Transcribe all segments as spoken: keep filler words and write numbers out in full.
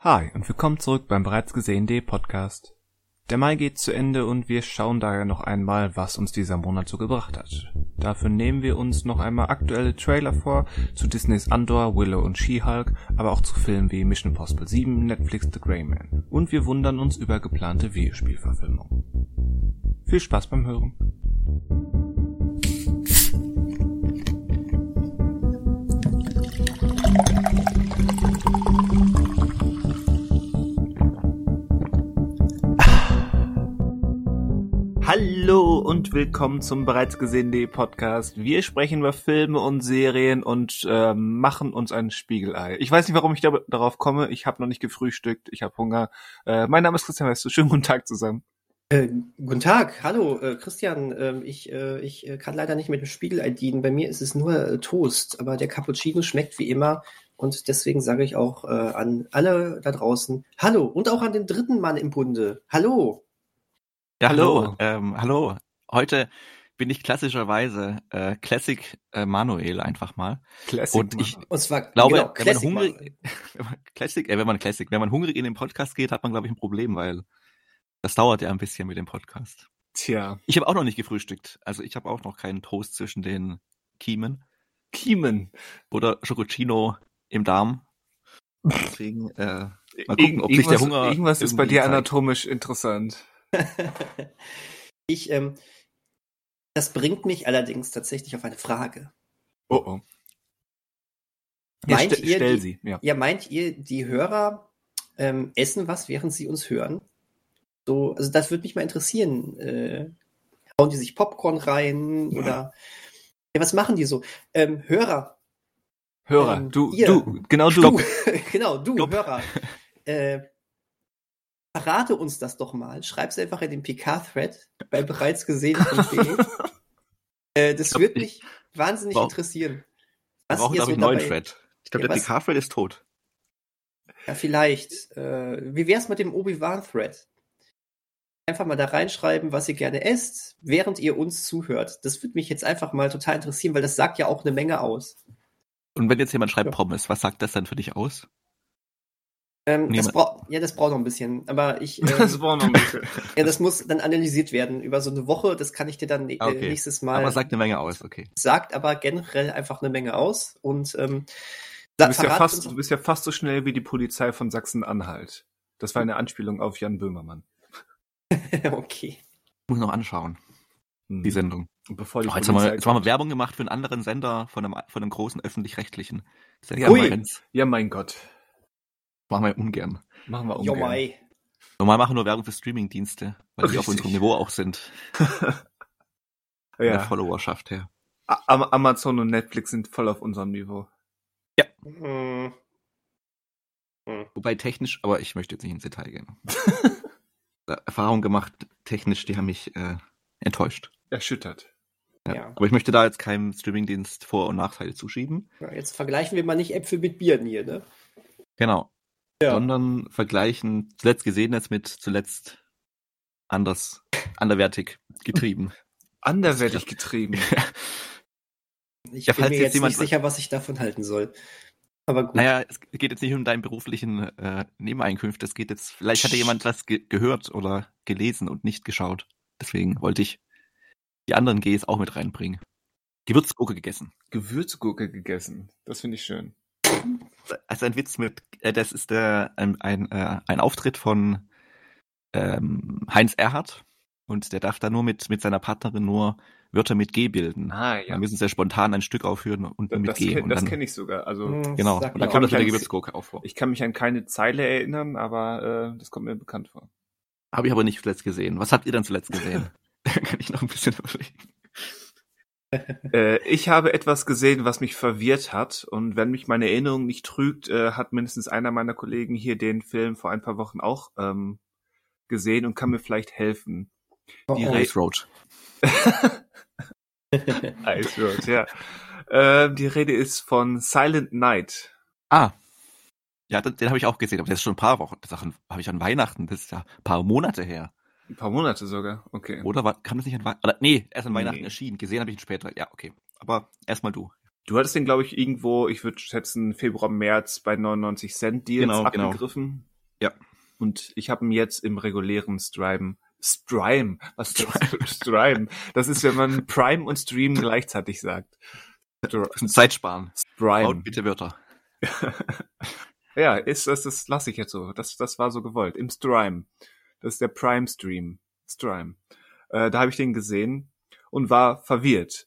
Hi und willkommen zurück beim bereits gesehenen.de Podcast. Der Mai geht zu Ende und wir schauen daher noch einmal, was uns dieser Monat so gebracht hat. Dafür nehmen wir uns noch einmal aktuelle Trailer vor zu Disneys Andor, Willow und She-Hulk, aber auch zu Filmen wie Mission Impossible sieben, Netflix The Gray Man. Und wir wundern uns über geplante Videospielverfilmungen. Viel Spaß beim Hören. Hallo und willkommen zum bereits gesehenen.de Podcast. Wir sprechen über Filme und Serien und äh, machen uns ein Spiegelei. Ich weiß nicht, warum ich da, darauf komme. Ich habe noch nicht gefrühstückt. Ich habe Hunger. Äh, mein Name ist Christian West. Schönen guten Tag zusammen. Äh, guten Tag. Hallo, äh, Christian. Äh, ich äh, ich äh, kann leider nicht mit dem Spiegelei dienen. Bei mir ist es nur äh, Toast. Aber der Cappuccino schmeckt wie immer. Und deswegen sage ich auch äh, an alle da draußen Hallo. Und auch an den dritten Mann im Bunde. Hallo. Ja, hallo. Ähm, hallo. Heute bin ich klassischerweise äh, Classic äh, Manuel einfach mal. Classic. Und ich Und zwar, glaube, genau, wenn man Classic hungrig, wenn man Classic, äh, wenn man Classic, wenn man hungrig in den Podcast geht, hat man glaube ich ein Problem, weil das dauert ja ein bisschen mit dem Podcast. Tja. Ich habe auch noch nicht gefrühstückt, also ich habe auch noch keinen Toast zwischen den Kiemen. Kiemen. Oder Schokocino im Darm. Deswegen äh, mal gucken, ob sich der Hunger irgendwas ist bei dir zeigt. Anatomisch interessant. ich, ähm, das bringt mich allerdings tatsächlich auf eine Frage. Oh oh. Ja, meint st- ihr, stell die, sie. Ja. ja, meint ihr, die Hörer ähm, essen was, während sie uns hören? So, also das würde mich mal interessieren. Äh, hauen die sich Popcorn rein oder ja, was machen die so? Ähm, Hörer. Hörer, ähm, du, ihr, du, genau du. du genau, du, Stopp. Hörer. Äh, Verrate uns das doch mal. Schreib's einfach in den P K-Thread bei bereits gesehen.de. äh, das würde mich wahnsinnig Wow. interessieren. Wir brauchen, glaube ich, einen neuen Thread. Ich glaube, ja, der P K-Thread ist tot. Ja, vielleicht. Äh, wie wär's mit dem Obi-Wan-Thread? Einfach mal da reinschreiben, was ihr gerne esst, während ihr uns zuhört. Das würde mich jetzt einfach mal total interessieren, weil das sagt ja auch eine Menge aus. Und wenn jetzt jemand schreibt ja. Pommes, was sagt das dann für dich aus? Ähm, das braucht, ja, das braucht noch ein bisschen, aber ich, ähm, das braucht noch ein bisschen. ja, das muss dann analysiert werden über so eine Woche, das kann ich dir dann okay. äh, nächstes Mal. Aber sagt eine Menge aus, okay. Sagt aber generell einfach eine Menge aus und, ähm, du bist, ja fast, du bist ja fast so schnell wie die Polizei von Sachsen-Anhalt. Das war eine Anspielung auf Jan Böhmermann. okay. Muss noch anschauen, hm. die Sendung. Bevor die oh, jetzt, haben wir, jetzt haben wir Werbung gemacht für einen anderen Sender von einem, von einem großen öffentlich-rechtlichen. Ja, mein, ja, mein Gott. Machen wir ungern. Machen wir ungern. Jomai. Normal machen wir nur Werbung für Streaming-Dienste, weil die auf unserem Niveau auch sind. ja. Der Followerschaft her. A- Amazon und Netflix sind voll auf unserem Niveau. Ja. Hm. Hm. Wobei technisch, aber ich möchte jetzt nicht ins Detail gehen. Erfahrung gemacht, technisch, die haben mich äh, enttäuscht. Erschüttert. Ja. Ja. Aber ich möchte da jetzt keinem Streamingdienst Vor- und Nachteile zuschieben. Ja, jetzt vergleichen wir mal nicht Äpfel mit Bieren hier, ne? Genau. Ja. Sondern vergleichen zuletzt Gesehenes mit zuletzt anders, anderwertig getrieben. Anderwertig getrieben? Ich ja, bin falls mir jetzt jetzt jemand nicht sicher, was ich davon halten soll. Aber gut. Naja, es geht jetzt nicht um deinen beruflichen äh, Nebeneinkünfte. Es geht jetzt, vielleicht hatte jemand was ge- gehört oder gelesen und nicht geschaut. Deswegen wollte ich die anderen Gs auch mit reinbringen. Gewürzgurke gegessen. Gewürzgurke gegessen. Das finde ich schön. Also ein Witz mit, äh, das ist äh, ein, ein, äh, ein Auftritt von ähm, Heinz Erhardt und der darf da nur mit, mit seiner Partnerin nur Wörter mit G bilden. Ah, ja. Dann müssen sie ja spontan ein Stück aufführen und das, mit das G. Kenn, und das dann, kenne ich sogar. Also hm, genau, und dann kommt das mit der Gewürzgurke auch vor. Ich kann mich an keine Zeile erinnern, aber äh, das kommt mir bekannt vor. Habe ich aber nicht zuletzt gesehen. Was habt ihr dann zuletzt gesehen? Kann ich noch ein bisschen überlegen. äh, ich habe etwas gesehen, was mich verwirrt hat. Und wenn mich meine Erinnerung nicht trügt, äh, hat mindestens einer meiner Kollegen hier den Film vor ein paar Wochen auch ähm, gesehen und kann mir vielleicht helfen. Oh, Die oh. Ice Road. Ice Road, ja. Äh, die Rede ist von Silent Night. Ah. Ja, den, den habe ich auch gesehen, aber der ist schon ein paar Wochen. Das habe ich an Weihnachten, das ist ja ein paar Monate her. Ein paar Monate sogar, okay. Oder war, kam das nicht an Weihnachten? Nee, erst an Nee. Weihnachten erschienen. Gesehen habe ich ihn später. Ja, okay. Aber erstmal du. Du hattest den, glaube ich, irgendwo, ich würde schätzen, Februar, März bei neunundneunzig Cent Deals Genau, genau. abgegriffen. Ja. Und ich habe ihn jetzt im regulären Stream. Strime. Was ist das? Strime. Das ist, wenn man Prime und Stream gleichzeitig sagt. Str- Zeit sparen. Strime. Baut bitte Wörter. Ja, ist das, das lasse ich jetzt so. Das, das war so gewollt. Im Strime. Das ist der Prime Stream. Strime. Äh, da habe ich den gesehen und war verwirrt.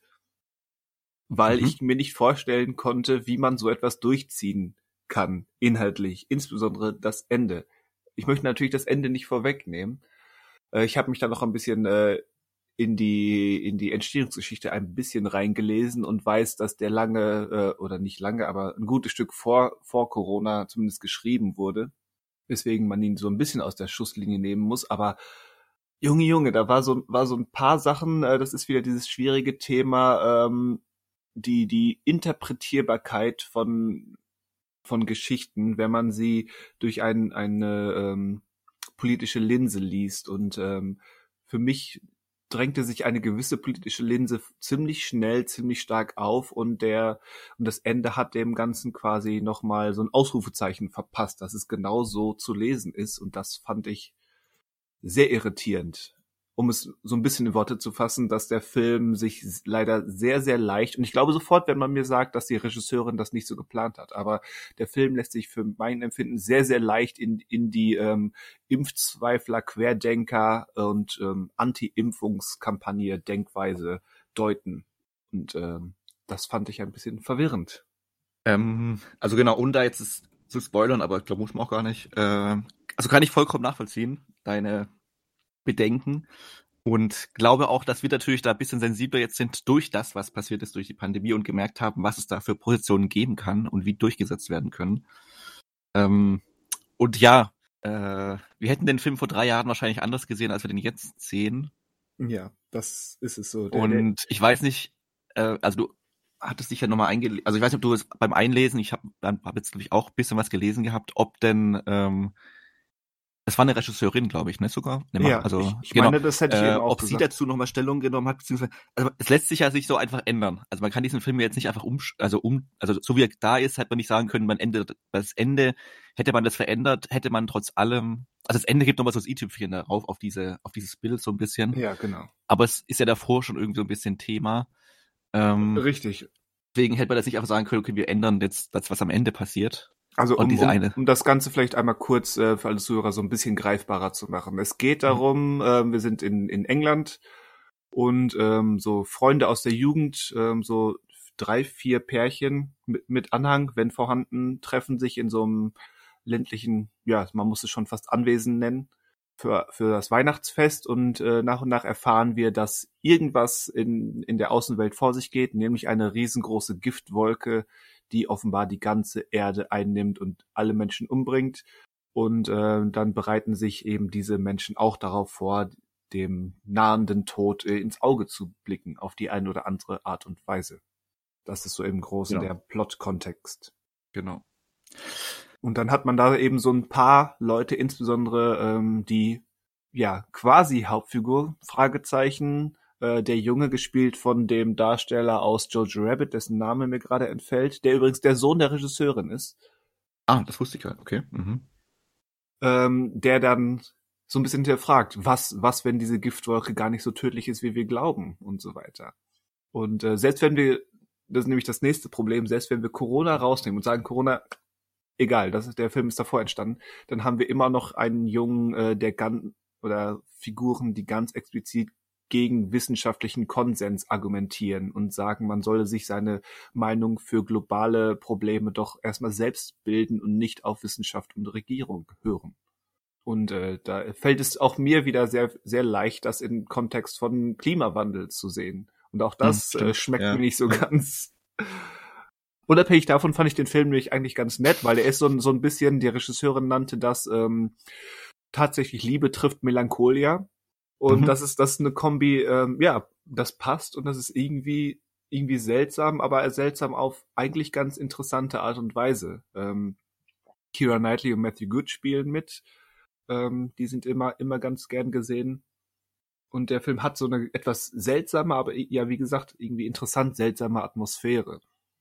Weil Mhm. ich mir nicht vorstellen konnte, wie man so etwas durchziehen kann, inhaltlich. Insbesondere das Ende. Ich möchte natürlich das Ende nicht vorwegnehmen. Äh, ich habe mich da noch ein bisschen äh, in die in die Entstehungsgeschichte ein bisschen reingelesen und weiß, dass der lange, äh, oder nicht lange, aber ein gutes Stück vor vor Corona zumindest geschrieben wurde. Weswegen man ihn so ein bisschen aus der Schusslinie nehmen muss. Aber Junge, Junge, da war so, war so ein paar Sachen, äh, das ist wieder dieses schwierige Thema, ähm, die, die Interpretierbarkeit von, von Geschichten, wenn man sie durch ein, eine ähm, politische Linse liest. Und ähm, für mich drängte sich eine gewisse politische Linse ziemlich schnell, ziemlich stark auf und der und das Ende hat dem Ganzen quasi nochmal so ein Ausrufezeichen verpasst, dass es genau so zu lesen ist. Und das fand ich sehr irritierend, um es so ein bisschen in Worte zu fassen, dass der Film sich leider sehr, sehr leicht, und ich glaube sofort, wenn man mir sagt, dass die Regisseurin das nicht so geplant hat, aber der Film lässt sich für mein Empfinden sehr, sehr leicht in, in die ähm, Impfzweifler, Querdenker und ähm, Anti-Impfungskampagne Denkweise deuten. Und ähm, das fand ich ein bisschen verwirrend. Ähm, also genau, ohne da jetzt es zu spoilern, aber ich glaube, muss man auch gar nicht. Äh, also kann ich vollkommen nachvollziehen, deine Bedenken. Und glaube auch, dass wir natürlich da ein bisschen sensibler jetzt sind durch das, was passiert ist durch die Pandemie und gemerkt haben, was es da für Positionen geben kann und wie durchgesetzt werden können. Ähm, und ja, äh, wir hätten den Film vor drei Jahren wahrscheinlich anders gesehen, als wir den jetzt sehen. Ja, das ist es so. Der, Und ich weiß nicht, äh, also du hattest dich ja nochmal eingelesen, also ich weiß nicht, ob du es beim Einlesen, ich habe hab jetzt natürlich auch ein bisschen was gelesen gehabt, ob denn, ähm, das war eine Regisseurin, glaube ich, ne, sogar? Ne, Ja, also, ich, ich genau, meine, das hätte ich äh, eben auch ob sie gesagt. dazu nochmal Stellung genommen hat, beziehungsweise, also es lässt sich ja sich so einfach ändern. Also man kann diesen Film jetzt nicht einfach um, also um, also so wie er da ist, hätte man nicht sagen können, man endet, das Ende, hätte man das verändert, hätte man trotz allem, also das Ende gibt nochmal so das i-Tüpfchen darauf, auf diese, auf dieses Bild so ein bisschen. Ja, genau. Aber es ist ja davor schon irgendwie so ein bisschen Thema. Ähm, Richtig. Deswegen hätte man das nicht einfach sagen können, okay, wir ändern jetzt das, was am Ende passiert. Also Und um, diese um, eine. um das Ganze vielleicht einmal kurz äh, für alle Zuhörer so ein bisschen greifbarer zu machen. Es geht darum, äh, wir sind in, in England und ähm, so Freunde aus der Jugend, ähm, so drei, vier Pärchen mit, mit Anhang, wenn vorhanden, treffen sich in so einem ländlichen, ja, man muss es schon fast Anwesen nennen, für, für das Weihnachtsfest und äh, nach und nach erfahren wir, dass irgendwas in, in der Außenwelt vor sich geht, nämlich eine riesengroße Giftwolke, die offenbar die ganze Erde einnimmt und alle Menschen umbringt. Und äh, dann bereiten sich eben diese Menschen auch darauf vor, dem nahenden Tod äh, ins Auge zu blicken, auf die eine oder andere Art und Weise. Das ist so im Großen Genau. der Plot-Kontext. Genau. Und dann hat man da eben so ein paar Leute, insbesondere ähm, die ja quasi Hauptfigur, Fragezeichen, äh, der Junge, gespielt von dem Darsteller aus Jojo Rabbit, dessen Name mir gerade entfällt, der übrigens der Sohn der Regisseurin ist, Ah, das wusste ich ja, okay. Mhm. ähm, der dann so ein bisschen hinterfragt, was, was, wenn diese Giftwolke gar nicht so tödlich ist, wie wir glauben und so weiter. Und äh, selbst wenn wir, das ist nämlich das nächste Problem, selbst wenn wir Corona rausnehmen und sagen, Corona, egal, das ist, der Film ist davor entstanden, dann haben wir immer noch einen Jungen, äh, der ganz, oder Figuren, die ganz explizit gegen wissenschaftlichen Konsens argumentieren und sagen, man solle sich seine Meinung für globale Probleme doch erstmal selbst bilden und nicht auf Wissenschaft und Regierung hören. Und äh, da fällt es auch mir wieder sehr, sehr leicht, das im Kontext von Klimawandel zu sehen. Und auch das Hm, äh, schmeckt ja. mir nicht so ganz. Unabhängig davon fand ich den Film nämlich eigentlich ganz nett, weil er ist so, so ein bisschen, die Regisseurin nannte das ähm, tatsächlich Liebe trifft Melancholia. Und Mhm. das ist das ist eine Kombi, ähm, ja, das passt und das ist irgendwie irgendwie seltsam, aber seltsam auf eigentlich ganz interessante Art und Weise. Ähm, Keira Knightley und Matthew Good spielen mit. Ähm, die sind immer immer ganz gern gesehen. Und der Film hat so eine etwas seltsame, aber ja, wie gesagt, irgendwie interessant seltsame Atmosphäre.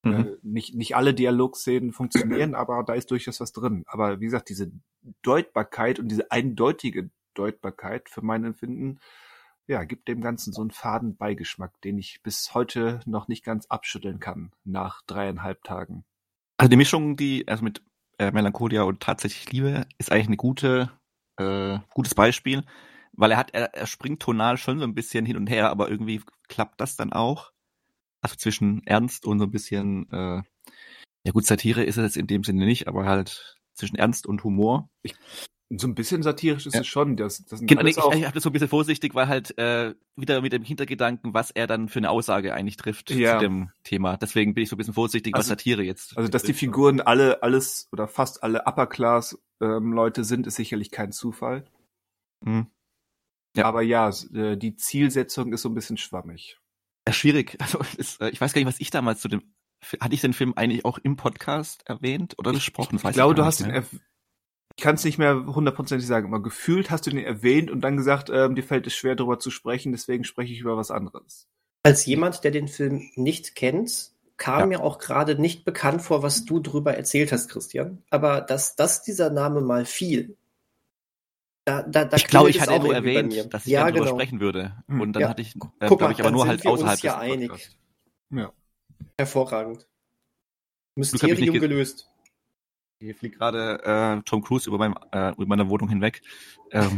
Mhm. Äh, nicht, nicht alle Dialogszenen funktionieren, aber da ist durchaus was drin. Aber wie gesagt, diese Deutbarkeit und diese eindeutige Deutbarkeit für mein Empfinden, ja, gibt dem Ganzen so einen faden Beigeschmack, den ich bis heute noch nicht ganz abschütteln kann, nach dreieinhalb Tagen. Also die Mischung, die, also mit äh, Melancholia und tatsächlich Liebe, ist eigentlich eine gute, äh, gutes Beispiel, weil er hat, er, er springt tonal schon so ein bisschen hin und her, aber irgendwie klappt das dann auch. Also zwischen Ernst und so ein bisschen, äh, ja gut, Satire ist es jetzt in dem Sinne nicht, aber halt zwischen Ernst und Humor. Ich, so ein bisschen satirisch ist ja. es schon. Das, das genau, ich, ich habe das so ein bisschen vorsichtig, weil halt äh, wieder mit dem Hintergedanken, was er dann für eine Aussage eigentlich trifft ja. zu dem Thema. Deswegen bin ich so ein bisschen vorsichtig, also, was Satire jetzt. Also dass die Figuren alle, alles oder fast alle Upper-Class-Leute ähm, sind, ist sicherlich kein Zufall. Mhm. Ja. Aber ja, die Zielsetzung ist so ein bisschen schwammig. Ja, schwierig. Also ist, ich weiß gar nicht, was ich damals zu dem, hatte ich den Film eigentlich auch im Podcast erwähnt oder besprochen? Ich, ich glaube, du hast ihn, erw- ich kann es nicht mehr hundertprozentig sagen, aber gefühlt hast du den erwähnt und dann gesagt, ähm, dir fällt es schwer, darüber zu sprechen, deswegen spreche ich über was anderes. Als jemand, der den Film nicht kennt, kam ja. mir auch gerade nicht bekannt vor, was du drüber erzählt hast, Christian. Aber dass, dass dieser Name mal fiel, Da, da, da ich glaube, ich hatte nur erwähnt, dass ich ja, darüber genau. sprechen würde. Und dann ja. hatte ich, äh, glaube ich, aber nur halt außerhalb des ja Podcasts. Ja. Hervorragend. Mysterium gelöst. Hier fliegt gerade äh, Tom Cruise über, meinem, äh, über meiner Wohnung hinweg. Ähm,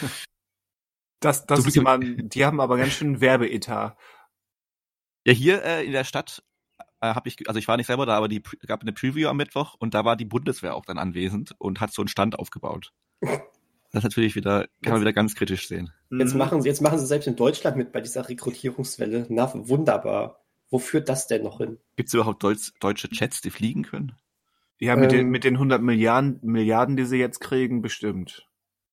das das ist man, die haben aber ganz schön Werbeetat. Ja, hier äh, in der Stadt äh, habe ich, also ich war nicht selber da, aber die gab eine Preview am Mittwoch und da war die Bundeswehr auch dann anwesend und hat so einen Stand aufgebaut. Das ist natürlich wieder, kann man wieder ganz kritisch sehen. Jetzt machen sie, jetzt machen sie selbst in Deutschland mit bei dieser Rekrutierungswelle. Na, wunderbar. Wo führt das denn noch hin? Gibt es überhaupt Deutsch, deutsche Jets, die fliegen können? Ja, mit, ähm, den, mit den hundert Milliarden, Milliarden, die sie jetzt kriegen, bestimmt.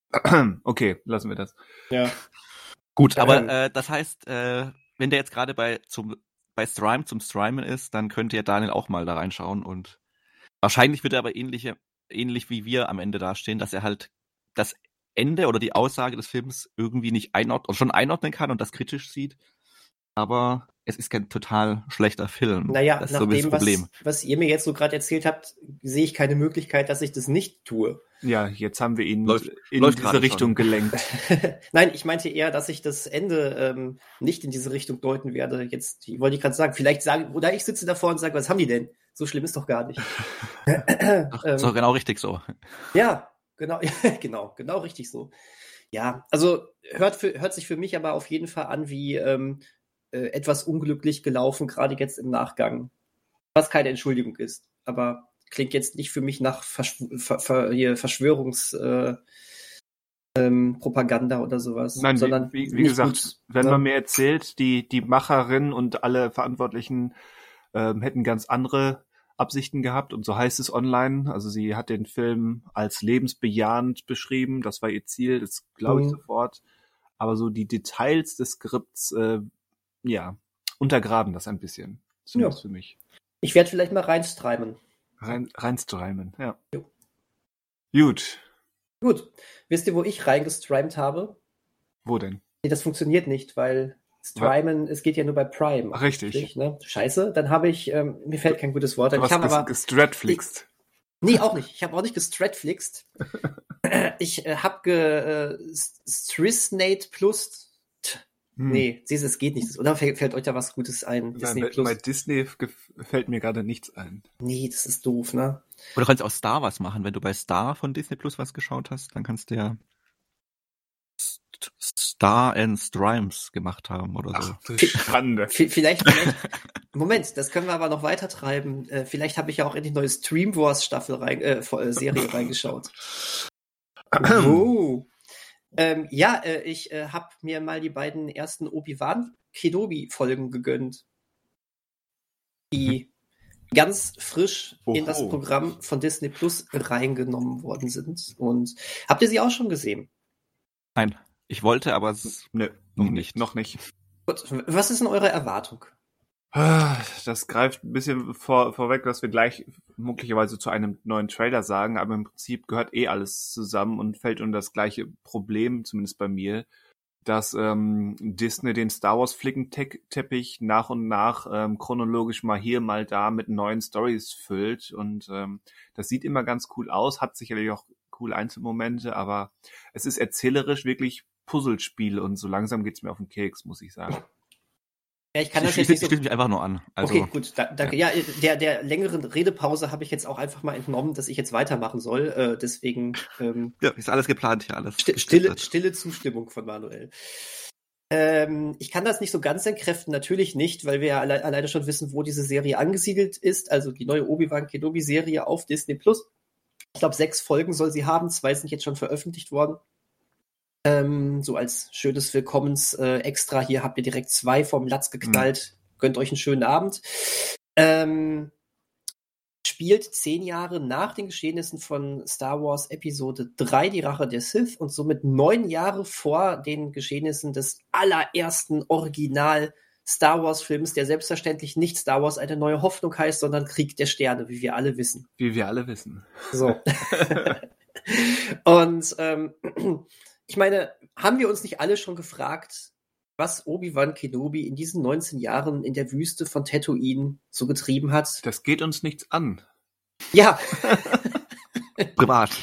Okay, lassen wir das. Ja. Gut, aber ähm, äh, das heißt, äh, wenn der jetzt gerade bei zum bei Strime zum Strimen ist, dann könnte ja Daniel auch mal da reinschauen und wahrscheinlich wird er aber ähnliche, ähnlich wie wir am Ende dastehen, dass er halt das Ende oder die Aussage des Films irgendwie nicht einordnen, oder schon einordnen kann und das kritisch sieht. Aber es ist kein total schlechter Film. Naja, das ist nach so dem, das Problem. Was, was ihr mir jetzt so gerade erzählt habt, sehe ich keine Möglichkeit, dass ich das nicht tue. Ja, jetzt haben wir ihn läuft, in läuft diese Richtung schon. gelenkt. Nein, ich meinte eher, dass ich das Ende ähm, nicht in diese Richtung deuten werde. Jetzt wollte ich gerade sagen, vielleicht sagen, oder ich sitze davor und sage, was haben die denn? So schlimm ist doch gar nicht. Ach, ähm, so genau richtig so. Ja, genau, genau, genau richtig so. Ja, also hört, für, hört sich für mich aber auf jeden Fall an wie ähm, äh, etwas unglücklich gelaufen, gerade jetzt im Nachgang. Was keine Entschuldigung ist, aber klingt jetzt nicht für mich nach Verschw- Ver- Ver- hier Verschwörungs äh, ähm, Propaganda oder sowas. Nein, sondern wie, wie, wie gesagt, gut, wenn ne? man mir erzählt, die, die Macherin und alle Verantwortlichen ähm, hätten ganz andere Absichten gehabt und so heißt es online. Also sie hat den Film als lebensbejahend beschrieben, das war ihr Ziel, das glaube ich mhm. sofort. Aber so die Details des Skripts, äh, ja, untergraben das ein bisschen. Zumindest ja. für mich. Ich werde vielleicht mal reinstreimen. Rein, reinstreimen, ja. Jo. Gut. Gut. Wisst ihr, wo ich reingestrimt habe? Wo denn? Nee, das funktioniert nicht, weil Strimen, ja. es geht ja nur bei Prime. Ach, richtig. richtig ne? Scheiße, dann habe ich, ähm, mir fällt kein gutes Wort. Du ich hast habe ges- aber gestratflixt. Nee, auch nicht. Ich habe auch nicht gestratflixt. ich äh, habe ge äh, Strisnate plus. Hm. Nee, siehst du, es geht nicht. Oder fällt, fällt euch da was Gutes ein? Disney Nein, Plus? Bei Disney fällt mir gerade nichts ein. Nee, das ist doof, ne? Oder du kannst auch Star was machen. Wenn du bei Star von Disney Plus was geschaut hast, dann kannst du ja Star and Strimes gemacht haben oder so. Ach, Schande. Vielleicht, vielleicht, Moment, das können wir aber noch weiter treiben. Äh, vielleicht habe ich ja auch in die neue Stream Wars Staffel rein, äh, Serie reingeschaut. Oh. Ähm, ja, äh, ich äh, habe mir mal die beiden ersten Obi-Wan Kenobi-Folgen gegönnt, die mhm. ganz frisch Oho. in das Programm von Disney Plus reingenommen worden sind. Und habt ihr sie auch schon gesehen? Nein, ich wollte, aber es Nö, noch nicht. Noch nicht. Gut, was ist denn eure Erwartung? Das greift ein bisschen vor, vorweg, was wir gleich möglicherweise zu einem neuen Trailer sagen, aber im Prinzip gehört eh alles zusammen und fällt unter das gleiche Problem, zumindest bei mir. dass ähm, Disney den Star Wars Flickenteppich nach und nach ähm, chronologisch mal hier, mal da mit neuen Stories füllt. Und ähm, das sieht immer ganz cool aus, hat sicherlich auch coole Einzelmomente, aber es ist erzählerisch wirklich Puzzlespiel und so langsam geht's mir auf den Keks, muss ich sagen. Ja, ich kann das ich jetzt schließe nicht so... schließ mich einfach nur an. Also, okay, gut, da, danke. Ja, ja der, der längeren Redepause habe ich jetzt auch einfach mal entnommen, dass ich jetzt weitermachen soll. Äh, deswegen... Ähm, ja, ist alles geplant hier, alles. St- stille, stille Zustimmung von Manuel. Ähm, ich kann das nicht so ganz entkräften, natürlich nicht, weil wir ja alle, alleine schon wissen, wo diese Serie angesiedelt ist. Also die neue Obi-Wan Kenobi-Serie auf Disney Plus. Ich glaube, sechs Folgen soll sie haben, zwei sind jetzt schon veröffentlicht worden. Ähm, so als schönes Willkommens-Extra. Äh, hier habt ihr direkt zwei vom Latz geknallt. Mhm. Gönnt euch einen schönen Abend. Ähm, spielt zehn Jahre nach den Geschehnissen von Star Wars Episode drei, die Rache der Sith, und somit neun Jahre vor den Geschehnissen des allerersten Original Star Wars Films, der selbstverständlich nicht Star Wars eine neue Hoffnung heißt, sondern Krieg der Sterne, wie wir alle wissen. Wie wir alle wissen. So. Und ähm, ich meine, haben wir uns nicht alle schon gefragt, was Obi-Wan Kenobi in diesen neunzehn Jahren in der Wüste von Tatooine so getrieben hat? Das geht uns nichts an. Ja. Privat.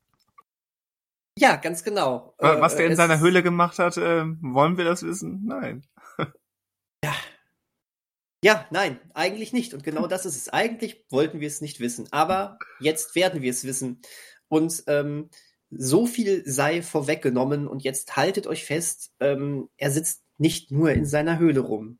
Ja, ganz genau. Was äh, der in es, seiner Höhle gemacht hat, äh, wollen wir das wissen? Nein. Ja. Ja, nein, eigentlich nicht. Und genau das ist es. Eigentlich wollten wir es nicht wissen. Aber jetzt werden wir es wissen. Und ähm, so viel sei vorweggenommen. Und jetzt haltet euch fest, ähm, er sitzt nicht nur in seiner Höhle rum.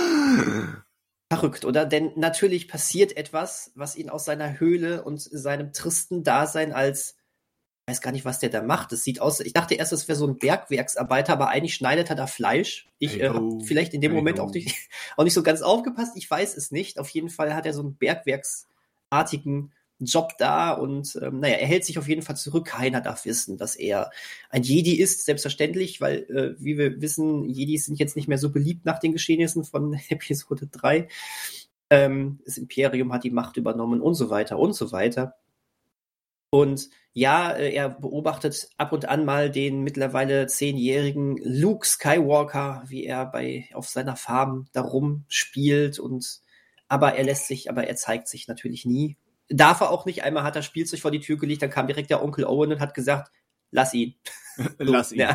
Verrückt, oder? Denn natürlich passiert etwas, was ihn aus seiner Höhle und seinem tristen Dasein als, ich weiß gar nicht, was der da macht. Es sieht aus, ich dachte erst, es wäre so ein Bergwerksarbeiter, aber eigentlich schneidet er da Fleisch. Ich hey, äh, habe oh. vielleicht in dem hey, Moment oh. auch nicht, auch nicht so ganz aufgepasst. Ich weiß es nicht. Auf jeden Fall hat er so einen bergwerksartigen Job da und ähm, naja, er hält sich auf jeden Fall zurück. Keiner darf wissen, dass er ein Jedi ist, selbstverständlich, weil, äh, wie wir wissen, Jedis sind jetzt nicht mehr so beliebt nach den Geschehnissen von Episode drei. Ähm, das Imperium hat die Macht übernommen und so weiter und so weiter. Und ja, äh, er beobachtet ab und an mal den mittlerweile zehnjährigen Luke Skywalker, wie er bei auf seiner Farm da rumspielt und aber er lässt sich, aber er zeigt sich natürlich nie. Darf er auch nicht. Einmal hat er Spielzeug vor die Tür gelegt, dann kam direkt der Onkel Owen und hat gesagt, lass ihn. Lass ihn. Ja.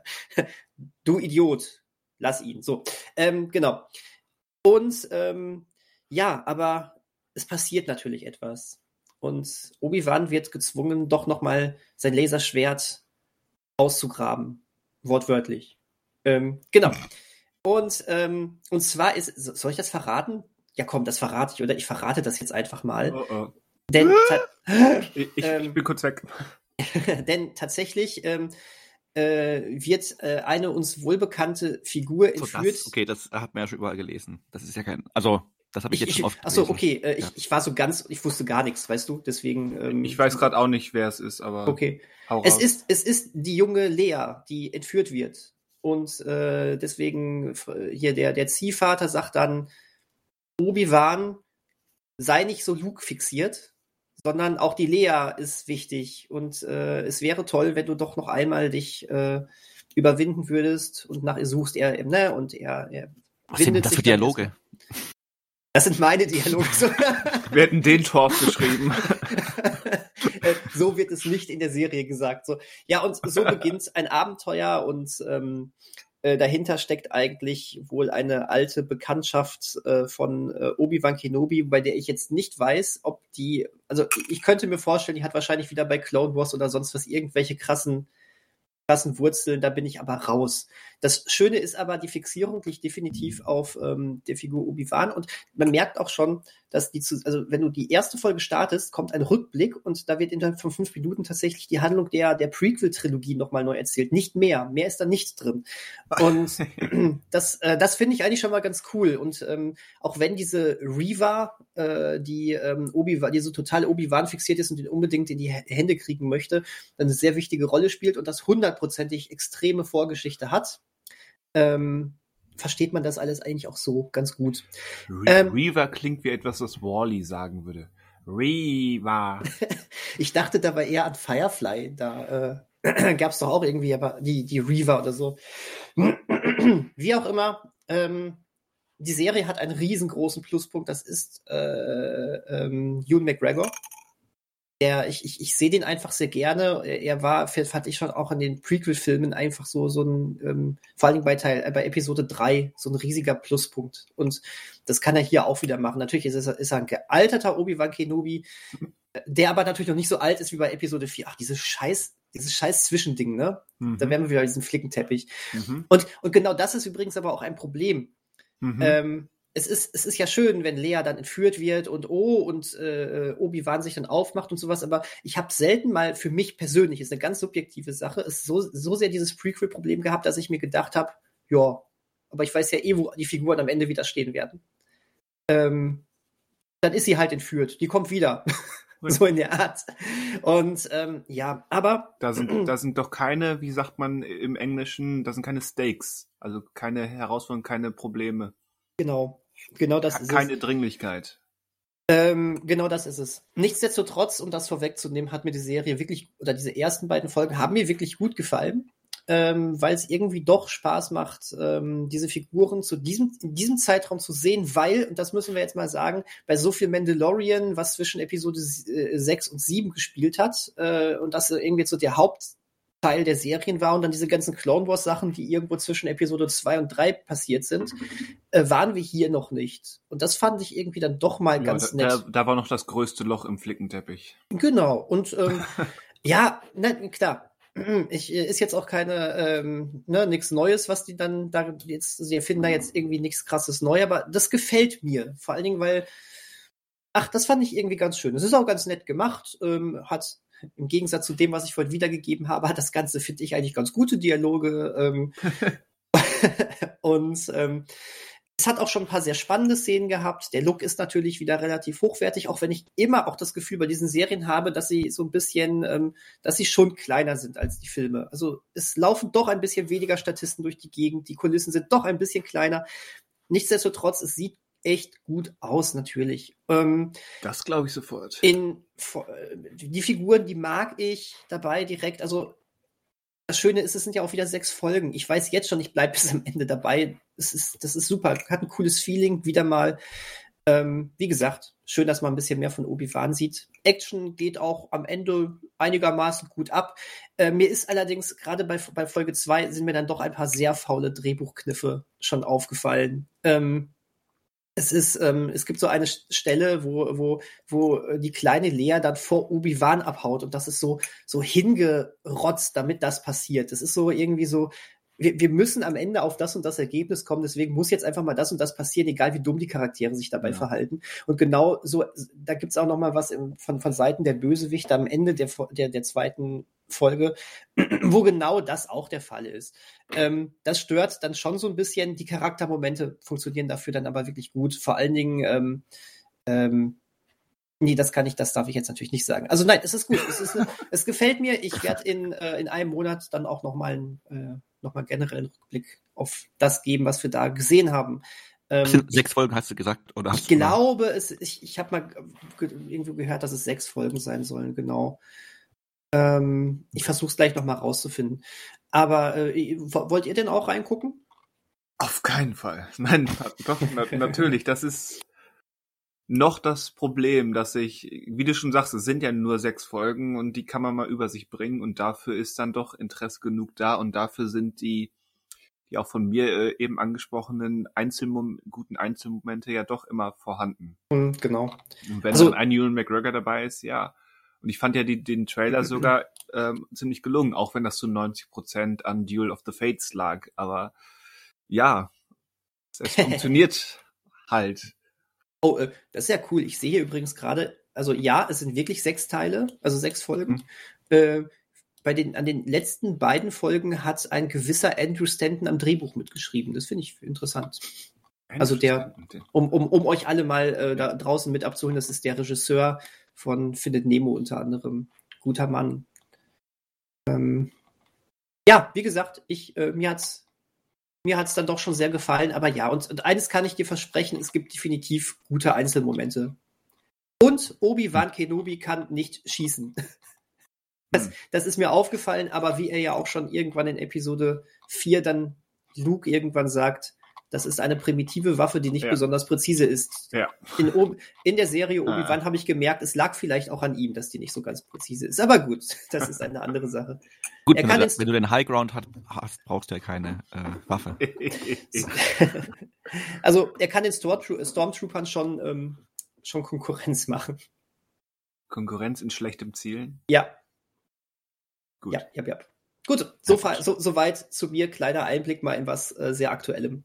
Du Idiot, lass ihn. So, ähm, genau. Und ähm, ja, aber es passiert natürlich etwas. Und Obi-Wan wird gezwungen, doch nochmal sein Laserschwert auszugraben. Wortwörtlich. Ähm, genau. Und, ähm, und zwar ist, soll ich das verraten? Ja komm, das verrate ich, oder? Ich verrate das jetzt einfach mal. Oh, oh. Denn ta- ich, ich, ähm, ich bin kurz weg. denn tatsächlich ähm, äh, wird äh, eine uns wohlbekannte Figur So, entführt. das, okay, das hat man ja schon überall gelesen. Das ist ja kein, also das habe ich, ich jetzt schon oft gelesen. Achso, okay, äh, ja. ich, ich war so ganz, ich wusste gar nichts, weißt du, deswegen. Ähm, ich weiß gerade auch nicht, wer es ist, aber. Okay. Hau Es raus. ist, es ist die junge Lea, die entführt wird. Und äh, deswegen hier der, der Ziehvater sagt dann, Obi-Wan sei nicht so Luke fixiert, sondern auch die Lea ist wichtig. Und äh, es wäre toll, wenn du doch noch einmal dich äh, überwinden würdest und nach ihr suchst. Er, ne, und er, er Was sind denn das für Dialoge? Das sind meine Dialoge. Wir hätten den Torf geschrieben. So wird es nicht in der Serie gesagt. So, ja, und so beginnt ein Abenteuer und ähm, äh, dahinter steckt eigentlich wohl eine alte Bekanntschaft äh, von äh, Obi-Wan Kenobi, bei der ich jetzt nicht weiß, ob die, also ich könnte mir vorstellen, die hat wahrscheinlich wieder bei Clone Wars oder sonst was irgendwelche krassen krassen Wurzeln, da bin ich aber raus. Das Schöne ist aber, die Fixierung liegt definitiv auf ähm, der Figur Obi-Wan und man merkt auch schon, dass die, zu, also wenn du die erste Folge startest, kommt ein Rückblick und da wird innerhalb von fünf Minuten tatsächlich die Handlung der, der Prequel-Trilogie nochmal neu erzählt. Nicht mehr. Mehr ist da nichts drin. Und das, äh, das finde ich eigentlich schon mal ganz cool. Und ähm, auch wenn diese Reva, äh, die ähm, Obi-Wan, die so total Obi-Wan fixiert ist und ihn unbedingt in die Hände kriegen möchte, eine sehr wichtige Rolle spielt und das hundertprozentig extreme Vorgeschichte hat, ähm, versteht man das alles eigentlich auch so ganz gut. Re- Ähm, Reaver klingt wie etwas, was Wall-E sagen würde. Reaver. Ich dachte dabei eher an Firefly. Da äh, gab es doch auch irgendwie aber die, die Reaver oder so. Wie auch immer, ähm, die Serie hat einen riesengroßen Pluspunkt, das ist äh, ähm, Ewan McGregor. Der, ich, ich, ich sehe den einfach sehr gerne. Er war, fand ich schon auch in den Prequel-Filmen einfach so, so ein, ähm, vor allem bei Teil, äh, bei Episode drei, so ein riesiger Pluspunkt. Und das kann er hier auch wieder machen. Natürlich ist er, ist er ein gealterter Obi-Wan Kenobi, der aber natürlich noch nicht so alt ist wie bei Episode vier. Ach, dieses scheiß, dieses scheiß Zwischending, ne? Mhm. Da wären wir wieder bei diesem Flickenteppich. Mhm. Und, und genau das ist übrigens aber auch ein Problem. Mhm. Ähm, Es ist, es ist ja schön, wenn Leia dann entführt wird und oh, und äh, Obi-Wan sich dann aufmacht und sowas, aber ich habe selten mal für mich persönlich, ist eine ganz subjektive Sache, ist so, so sehr dieses Prequel-Problem gehabt, dass ich mir gedacht habe, ja, aber ich weiß ja eh, wo die Figuren am Ende wieder stehen werden. Ähm, dann ist sie halt entführt, die kommt wieder. So in der Art. Und ähm, ja, aber da sind, da sind doch keine, wie sagt man im Englischen, da sind keine Stakes, also keine Herausforderungen, keine Probleme. Genau. Genau das ist Keine es. Dringlichkeit. Ähm, genau das ist es. Nichtsdestotrotz, um das vorwegzunehmen, hat mir die Serie wirklich, oder diese ersten beiden Folgen haben mir wirklich gut gefallen, ähm, weil es irgendwie doch Spaß macht, ähm, diese Figuren zu diesem, in diesem Zeitraum zu sehen, weil, und das müssen wir jetzt mal sagen, bei so viel Mandalorian, was zwischen Episode sechs und sieben gespielt hat, äh, und das irgendwie so der Haupt Teil der Serien war und dann diese ganzen Clone Wars Sachen, die irgendwo zwischen Episode zwei und drei passiert sind, äh, waren wir hier noch nicht. Und das fand ich irgendwie dann doch mal ja, ganz da, nett. Da, da war noch das größte Loch im Flickenteppich. Genau. Und ähm, ja, ne, klar. Ich, ist jetzt auch keine, ähm, ne, nichts Neues, was die dann da jetzt, sie finden da jetzt irgendwie nichts krasses neu, aber das gefällt mir. Vor allen Dingen, weil, ach, das fand ich irgendwie ganz schön. Es ist auch ganz nett gemacht, ähm, hat im Gegensatz zu dem, was ich vorhin wiedergegeben habe, hat das Ganze, finde ich, eigentlich ganz gute Dialoge. Ähm, und ähm, es hat auch schon ein paar sehr spannende Szenen gehabt. Der Look ist natürlich wieder relativ hochwertig, auch wenn ich immer auch das Gefühl bei diesen Serien habe, dass sie so ein bisschen, ähm, dass sie schon kleiner sind als die Filme. Also es laufen doch ein bisschen weniger Statisten durch die Gegend, die Kulissen sind doch ein bisschen kleiner. Nichtsdestotrotz, es sieht echt gut aus, natürlich. Ähm, das glaube ich sofort. In, die Figuren, die mag ich dabei direkt. Also das Schöne ist, es sind ja auch wieder sechs Folgen. Ich weiß jetzt schon, ich bleibe bis am Ende dabei. Es ist, das ist super. Hat ein cooles Feeling. Wieder mal, ähm, wie gesagt, schön, dass man ein bisschen mehr von Obi-Wan sieht. Action geht auch am Ende einigermaßen gut ab. Äh, mir ist allerdings, gerade bei, bei Folge zwei, sind mir dann doch ein paar sehr faule Drehbuchkniffe schon aufgefallen. Ähm, Es ist, ähm, es gibt so eine Stelle, wo, wo, wo die kleine Lea dann vor Obi-Wan abhaut und das ist so, so hingerotzt, damit das passiert. Das ist so irgendwie so, wir, wir müssen am Ende auf das und das Ergebnis kommen, deswegen muss jetzt einfach mal das und das passieren, egal wie dumm die Charaktere sich dabei ja. verhalten. Und genau so, da gibt's auch noch mal was im, von, von Seiten der Bösewichte am Ende der, der, der zweiten Folge, wo genau das auch der Fall ist. Ähm, das stört dann schon so ein bisschen. Die Charaktermomente funktionieren dafür dann aber wirklich gut. Vor allen Dingen, ähm, ähm, nee, das kann ich, das darf ich jetzt natürlich nicht sagen. Also nein, es ist gut. Es, ist, es gefällt mir. Ich werde in, äh, in einem Monat dann auch noch mal einen, äh, noch mal generellen Rückblick auf das geben, was wir da gesehen haben. Ähm, sechs Folgen hast du gesagt, oder? Ich glaube, es, ich, ich habe mal irgendwo gehört, dass es sechs Folgen sein sollen, genau. Ähm, ich versuche es gleich noch mal rauszufinden. Aber äh, wollt ihr denn auch reingucken? Auf keinen Fall. Nein, doch, na, natürlich. Das ist noch das Problem, dass ich, wie du schon sagst, es sind ja nur sechs Folgen und die kann man mal über sich bringen und dafür ist dann doch Interesse genug da und dafür sind die, die auch von mir äh, eben angesprochenen Einzelmom- guten Einzelmomente ja doch immer vorhanden. Mhm, genau. Und wenn also, dann ein Ewan McGregor dabei ist, ja. Und ich fand ja die, den Trailer sogar ähm, ziemlich gelungen, auch wenn das zu neunzig Prozent an Duel of the Fates lag. Aber ja, es, es funktioniert halt. Oh, äh, das ist ja cool. Ich sehe hier übrigens gerade, also ja, es sind wirklich sechs Teile, also sechs Folgen. Mhm. Äh, bei den, an den letzten beiden Folgen hat ein gewisser Andrew Stanton am Drehbuch mitgeschrieben. Das finde ich interessant. Andrew also der, um, um, um euch alle mal äh, da draußen mit abzuholen, das ist der Regisseur von Findet Nemo unter anderem. Guter Mann. Ähm, ja, wie gesagt, ich, äh, mir hat's, mir hat's dann doch schon sehr gefallen, aber ja, und, und eines kann ich dir versprechen, es gibt definitiv gute Einzelmomente. Und Obi-Wan Kenobi kann nicht schießen. Das, das ist mir aufgefallen, aber wie er ja auch schon irgendwann in Episode vier dann Luke irgendwann sagt, das ist eine primitive Waffe, die nicht Ja. besonders präzise ist. Ja. In, Ob- in der Serie Ah. Obi-Wan habe ich gemerkt, es lag vielleicht auch an ihm, dass die nicht so ganz präzise ist. Aber gut, das ist eine andere Sache. Gut, Er wenn kann du, ins- wenn du den High Ground hat, hast, brauchst du ja keine äh, Waffe. Also er kann den Stormtro- Stormtroopern schon, ähm, schon Konkurrenz machen. Konkurrenz in schlechtem Zielen. Ja, Gut. ja, ja, ja. Gut, so, Ja, fa- gut. so, soweit zu mir. Kleiner Einblick mal in was äh, sehr Aktuellem.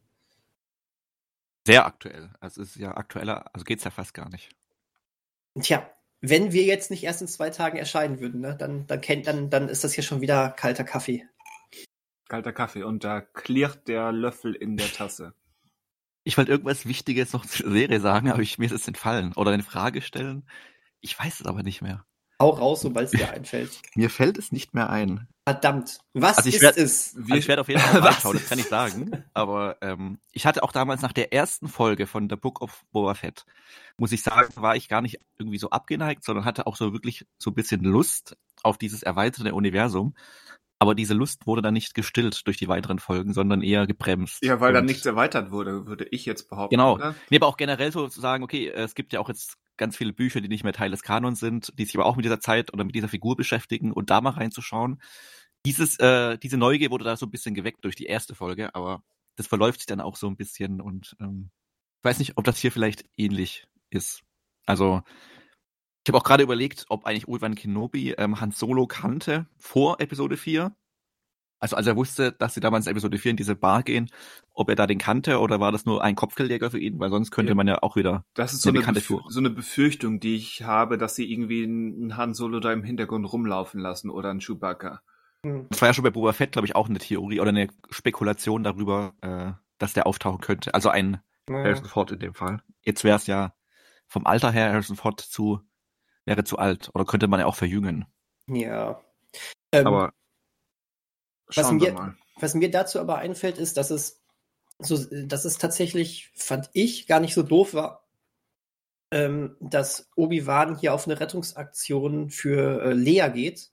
Sehr aktuell. Also es ist ja aktueller, also geht's ja fast gar nicht. Tja, wenn wir jetzt nicht erst in zwei Tagen erscheinen würden, ne, dann, dann, kennt, dann, dann ist das hier schon wieder kalter Kaffee. Kalter Kaffee und da klirrt der Löffel in der Tasse. Ich wollte irgendwas Wichtiges noch zur Serie sagen, aber ich, mir ist es entfallen. Oder eine Frage stellen. Ich weiß es aber nicht mehr. Hau raus, sobald es dir einfällt. Mir fällt es nicht mehr ein. Verdammt, was Also ich ist werd- es? Also ich werde auf jeden Fall Was reinschauen, das kann ich ist- sagen. Aber ähm, ich hatte auch damals nach der ersten Folge von The Book of Boba Fett, muss ich sagen, war ich gar nicht irgendwie so abgeneigt, sondern hatte auch so wirklich so ein bisschen Lust auf dieses erweiterte Universum. Aber diese Lust wurde dann nicht gestillt durch die weiteren Folgen, sondern eher gebremst. Ja, weil Und- dann nichts erweitert wurde, würde ich jetzt behaupten. Genau. Oder? Nee, aber auch generell so zu sagen, okay, es gibt ja auch jetzt ganz viele Bücher, die nicht mehr Teil des Kanons sind, die sich aber auch mit dieser Zeit oder mit dieser Figur beschäftigen und da mal reinzuschauen. Dieses, äh, diese Neugier wurde da so ein bisschen geweckt durch die erste Folge, aber das verläuft sich dann auch so ein bisschen und ähm, ich weiß nicht, ob das hier vielleicht ähnlich ist. Also ich habe auch gerade überlegt, ob eigentlich Obi-Wan Kenobi ähm, Han Solo kannte vor Episode vier. Also als er wusste, dass sie damals in Episode vier in diese Bar gehen, ob er da den kannte oder war das nur ein Kopfgeldjäger für ihn, weil sonst könnte Ja. man ja auch wieder Das ist so eine eine, bekannte Bef Figur. so eine Befürchtung, die ich habe, dass sie irgendwie einen Han Solo da im Hintergrund rumlaufen lassen oder einen Chewbacca. Hm. Das war ja schon bei Boba Fett, glaube ich, auch eine Theorie oder eine Spekulation darüber, äh, dass der auftauchen könnte. Also ein Naja. Harrison Ford in dem Fall. Jetzt wäre es ja vom Alter her Harrison Ford zu, wäre zu alt. Oder könnte man ja auch verjüngen. Ja. Ähm, Aber Was Schauen wir mir- mal. Was mir dazu aber einfällt, ist, dass es so, dass es tatsächlich, fand ich, gar nicht so doof war, ähm, dass Obi-Wan hier auf eine Rettungsaktion für äh, Leia geht,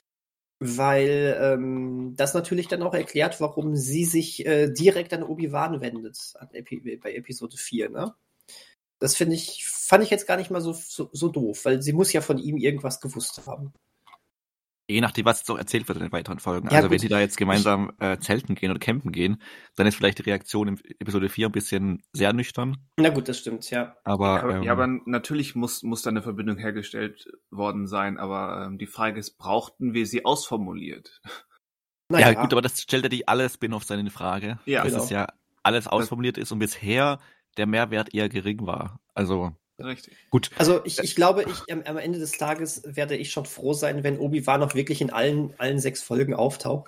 weil ähm, das natürlich dann auch erklärt, warum sie sich äh, direkt an Obi-Wan wendet an Epi bei Episode vier, ne? Das finde ich, fand ich jetzt gar nicht mal so, so, so doof, weil sie muss ja von ihm irgendwas gewusst haben. je nachdem, was so erzählt wird in den weiteren Folgen. Ja, also gut. wenn sie da jetzt gemeinsam äh, zelten gehen oder campen gehen, dann ist vielleicht die Reaktion in Episode vier ein bisschen sehr nüchtern. Na gut, das stimmt, ja. Aber, Ja, ähm, ja, aber natürlich muss, muss da eine Verbindung hergestellt worden sein, aber ähm, die Frage ist, brauchten wir sie ausformuliert? ja, gut, aber das stellt ja die alle Spin-offs dann in Frage. Ja, dass genau. es ja alles ausformuliert ist und bisher der Mehrwert eher gering war. Also Richtig. gut. Also ich, ich glaube, ich am, am Ende des Tages werde ich schon froh sein, wenn Obi-Wan noch wirklich in allen, allen sechs Folgen auftaucht.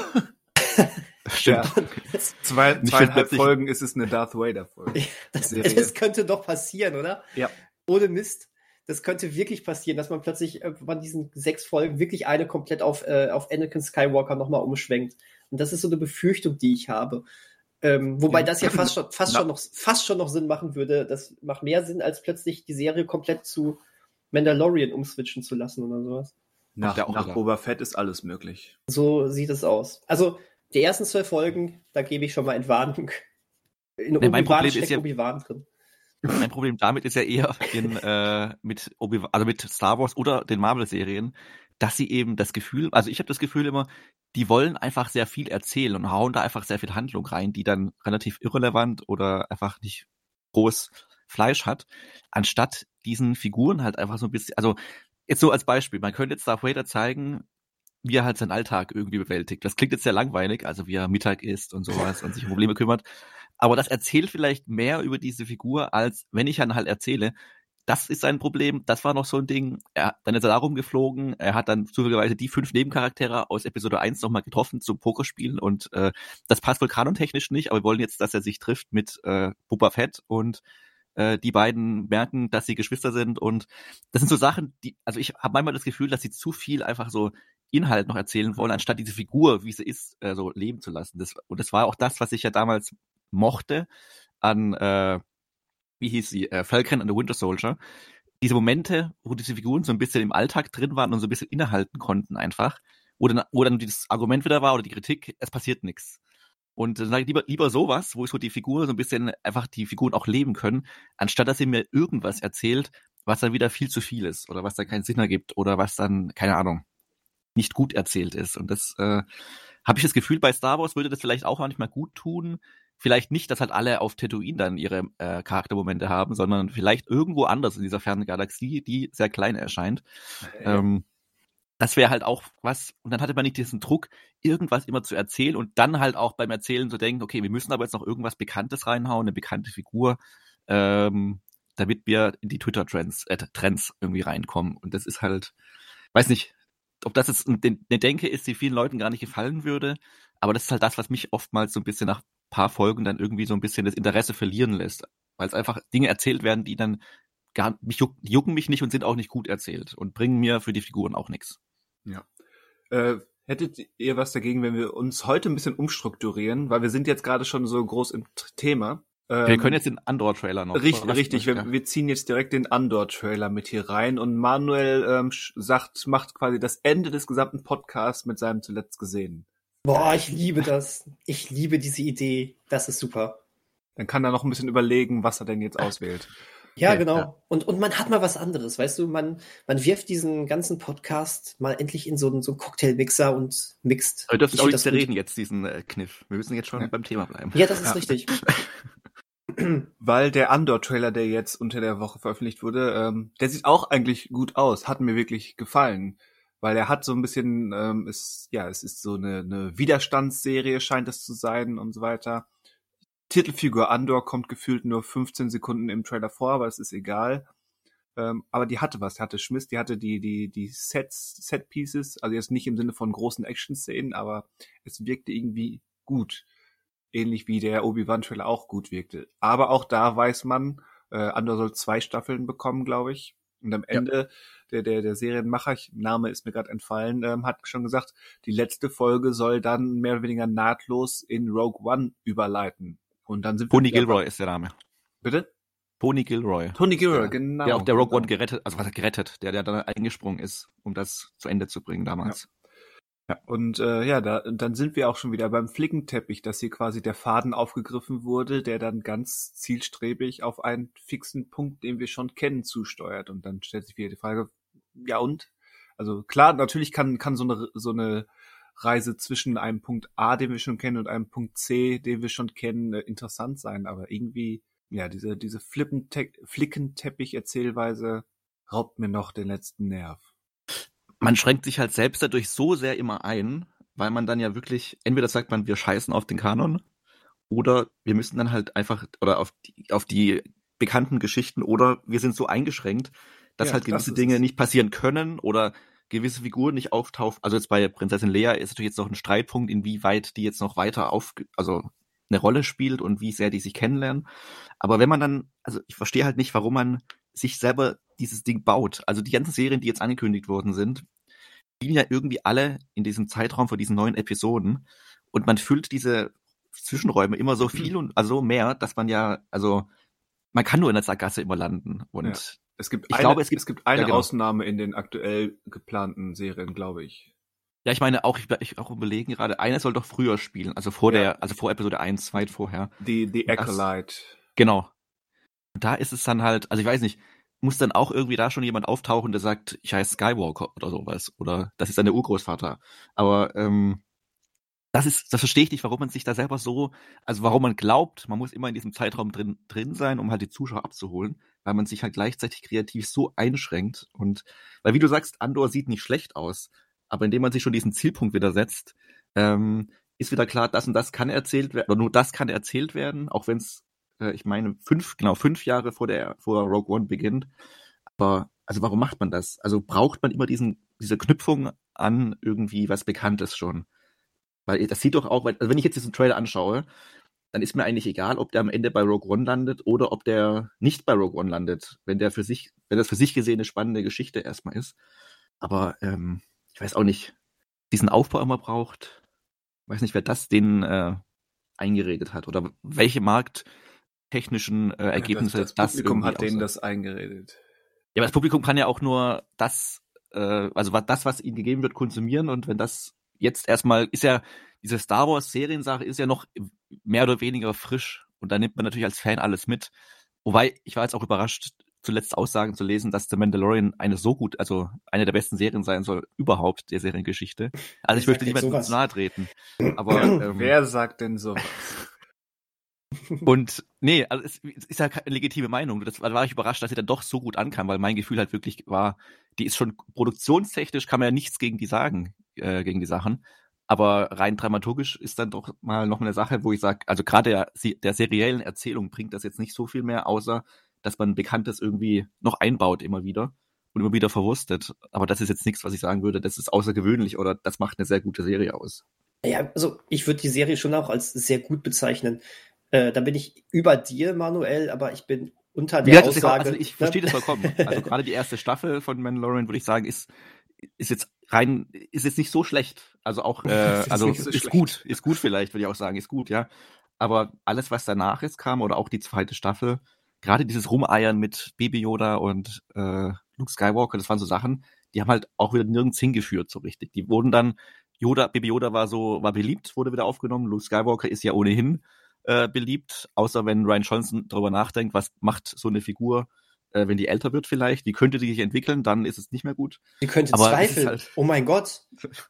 Stimmt. Ja. Zwei, Nicht zweieinhalb plötzlich- Folgen ist es eine Darth Vader-Folge. Das, Serie. das könnte doch passieren, oder? Ja. Ohne Mist. Das könnte wirklich passieren, dass man plötzlich äh, von diesen sechs Folgen wirklich eine komplett auf, äh, auf Anakin Skywalker nochmal umschwenkt. Und das ist so eine Befürchtung, die ich habe. Ähm, wobei das ja fast schon, fast, Na. schon noch, fast schon noch Sinn machen würde. Das macht mehr Sinn, als plötzlich die Serie komplett zu Mandalorian umswitchen zu lassen oder sowas. Nach, der auch nach wieder. Boba Fett ist alles möglich. So sieht es aus. Also, die ersten zwölf Folgen, da gebe ich schon mal Entwarnung. In Nee, mein Obi-Wan Problem ist steckt ja- Obi-Wan drin. Mein Problem damit ist ja eher in, äh, mit Obi also mit Star Wars oder den Marvel-Serien, dass sie eben das Gefühl, also ich habe das Gefühl immer, die wollen einfach sehr viel erzählen und hauen da einfach sehr viel Handlung rein, die dann relativ irrelevant oder einfach nicht groß Fleisch hat, anstatt diesen Figuren halt einfach so ein bisschen, also jetzt so als Beispiel, man könnte jetzt Darth Vader zeigen, wie er halt seinen Alltag irgendwie bewältigt. Das klingt jetzt sehr langweilig, also wie er Mittag isst und sowas und sich um Probleme kümmert. Aber das erzählt vielleicht mehr über diese Figur, als wenn ich dann halt erzähle, das ist sein Problem, das war noch so ein Ding, er, dann ist er da rumgeflogen, er hat dann zufälligerweise die fünf Nebencharaktere aus Episode eins nochmal getroffen zum Pokerspielen und äh, das passt wohl kanontechnisch nicht, aber wir wollen jetzt, dass er sich trifft mit äh, Boba Fett und äh, die beiden merken, dass sie Geschwister sind und das sind so Sachen, die, also ich habe manchmal das Gefühl, dass sie zu viel einfach so Inhalt noch erzählen wollen, anstatt diese Figur, wie sie ist, äh, so leben zu lassen. Das, und das war auch das, was ich ja damals mochte an, äh, wie hieß sie, äh, Falcon and the Winter Soldier. Diese Momente, wo diese Figuren so ein bisschen im Alltag drin waren und so ein bisschen innehalten konnten einfach, wo dann, wo dann dieses Argument wieder war oder die Kritik, es passiert nichts. Und dann sage ich lieber, lieber sowas, wo ich so die Figur so ein bisschen einfach die Figuren auch leben können, anstatt dass sie mir irgendwas erzählt, was dann wieder viel zu viel ist oder was dann keinen Sinn ergibt oder was dann, keine Ahnung, nicht gut erzählt ist. Und das äh, habe ich das Gefühl, bei Star Wars würde das vielleicht auch manchmal gut tun. Vielleicht nicht, dass halt alle auf Tatooine dann ihre äh, Charaktermomente haben, sondern vielleicht irgendwo anders in dieser fernen Galaxie, die sehr klein erscheint. Ja. Ähm, das wäre halt auch was, und dann hatte man nicht diesen Druck, irgendwas immer zu erzählen und dann halt auch beim Erzählen zu denken, okay, wir müssen aber jetzt noch irgendwas Bekanntes reinhauen, eine bekannte Figur, ähm, damit wir in die Twitter-Trends äh, Trends irgendwie reinkommen. Und das ist halt, weiß nicht, ob das jetzt eine Denke ist, die vielen Leuten gar nicht gefallen würde, aber das ist halt das, was mich oftmals so ein bisschen nach ein paar Folgen dann irgendwie so ein bisschen das Interesse verlieren lässt, weil es einfach Dinge erzählt werden, die dann gar mich juck, die jucken mich nicht und sind auch nicht gut erzählt und bringen mir für die Figuren auch nichts. Ja. Äh, hättet ihr was dagegen, wenn wir uns heute ein bisschen umstrukturieren, weil wir sind jetzt gerade schon so groß im Thema. Ähm, wir können jetzt den Andor-Trailer noch. Richtig, richtig. Wir, wir ziehen jetzt direkt den Andor-Trailer mit hier rein und Manuel ähm, sagt, macht quasi das Ende des gesamten Podcasts mit seinem zuletzt gesehen. Boah, ich liebe das. Ich liebe diese Idee. Das ist super. Dann kann er noch ein bisschen überlegen, was er denn jetzt auswählt. Ja, okay, genau. Ja. Und, und man hat mal was anderes, weißt du, man, man wirft diesen ganzen Podcast mal endlich in so einen, so einen Cocktailmixer und mixt. Wir dürfen auch nicht reden jetzt, diesen äh, Kniff. Wir müssen jetzt schon ja. beim Thema bleiben. Ja, das ist ja. richtig. Weil der Andor-Trailer, der jetzt unter der Woche veröffentlicht wurde, ähm, der sieht auch eigentlich gut aus. Hat mir wirklich gefallen. Weil er hat so ein bisschen, ähm, ist, ja, es ist so eine, eine Widerstandsserie, scheint es zu sein und so weiter. Titelfigur Andor kommt gefühlt nur fünfzehn Sekunden im Trailer vor, aber es ist egal. Ähm, aber die hatte was, die hatte Schmiss, die hatte die die die Sets, Set Pieces, also jetzt nicht im Sinne von großen Action-Szenen, aber es wirkte irgendwie gut. Ähnlich wie der Obi-Wan-Trailer auch gut wirkte. Aber auch da weiß man, äh, Andor soll zwei Staffeln bekommen, glaube ich. Und am Ende, ja. der, der, der Serienmacher, ich, Name ist mir gerade entfallen, ähm, hat schon gesagt, die letzte Folge soll dann mehr oder weniger nahtlos in Rogue One überleiten. Und dann sind Tony Gilroy ist der Name. Bitte? Tony Gilroy. Tony Gilroy, ja, genau. Der auch der Rogue genau. One gerettet, also was er gerettet, der, der dann eingesprungen ist, um das zu Ende zu bringen damals. Ja. ja. Und äh, ja, da, dann sind wir auch schon wieder beim Flickenteppich, dass hier quasi der Faden aufgegriffen wurde, der dann ganz zielstrebig auf einen fixen Punkt, den wir schon kennen, zusteuert. Und dann stellt sich wieder die Frage, ja und? Also klar, natürlich kann kann so eine so eine Reise zwischen einem Punkt A, den wir schon kennen, und einem Punkt C, den wir schon kennen, äh, interessant sein. Aber irgendwie, ja, diese diese Flickenteppich-Erzählweise raubt mir noch den letzten Nerv. Man schränkt sich halt selbst dadurch so sehr immer ein, weil man dann ja wirklich, entweder sagt man, wir scheißen auf den Kanon, oder wir müssen dann halt einfach, oder auf die, auf die bekannten Geschichten, oder wir sind so eingeschränkt, dass ja, halt gewisse das Dinge es. nicht passieren können, oder gewisse Figuren nicht auftauchen. Also jetzt bei Prinzessin Leia ist natürlich jetzt noch ein Streitpunkt, inwieweit die jetzt noch weiter auf, also eine Rolle spielt und wie sehr die sich kennenlernen. Aber wenn man dann, also ich verstehe halt nicht, warum man sich selber dieses Ding baut. Also die ganzen Serien, die jetzt angekündigt worden sind, spielen ja irgendwie alle in diesem Zeitraum von diesen neuen Episoden und man füllt diese Zwischenräume immer so viel und also mehr, dass man ja, also man kann nur in der Sackgasse immer landen. Und ja. Es gibt ich eine, glaube, es gibt, es gibt eine ja, genau. Ausnahme in den aktuell geplanten Serien, glaube ich. Ja, ich meine auch, ich, ich auch überlegen gerade, einer soll doch früher spielen, also vor ja. der, also vor Episode eins, weit vorher. Die, die Acolyte. Genau. Und da ist es dann halt, also ich weiß nicht, muss dann auch irgendwie da schon jemand auftauchen, der sagt, ich heiße Skywalker oder sowas, oder das ist dann der Urgroßvater. Aber ähm, das ist, das verstehe ich nicht, warum man sich da selber so, also warum man glaubt, man muss immer in diesem Zeitraum drin drin sein, um halt die Zuschauer abzuholen, weil man sich halt gleichzeitig kreativ so einschränkt. Und weil wie du sagst, Andor sieht nicht schlecht aus, aber indem man sich schon diesen Zielpunkt wieder setzt, ähm, ist wieder klar, das und das kann erzählt werden, oder nur das kann erzählt werden, auch wenn es, äh, ich meine, fünf, genau fünf Jahre vor der vor Rogue One beginnt. Aber also warum macht man das? Also braucht man immer diesen diese Knüpfung an irgendwie was Bekanntes schon? Weil das sieht doch auch, also wenn ich jetzt diesen Trailer anschaue, dann ist mir eigentlich egal, ob der am Ende bei Rogue One landet oder ob der nicht bei Rogue One landet, wenn der für sich, wenn das für sich gesehen eine spannende Geschichte erstmal ist. Aber ähm, ich weiß auch nicht, diesen Aufbau immer braucht. Ich weiß nicht, wer das denen äh, eingeredet hat oder welche markttechnischen äh, Ergebnisse das, das Publikum das hat denen das eingeredet. Ja, aber das Publikum kann ja auch nur das, äh, also das, was ihnen gegeben wird, konsumieren und wenn das jetzt erstmal ist ja, diese Star Wars Seriensache ist ja noch mehr oder weniger frisch und da nimmt man natürlich als Fan alles mit. Wobei, ich war jetzt auch überrascht, zuletzt Aussagen zu lesen, dass The Mandalorian eine so gut, also eine der besten Serien sein soll, überhaupt der Seriengeschichte. Also ich möchte niemandem zu nahe treten. Aber ähm, wer sagt denn sowas? Und nee, also es ist ja keine legitime Meinung. Das da war ich überrascht, dass sie dann doch so gut ankam, weil mein Gefühl halt wirklich war, die ist schon produktionstechnisch, kann man ja nichts gegen die sagen, äh, gegen die Sachen. Aber rein dramaturgisch ist dann doch mal noch eine Sache, wo ich sage, also gerade der, der seriellen Erzählung bringt das jetzt nicht so viel mehr, außer dass man Bekanntes irgendwie noch einbaut immer wieder und immer wieder verwurstet. Aber das ist jetzt nichts, was ich sagen würde, das ist außergewöhnlich oder das macht eine sehr gute Serie aus. Ja, also ich würde die Serie schon auch als sehr gut bezeichnen. Äh, da bin ich über dir, Manuel, aber ich bin unter der ja, Aussage. Auch, also ich ne? verstehe das vollkommen. Also gerade die erste Staffel von Mandalorian, würde ich sagen, ist ist jetzt rein, ist jetzt nicht so schlecht. Also auch, äh, also ist, so ist gut, ist gut vielleicht, würde ich auch sagen, ist gut, ja. Aber alles, was danach ist kam, oder auch die zweite Staffel, gerade dieses Rumeiern mit Baby Yoda und äh, Luke Skywalker, das waren so Sachen, die haben halt auch wieder nirgends hingeführt, so richtig. Die wurden dann, Yoda, Baby Yoda war so, war beliebt, wurde wieder aufgenommen. Luke Skywalker ist ja ohnehin äh, beliebt, außer wenn Rian Johnson darüber nachdenkt, was macht so eine Figur, äh, wenn die älter wird vielleicht, wie könnte die sich entwickeln, dann ist es nicht mehr gut. Die könnte Aber zweifeln. Halt, oh mein Gott.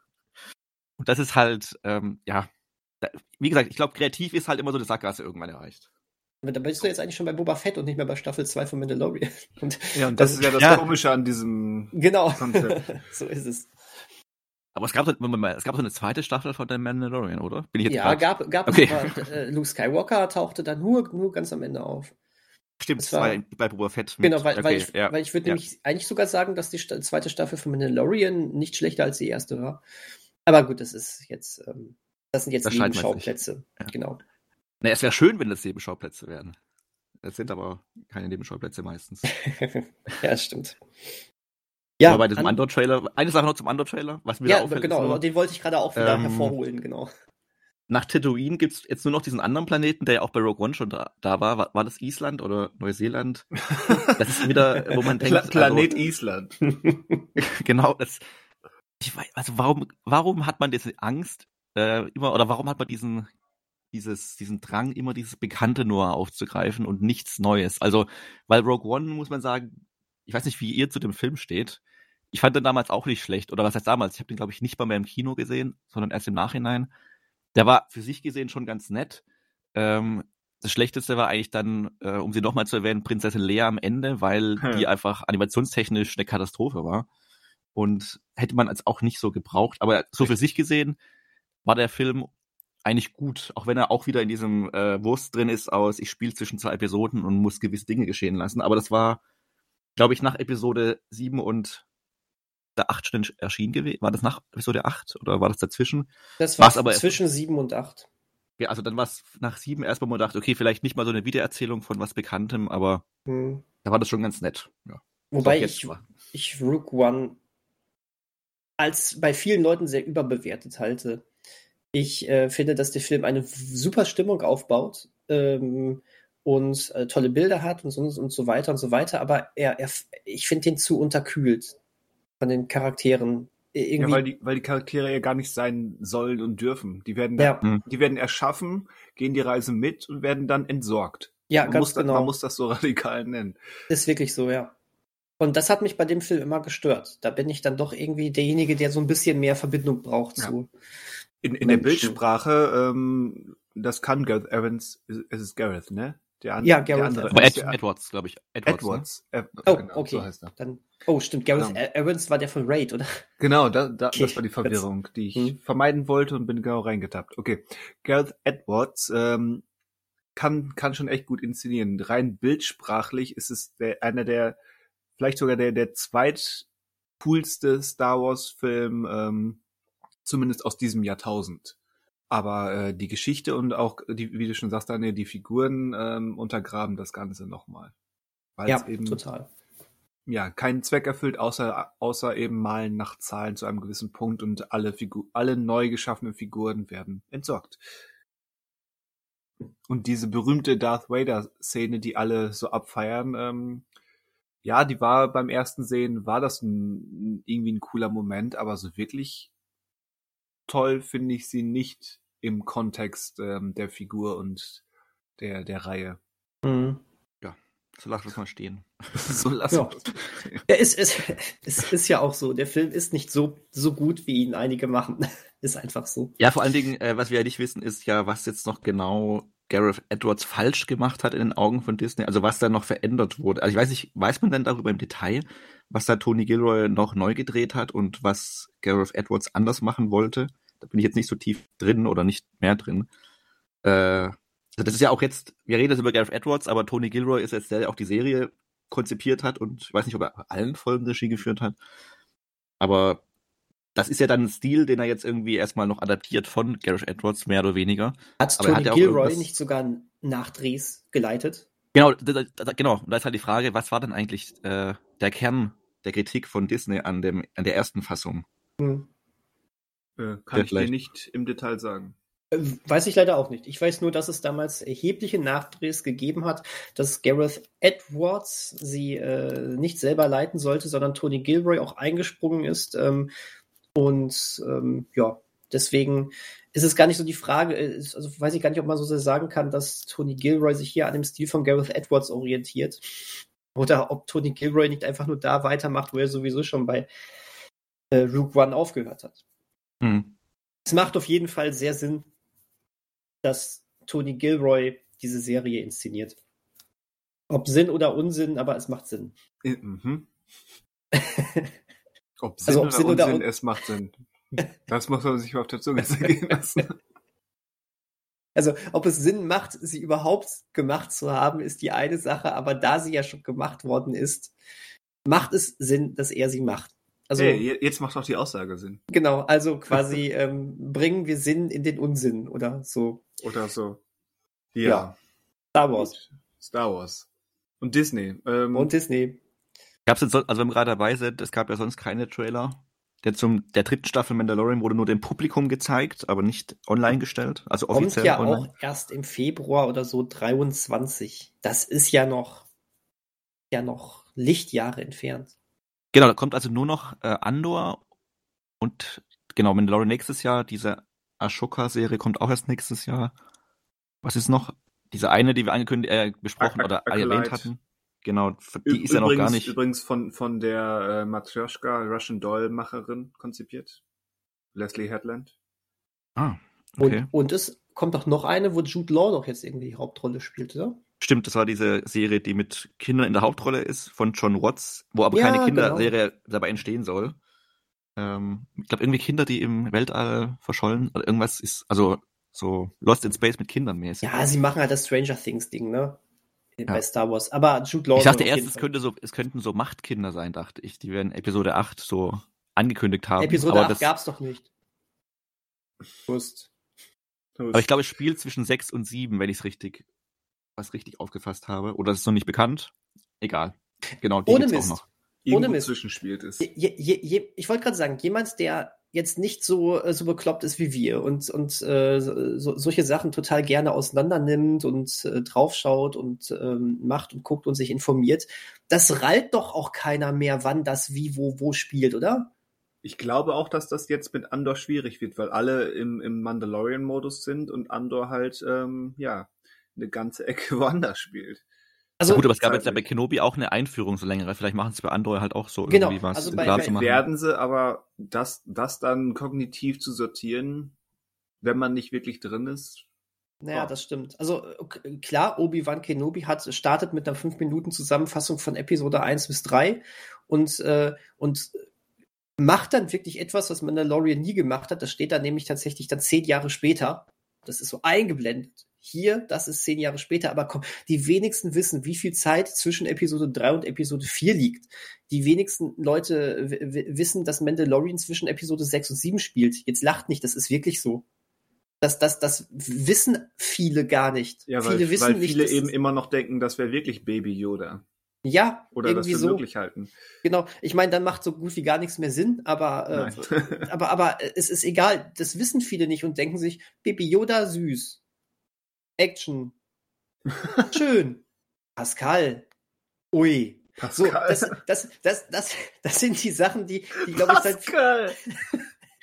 Und das ist halt, ähm, ja, da, wie gesagt, ich glaube, kreativ ist halt immer so eine Sackgasse irgendwann erreicht. Aber da bist du jetzt eigentlich schon bei Boba Fett und nicht mehr bei Staffel zwei von Mandalorian. Und ja, und das, das ist ja das ja. Komische an diesem genau. Konzept. So ist es. Aber es gab, es gab so eine zweite Staffel von The Mandalorian, oder? Bin ich jetzt ja, grad? gab, gab okay. aber, äh, Luke Skywalker tauchte dann nur, nur ganz am Ende auf. Stimmt, es war bei, bei Boba Fett. Mit, genau, weil, okay, weil ich, ja, weil ich würde ja. nämlich eigentlich sogar sagen, dass die Sta- zweite Staffel von Mandalorian nicht schlechter als die erste war. Aber gut, das ist jetzt, ähm, das sind jetzt das Nebenschauplätze. Ja. Genau. Na, es wäre schön, wenn das Nebenschauplätze wären. Das sind aber keine Nebenschauplätze meistens. ja, stimmt. Ja, aber bei diesem Andor-Trailer, eine Sache noch zum Andor-Trailer, was mir ja, da auffällt. Genau, nur, den wollte ich gerade auch wieder ähm, hervorholen, genau. Nach Tatooine gibt's jetzt nur noch diesen anderen Planeten, der ja auch bei Rogue One schon da, da war. war. War das Island oder Neuseeland? Das ist wieder, wo man denkt... Pla- Planet also, Island. genau, das... Ich weiß, also warum, warum hat man diese Angst äh, immer, oder warum hat man diesen, dieses, diesen Drang, immer dieses Bekannte nur aufzugreifen und nichts Neues? Also, weil Rogue One, muss man sagen, ich weiß nicht, wie ihr zu dem Film steht. Ich fand den damals auch nicht schlecht. Oder was heißt damals? Ich habe den, glaube ich, nicht mal mehr im Kino gesehen, sondern erst im Nachhinein. Der war für sich gesehen schon ganz nett. Ähm, das Schlechteste war eigentlich dann, äh, um sie nochmal zu erwähnen, Prinzessin Leia am Ende, weil hm. die einfach animationstechnisch eine Katastrophe war. Und hätte man als auch nicht so gebraucht. Aber so für sich gesehen war der Film eigentlich gut. Auch wenn er auch wieder in diesem äh, Wurst drin ist aus, ich spiele zwischen zwei Episoden und muss gewisse Dinge geschehen lassen. Aber das war, glaube ich, nach Episode sieben und der acht schon erschienen gewesen. War das nach Episode acht oder war das dazwischen? Das war aber zwischen sieben und acht. Ja, also dann war es nach sieben erstmal, wo man dachte, okay, vielleicht nicht mal so eine Wiedererzählung von was Bekanntem, aber hm. da war das schon ganz nett. Ja. Wobei ich, ich Rogue One als bei vielen Leuten sehr überbewertet halte. Ich äh, finde, dass der Film eine super Stimmung aufbaut ähm, und äh, tolle Bilder hat und so, und so weiter und so weiter, aber er, er ich finde den zu unterkühlt von den Charakteren. Irgendwie. Ja, weil die, weil die Charaktere ja gar nicht sein sollen und dürfen. Die werden, ja. da, die werden erschaffen, gehen die Reise mit und werden dann entsorgt. Ja, man ganz muss genau. Das, man muss das so radikal nennen. Ist wirklich so, ja. Und das hat mich bei dem Film immer gestört. Da bin ich dann doch irgendwie derjenige, der so ein bisschen mehr Verbindung braucht ja. zu. In, in der Bildsprache, ähm, das kann Gareth Evans, es ist Gareth, ne? Der an, ja, Gareth Evans. Aber Ed, Edwards, glaube ich. Edwards. Edwards. Ne? Ed, oh, genau, okay. So heißt er. Dann, oh, stimmt. Gareth genau. Evans war der von Raid, oder? Genau, da, da, okay. das war die Verwirrung, die ich hm. vermeiden wollte und bin genau reingetappt. Okay. Gareth Edwards ähm, kann, kann schon echt gut inszenieren. Rein bildsprachlich ist es der, einer der, vielleicht sogar der, der zweitcoolste Star Wars Film, ähm, zumindest aus diesem Jahrtausend. Aber äh, die Geschichte und auch, die, wie du schon sagst, Daniel, die Figuren ähm, untergraben das Ganze nochmal. Weil ja, es eben total. Ja, keinen Zweck erfüllt, außer außer eben Malen nach Zahlen zu einem gewissen Punkt und alle Figur, alle neu geschaffenen Figuren werden entsorgt. Und diese berühmte Darth Vader-Szene, die alle so abfeiern, ähm, ja, die war beim ersten Sehen, war das ein, irgendwie ein cooler Moment, aber so wirklich toll finde ich sie nicht im Kontext ähm, der Figur und der, der Reihe. Mhm. So lass es mal stehen. So lass Ja. uns. Ja, es, es, es ist ja auch so. Der Film ist nicht so, so gut, wie ihn einige machen. Ist einfach so. Ja, vor allen Dingen, äh, was wir ja nicht wissen, ist ja, was jetzt noch genau Gareth Edwards falsch gemacht hat in den Augen von Disney. Also was da noch verändert wurde. Also ich weiß nicht, weiß man denn darüber im Detail, was da Tony Gilroy noch neu gedreht hat und was Gareth Edwards anders machen wollte? Da bin ich jetzt nicht so tief drin oder nicht mehr drin. Äh, Also das ist ja auch jetzt, wir reden jetzt über Gareth Edwards, aber Tony Gilroy ist jetzt der, der auch die Serie konzipiert hat und ich weiß nicht, ob er allen Folgen Regie geführt hat. Aber das ist ja dann ein Stil, den er jetzt irgendwie erstmal noch adaptiert von Gareth Edwards, mehr oder weniger. Hat Aber er Tony hat ja auch Gilroy irgendwas- nicht sogar Nachdrehs geleitet? Genau, da, da, genau. Und da ist halt die Frage, was war denn eigentlich äh, der Kern der Kritik von Disney an dem an der ersten Fassung? Hm. Äh, kann Ja, ich dir vielleicht. nicht im Detail sagen. Äh, Weiß ich leider auch nicht. Ich weiß nur, dass es damals erhebliche Nachdrehs gegeben hat, dass Gareth Edwards sie äh, nicht selber leiten sollte, sondern Tony Gilroy auch eingesprungen ist. Ähm, und ähm, ja, deswegen ist es gar nicht so die Frage, äh, ist- also weiß ich gar nicht, ob man so sehr sagen kann, dass Tony Gilroy sich hier an dem Stil von Gareth Edwards orientiert. Oder ob Tony Gilroy nicht einfach nur da weitermacht, wo er sowieso schon bei äh, Rogue One aufgehört hat. Hm. Es macht auf jeden Fall sehr Sinn, dass Tony Gilroy diese Serie inszeniert. Ob Sinn oder Unsinn, aber es macht Sinn. Äh, mhm. Ob Sinn Also, ob oder Sinn oder Unsinn, Un- es macht Sinn. Das muss man sich mal auf der Zunge zergehen lassen. Also, ob es Sinn macht, sie überhaupt gemacht zu haben, ist die eine Sache, aber da sie ja schon gemacht worden ist, macht es Sinn, dass er sie macht. Also, Hey, je- jetzt macht auch die Aussage Sinn. genau, also quasi ähm, bringen wir Sinn in den Unsinn oder so. Oder so. Ja. Ja. Star Wars Gut. Star Wars. Und Disney. Ähm, und Disney. Gab's jetzt, so- also wenn wir gerade dabei sind, es gab ja sonst keine Trailer. Der zum der dritten Staffel Mandalorian wurde nur dem Publikum gezeigt, aber nicht online gestellt, also Kommt offiziell ja online. auch erst im Februar oder so dreiundzwanzig. Das ist ja noch, ja noch Lichtjahre entfernt. Genau, da kommt also nur noch äh, Andor und genau, Mandalorian nächstes Jahr. Diese Ashoka-Serie kommt auch erst nächstes Jahr. Was ist noch? Diese eine, die wir angekündigt, äh, besprochen Ac- oder Acolyte. erwähnt hatten. Genau, f- die Ü- ist ja noch gar übrigens- nicht. Übrigens von, von der äh, Matryoshka Russian Doll-Macherin konzipiert. Leslie Headland. Ah, okay. Und, und es kommt doch noch eine, wo Jude Law doch jetzt irgendwie die Hauptrolle spielt, oder? Stimmt, das war diese Serie, die mit Kindern in der Hauptrolle ist, von John Watts, wo aber Ja, keine genau. Kinderserie dabei entstehen soll. Ähm, ich glaube, irgendwie Kinder, die im Weltall verschollen oder irgendwas ist, also so Lost in Space mit Kindern mäßig. Ja, sie machen halt das Stranger Things Ding, ne? Bei Ja. Star Wars. Aber Jude Law Ich dachte soll auf erst, jeden es Fall- könnte so, es könnten so Machtkinder sein, dachte ich. Die werden Episode acht so angekündigt haben. Episode aber acht das, gab's doch nicht. Wurst. aber ich glaube, es spielt zwischen sechs und sieben, wenn ich es richtig, was richtig aufgefasst habe. Oder es ist noch nicht bekannt. Egal. Genau, die Ohne gibt's Mist. auch noch. Irgendwo Ohne Mist. zwischenspielt ist. Je, je, je, ich wollte gerade sagen, jemand, der jetzt nicht so, äh, so bekloppt ist wie wir und, und äh, so, solche Sachen total gerne auseinander nimmt und äh, draufschaut und ähm, macht und guckt und sich informiert, das rallt doch auch keiner mehr, wann das wie, wo, wo spielt, oder? Ich glaube auch, dass das jetzt mit Andor schwierig wird, weil alle im, im Mandalorian-Modus sind und Andor halt, ähm, ja, eine ganze Ecke woanders spielt. Also, Ja, gut, aber es gab jetzt ja bei zeitlich. Kenobi auch eine Einführung, so längere. Vielleicht machen sie es bei Andor halt auch so Genau, irgendwie was also bei- klar bei- zu machen. Werden sie, aber das, das dann kognitiv zu sortieren, wenn man nicht wirklich drin ist, naja, Ja. das stimmt. Also okay, klar, Obi-Wan Kenobi hat startet mit einer fünf Minuten Zusammenfassung von Episode eins bis drei und, äh, und macht dann wirklich etwas, was Mandalorian nie gemacht hat. Das steht dann nämlich tatsächlich dann zehn Jahre später. Das ist so eingeblendet. Hier, das ist zehn Jahre später, aber komm, die wenigsten wissen, wie viel Zeit zwischen Episode drei und Episode vier liegt. Die wenigsten Leute w- w- wissen, dass Mandalorian zwischen Episode sechs und sieben spielt. Jetzt lacht nicht, das ist wirklich so. Das, das, das wissen viele gar nicht. ja, viele weil, wissen weil nicht, viele dass eben es- immer noch denken, das wäre wirklich Baby Yoda. ja, Oder das irgendwie für so. möglich halten. Genau. Ich meine, dann macht so gut wie gar nichts mehr Sinn, aber, äh, Nein. aber, aber es ist egal. Das wissen viele nicht und denken sich, Baby Yoda süß. Action. Schön. Pascal. Ui. So, Pascal. das, das, das, das, das sind die Sachen, die, die glaube ich, seit, Pascal!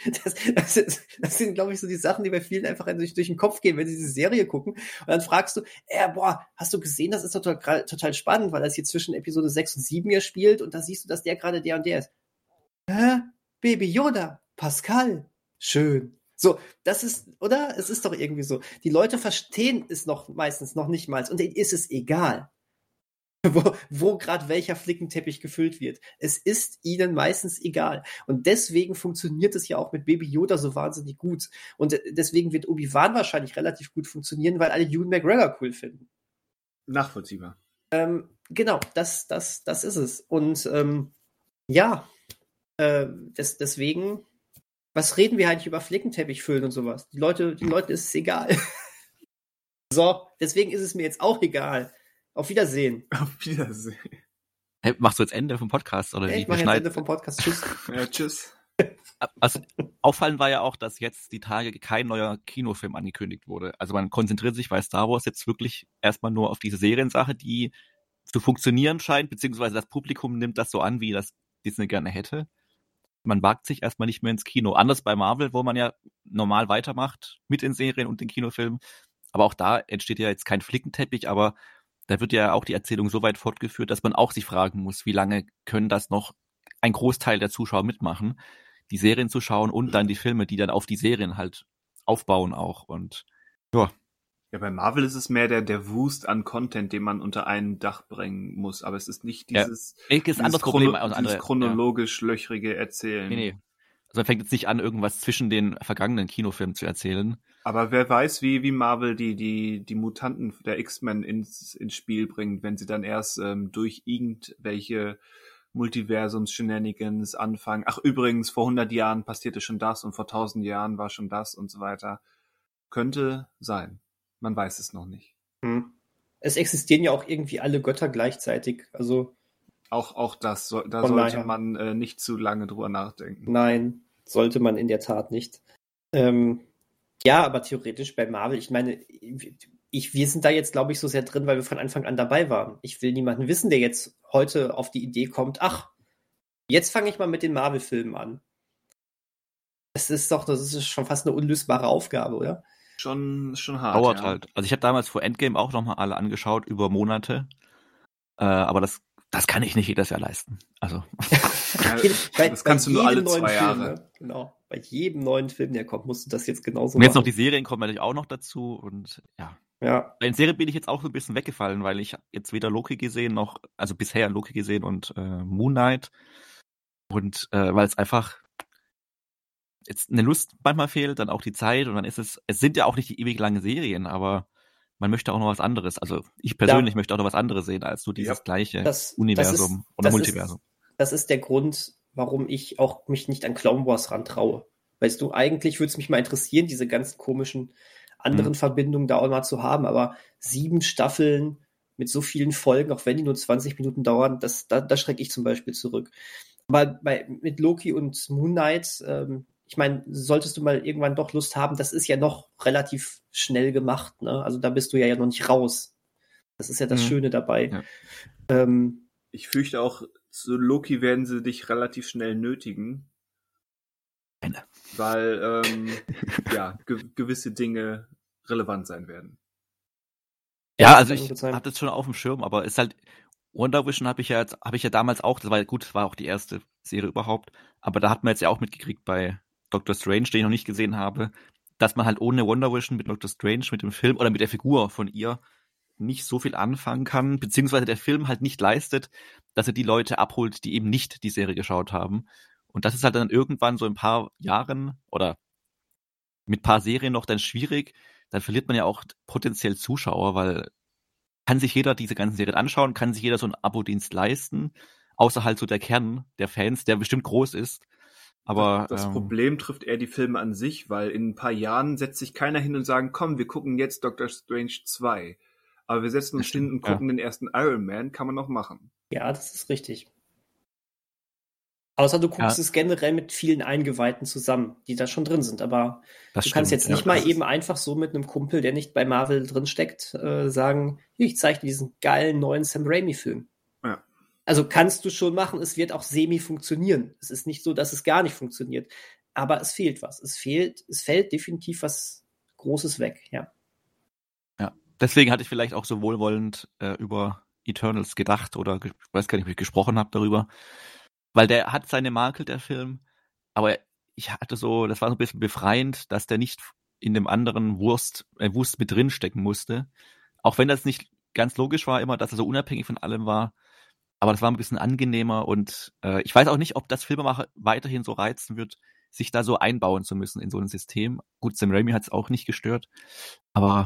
Das, das, ist, das sind, glaube ich, so die Sachen, die bei vielen einfach durch, durch den Kopf gehen, wenn sie diese Serie gucken. Und dann fragst du, äh, boah, hast du gesehen, das ist total, total spannend, weil das hier zwischen Episode sechs und sieben ja spielt und da siehst du, dass der gerade der und der ist. Hä? Baby Yoda, Pascal, schön. So, das ist, oder? Es ist doch irgendwie so. Die Leute verstehen es noch meistens noch nicht mal und denen ist es egal, wo, wo gerade welcher Flickenteppich gefüllt wird. Es ist ihnen meistens egal. Und deswegen funktioniert es ja auch mit Baby Yoda so wahnsinnig gut. Und deswegen wird Obi-Wan wahrscheinlich relativ gut funktionieren, weil alle Ewan McGregor cool finden. Nachvollziehbar. Ähm, genau, das, das, das ist es. Und ähm, ja, äh, des, deswegen, was reden wir eigentlich über Flickenteppich füllen und sowas? Die Leute, die Leuten ist es egal. So, deswegen ist es mir jetzt auch egal. Auf Wiedersehen. Auf Wiedersehen. Hey, machst du jetzt Ende vom Podcast? Oder Hey, wie? ich mach jetzt Ende vom Podcast. Tschüss. Ja, tschüss. Also, auffallend war ja auch, dass jetzt die Tage kein neuer Kinofilm angekündigt wurde. Also man konzentriert sich bei Star Wars jetzt wirklich erstmal nur auf diese Seriensache, die zu funktionieren scheint, beziehungsweise das Publikum nimmt das so an, wie das Disney gerne hätte. Man wagt sich erstmal nicht mehr ins Kino. Anders bei Marvel, wo man ja normal weitermacht mit den Serien und den Kinofilmen. Aber auch da entsteht ja jetzt kein Flickenteppich, aber da wird ja auch die Erzählung so weit fortgeführt, dass man auch sich fragen muss, wie lange können das noch ein Großteil der Zuschauer mitmachen, die Serien zu schauen und dann die Filme, die dann auf die Serien halt aufbauen auch. Und ja. Ja, bei Marvel ist es mehr der, der Wust an Content, den man unter ein Dach bringen muss. Aber es ist nicht dieses, ja. Ist dieses, anderes chrono- Problem, also dieses andere, chronologisch ja. löchrige Erzählen. Nee, nee. Also man fängt jetzt nicht an, irgendwas zwischen den vergangenen Kinofilmen zu erzählen. Aber wer weiß, wie, wie Marvel die, die, die Mutanten der X-Men ins, ins Spiel bringt, wenn sie dann erst ähm, durch irgendwelche Multiversums-Shenanigans anfangen. Ach, übrigens, vor hundert Jahren passierte schon das und vor tausend Jahren war schon das und so weiter. Könnte sein. Man weiß es noch nicht. Hm. Es existieren ja auch irgendwie alle Götter gleichzeitig. Also Auch, auch das, so, da sollte daher. man äh, nicht zu lange drüber nachdenken. Nein, sollte man in der Tat nicht. Ähm, ja, aber theoretisch bei Marvel, ich meine, ich, wir sind da jetzt, glaube ich, so sehr drin, weil wir von Anfang an dabei waren. Ich will niemanden wissen, der jetzt heute auf die Idee kommt, ach, jetzt fange ich mal mit den Marvel-Filmen an. Das ist doch, das ist schon fast eine unlösbare Aufgabe, oder? Schon, schon hart. Dauert ja. halt. Also ich habe damals vor Endgame auch nochmal alle angeschaut, über Monate. Äh, aber das, das kann ich nicht jedes Jahr leisten. Also. Ja, bei, das kannst du nur alle zwei Film, Jahre. Ne? Genau. Bei jedem neuen Film, der kommt, musst du das jetzt genauso machen. Und jetzt machen. noch die Serien kommen natürlich auch noch dazu und ja. Ja. Bei den Serien bin ich jetzt auch so ein bisschen weggefallen, weil ich jetzt weder Loki gesehen noch, also bisher Loki gesehen und äh, Moon Knight. Und äh, weil es einfach jetzt eine Lust manchmal fehlt, dann auch die Zeit und dann ist es, es sind ja auch nicht die ewig langen Serien, aber man möchte auch noch was anderes. Also ich persönlich ja. möchte auch noch was anderes sehen, als nur dieses ja. gleiche das, Universum das ist, oder das Multiversum. Ist, das ist der Grund, warum ich auch mich nicht an Clone Wars rantraue. Weißt du, eigentlich würde es mich mal interessieren, diese ganzen komischen anderen hm. Verbindungen da auch mal zu haben, aber sieben Staffeln mit so vielen Folgen, auch wenn die nur zwanzig Minuten dauern, das, da, da schrecke ich zum Beispiel zurück. Aber bei, mit Loki und Moon Knight, ähm, ich meine, solltest du mal irgendwann doch Lust haben, das ist ja noch relativ schnell gemacht, ne? Also da bist du ja, ja noch nicht raus. Das ist ja das mhm. Schöne dabei. Ja. Ähm, ich fürchte auch, zu Loki werden sie dich relativ schnell nötigen. Eine. Weil ähm, ja, ge- gewisse Dinge relevant sein werden. Ja, also ich hatte es schon auf dem Schirm, aber es ist halt, Wonder Vision habe ich ja jetzt, habe ich ja damals auch, das war gut, das war auch die erste Serie überhaupt, aber da hat man jetzt ja auch mitgekriegt bei Doctor Strange, den ich noch nicht gesehen habe, dass man halt ohne Wonder Vision mit Doctor Strange, mit dem Film oder mit der Figur von ihr nicht so viel anfangen kann, beziehungsweise der Film halt nicht leistet, dass er die Leute abholt, die eben nicht die Serie geschaut haben. Und das ist halt dann irgendwann so in ein paar Jahren oder mit ein paar Serien noch dann schwierig, dann verliert man ja auch potenziell Zuschauer, weil kann sich jeder diese ganzen Serien anschauen, kann sich jeder so einen Abo-Dienst leisten, außer halt so der Kern der Fans, der bestimmt groß ist. Aber das, das ähm, Problem trifft eher die Filme an sich, weil in ein paar Jahren setzt sich keiner hin und sagen, komm, wir gucken jetzt Doctor Strange zwei. Aber wir setzen uns hin und gucken ja. den ersten Iron Man, kann man noch machen. Ja, das ist richtig. Außer du guckst ja. es generell mit vielen Eingeweihten zusammen, die da schon drin sind. Aber das du stimmt, kannst jetzt nicht ja, mal eben einfach so mit einem Kumpel, der nicht bei Marvel drin steckt, äh, sagen, ich zeige dir diesen geilen neuen Sam Raimi-Film. Ja. Also kannst du schon machen, es wird auch semi funktionieren. Es ist nicht so, dass es gar nicht funktioniert. aber es fehlt was. Es fehlt, es fällt definitiv was Großes weg, ja. Ja, deswegen hatte ich vielleicht auch so wohlwollend äh, über Eternals gedacht oder ge- ich weiß gar nicht, ob ich gesprochen habe darüber, weil der hat seine Makel, der Film, aber ich hatte so, das war so ein bisschen befreiend, dass der nicht in dem anderen Wurst, äh, Wust mit drin stecken musste, auch wenn das nicht ganz logisch war immer, dass er so unabhängig von allem war, aber das war ein bisschen angenehmer und äh, ich weiß auch nicht, ob das Filmemacher weiterhin so reizen wird, sich da so einbauen zu müssen in so ein System. Gut, Sam Raimi hat es auch nicht gestört, aber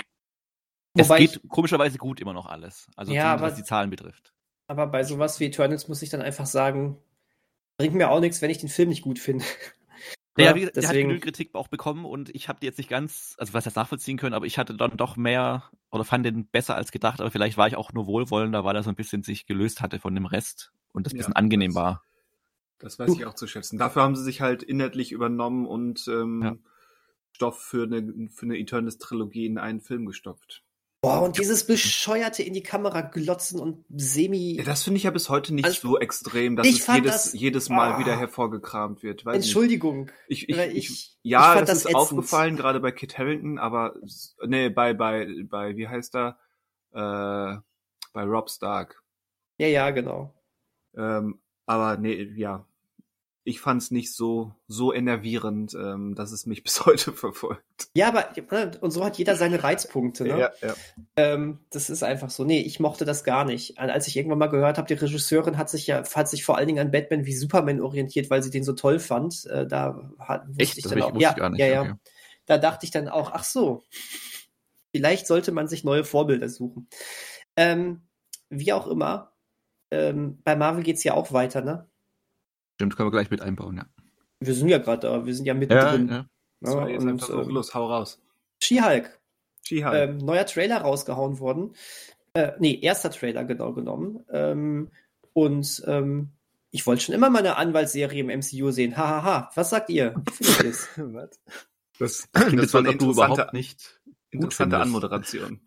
es Wobei geht ich, komischerweise gut immer noch alles. Also ja, zumindest was aber, die Zahlen betrifft. aber bei sowas wie Eternals muss ich dann einfach sagen, bringt mir auch nichts, wenn ich den Film nicht gut finde. Ja, Ja, wie gesagt, der hat deswegen, genügend Kritik auch bekommen und ich habe die jetzt nicht ganz, also was jetzt nachvollziehen können, aber ich hatte dann doch mehr oder fand den besser als gedacht, aber vielleicht war ich auch nur wohlwollender, weil er so ein bisschen sich gelöst hatte von dem Rest und das ein Ja, bisschen angenehm das- war. Das weiß ich auch zu schätzen. Dafür haben sie sich halt inhaltlich übernommen und ähm, Ja. Stoff für eine, für eine Eternals-Trilogie in einen Film gestopft. boah, und dieses bescheuerte in die Kamera glotzen und semi. Ja, das finde ich ja bis heute nicht Also, so extrem, dass ich es fand jedes, das- jedes Mal ah. wieder hervorgekramt wird. Weiß nicht. Entschuldigung. Ich, ich, aber ich, ich, ja, ich fand das, das ist ätzend. aufgefallen, gerade bei Kit Harington, aber s- nee, bei, bei, bei, wie heißt er? Äh, bei Rob Stark. Ja, ja, genau. Ähm, aber nee, ja. Ich fand's nicht so, so enervierend, ähm, dass es mich bis heute verfolgt. Ja, aber und so hat jeder seine Reizpunkte, ne? Ja, ja. Ähm, das ist einfach so. Nee, ich mochte das gar nicht. Als ich irgendwann mal gehört habe, die Regisseurin hat sich ja hat sich vor allen Dingen an Batman wie Superman orientiert, weil sie den so toll fand. Äh, da hat, wusste Echt? ich Das dann hab ich- auch. wusste Ja, ich gar nicht, ja, ja. okay. Da dachte ich dann auch, ach so, vielleicht sollte man sich neue Vorbilder suchen. Ähm, wie auch immer, ähm, bei Marvel geht's ja auch weiter, ne? Stimmt, können wir gleich mit einbauen, ja. Wir sind ja gerade da, wir sind ja mittendrin. ja. So, Ne? jetzt Und, einfach so, ähm, los, hau raus. She-Hulk. She-Hulk. Ähm, neuer Trailer rausgehauen worden. Äh, nee, erster Trailer genau genommen. Ähm, und ähm, ich wollte schon immer mal eine Anwaltsserie im M C U sehen. Hahaha. Ha, ha. Was sagt ihr? Wie findet ihr es? Was? Das, Das klingt das jetzt, war als eine ob du interessante, überhaupt nicht gut interessante findest. Anmoderation.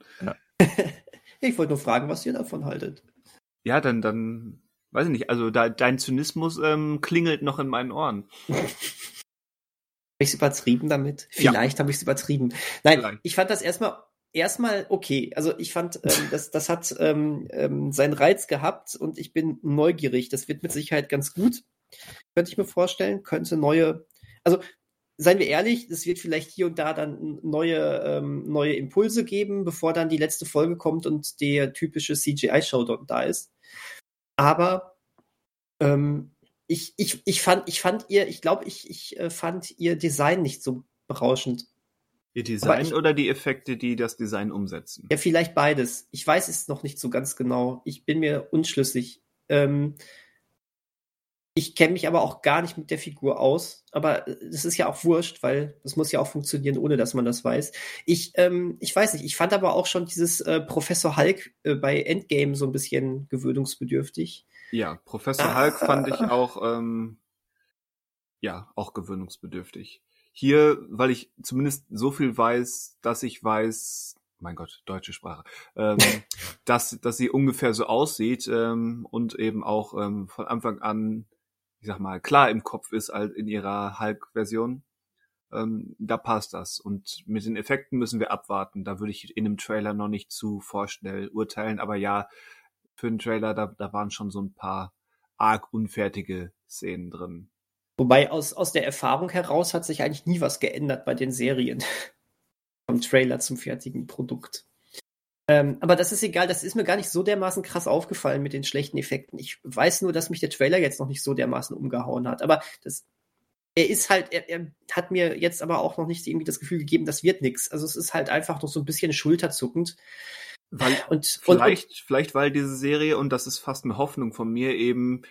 Ich wollte nur fragen, was ihr davon haltet. Ja, dann, dann, weiß ich nicht, also da, dein Zynismus ähm, klingelt noch in meinen Ohren. Habe ich es übertrieben damit? Ja. Vielleicht habe ich es übertrieben. Nein, Vielleicht. ich fand das erstmal erstmal okay. Also ich fand, ähm, das, das hat ähm, ähm, seinen Reiz gehabt und ich bin neugierig. Das wird mit Sicherheit ganz gut. Könnte ich mir vorstellen. Könnte neue, also seien wir ehrlich, es wird vielleicht hier und da dann neue, ähm, neue Impulse geben, bevor dann die letzte Folge kommt und der typische C G I-Showdown da ist. Aber ähm, ich, ich, ich fand, ich fand ihr, ich glaube, ich, ich äh, fand ihr Design nicht so berauschend. Ihr Aber Design ich- oder die Effekte, die das Design umsetzen? Ja, vielleicht beides. Ich weiß es noch nicht so ganz genau. Ich bin mir unschlüssig. Ähm, ich kenne mich aber auch gar nicht mit der Figur aus. Aber äh, das ist ja auch wurscht, weil das muss ja auch funktionieren, ohne dass man das weiß. Ich, ähm, ich weiß nicht. Ich fand aber auch schon dieses äh, Professor Hulk äh, bei Endgame so ein bisschen gewöhnungsbedürftig. Ja, Professor Ah. Hulk fand ich auch, ähm, ja, auch gewöhnungsbedürftig. Hier, weil ich zumindest so viel weiß, dass ich weiß, mein Gott, deutsche Sprache, ähm, dass, dass sie ungefähr so aussieht ähm, und eben auch ähm, von Anfang an, ich sag mal, klar im Kopf ist als in ihrer Hulk-Version. Ähm, da passt das. Und mit den Effekten müssen wir abwarten. Da würde ich in dem Trailer noch nicht zu vorschnell urteilen. Aber ja, für den Trailer, da, da waren schon so ein paar arg unfertige Szenen drin. Wobei aus, aus der Erfahrung heraus hat sich eigentlich nie was geändert bei den Serien. Vom Trailer zum fertigen Produkt. Ähm, aber das ist egal, das ist mir gar nicht so dermaßen krass aufgefallen mit den schlechten Effekten. Ich weiß nur, dass mich der Trailer jetzt noch nicht so dermaßen umgehauen hat. Aber das, er ist halt, er, er hat mir jetzt aber auch noch nicht irgendwie das Gefühl gegeben, das wird nix. Also es ist halt einfach noch so ein bisschen schulterzuckend. Weil Und, vielleicht, und, vielleicht weil diese Serie, und das ist fast eine Hoffnung von mir, eben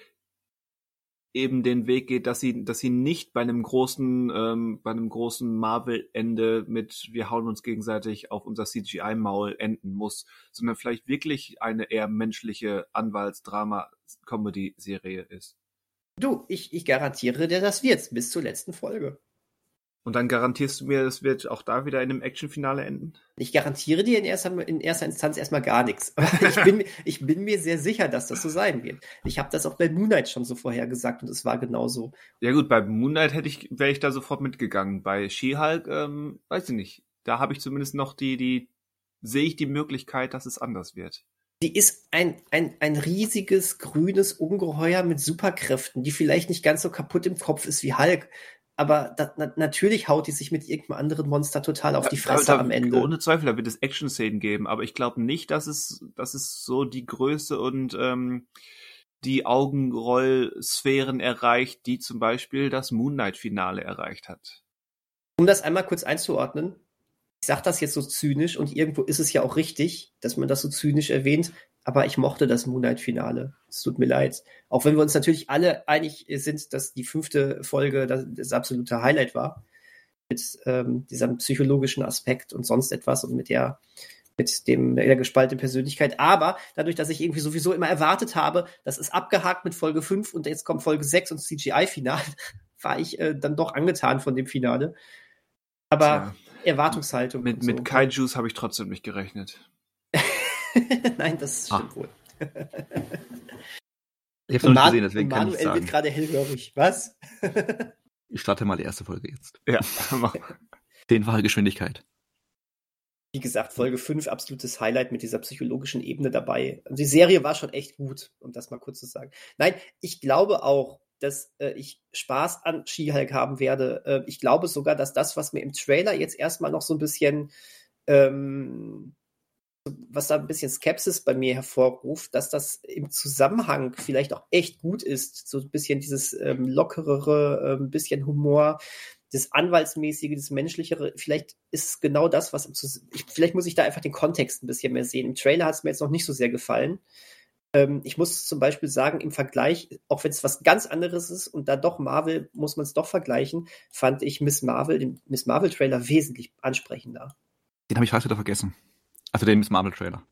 eben den Weg geht, dass sie, dass sie nicht bei einem großen, ähm, bei einem großen Marvel-Ende mit wir hauen uns gegenseitig auf unser C G I-Maul enden muss, sondern vielleicht wirklich eine eher menschliche Anwaltsdrama-Comedy-Serie ist. du, ich, ich garantiere dir, das wird's bis zur letzten Folge. Und dann garantierst du mir, es wird auch da wieder in einem Actionfinale enden? Ich garantiere dir in erster, in erster Instanz erstmal gar nichts. Aber ich bin, ich bin mir sehr sicher, dass das so sein wird. Ich habe das auch bei Moon Knight schon so vorher gesagt und es war genauso. Ja gut, bei Moon Knight hätte ich, wäre ich da sofort mitgegangen. Bei She-Hulk, ähm, weiß ich nicht. Da habe ich zumindest noch die, die, sehe ich die Möglichkeit, dass es anders wird. Die ist ein, ein, ein riesiges, grünes Ungeheuer mit Superkräften, die vielleicht nicht ganz so kaputt im Kopf ist wie Hulk. Aber da, na, natürlich haut die sich mit irgendeinem anderen Monster total auf die Fresse da, da, am Ende. Ohne Zweifel, da wird es Action-Szenen geben, aber ich glaube nicht, dass es, dass es so die Größe und ähm, die Augenrollsphären erreicht, die zum Beispiel das Moon Knight-Finale erreicht hat. Um das einmal kurz einzuordnen, ich sage das jetzt so zynisch und irgendwo ist es ja auch richtig, dass man das so zynisch erwähnt, aber ich mochte das Moon Knight-Finale. Es tut mir leid. Auch wenn wir uns natürlich alle einig sind, dass die fünfte Folge das, das absolute Highlight war. Mit ähm, diesem psychologischen Aspekt und sonst etwas und mit der mit dem der gespaltenen Persönlichkeit. Aber dadurch, dass ich irgendwie sowieso immer erwartet habe, das ist abgehakt mit Folge fünf und jetzt kommt Folge sechs und C G I-Finale, war ich äh, dann doch angetan von dem Finale. Aber ja. Erwartungshaltung. Mit, mit so. Kaijus habe ich trotzdem nicht gerechnet. Nein, das stimmt ah. wohl. Ich habe es noch nicht gesehen, deswegen kann ich Manuel wird gerade hellhörig. Was? Ich starte mal die erste Folge jetzt. Ja, mach. Zehnfache Geschwindigkeit. Wie gesagt, Folge fünf, absolutes Highlight mit dieser psychologischen Ebene dabei. Die Serie war schon echt gut, um das mal kurz zu sagen. Nein, ich glaube auch, dass äh, ich Spaß an She-Hulk haben werde. Äh, ich glaube sogar, dass das, was mir im Trailer jetzt erstmal noch so ein bisschen, ähm, was da ein bisschen Skepsis bei mir hervorruft, dass das im Zusammenhang vielleicht auch echt gut ist. So ein bisschen dieses ähm, lockerere, ein ähm, bisschen Humor, das Anwaltsmäßige, das Menschlichere. Vielleicht ist es genau das, was im Zus- ich, vielleicht muss ich da einfach den Kontext ein bisschen mehr sehen. Im Trailer hat es mir jetzt noch nicht so sehr gefallen. Ähm, ich muss zum Beispiel sagen, im Vergleich, auch wenn es was ganz anderes ist und da doch Marvel, muss man es doch vergleichen, fand ich Miss Marvel, den Miss Marvel-Trailer wesentlich ansprechender. Den habe ich fast wieder vergessen. Also den Miss Marvel-Trailer.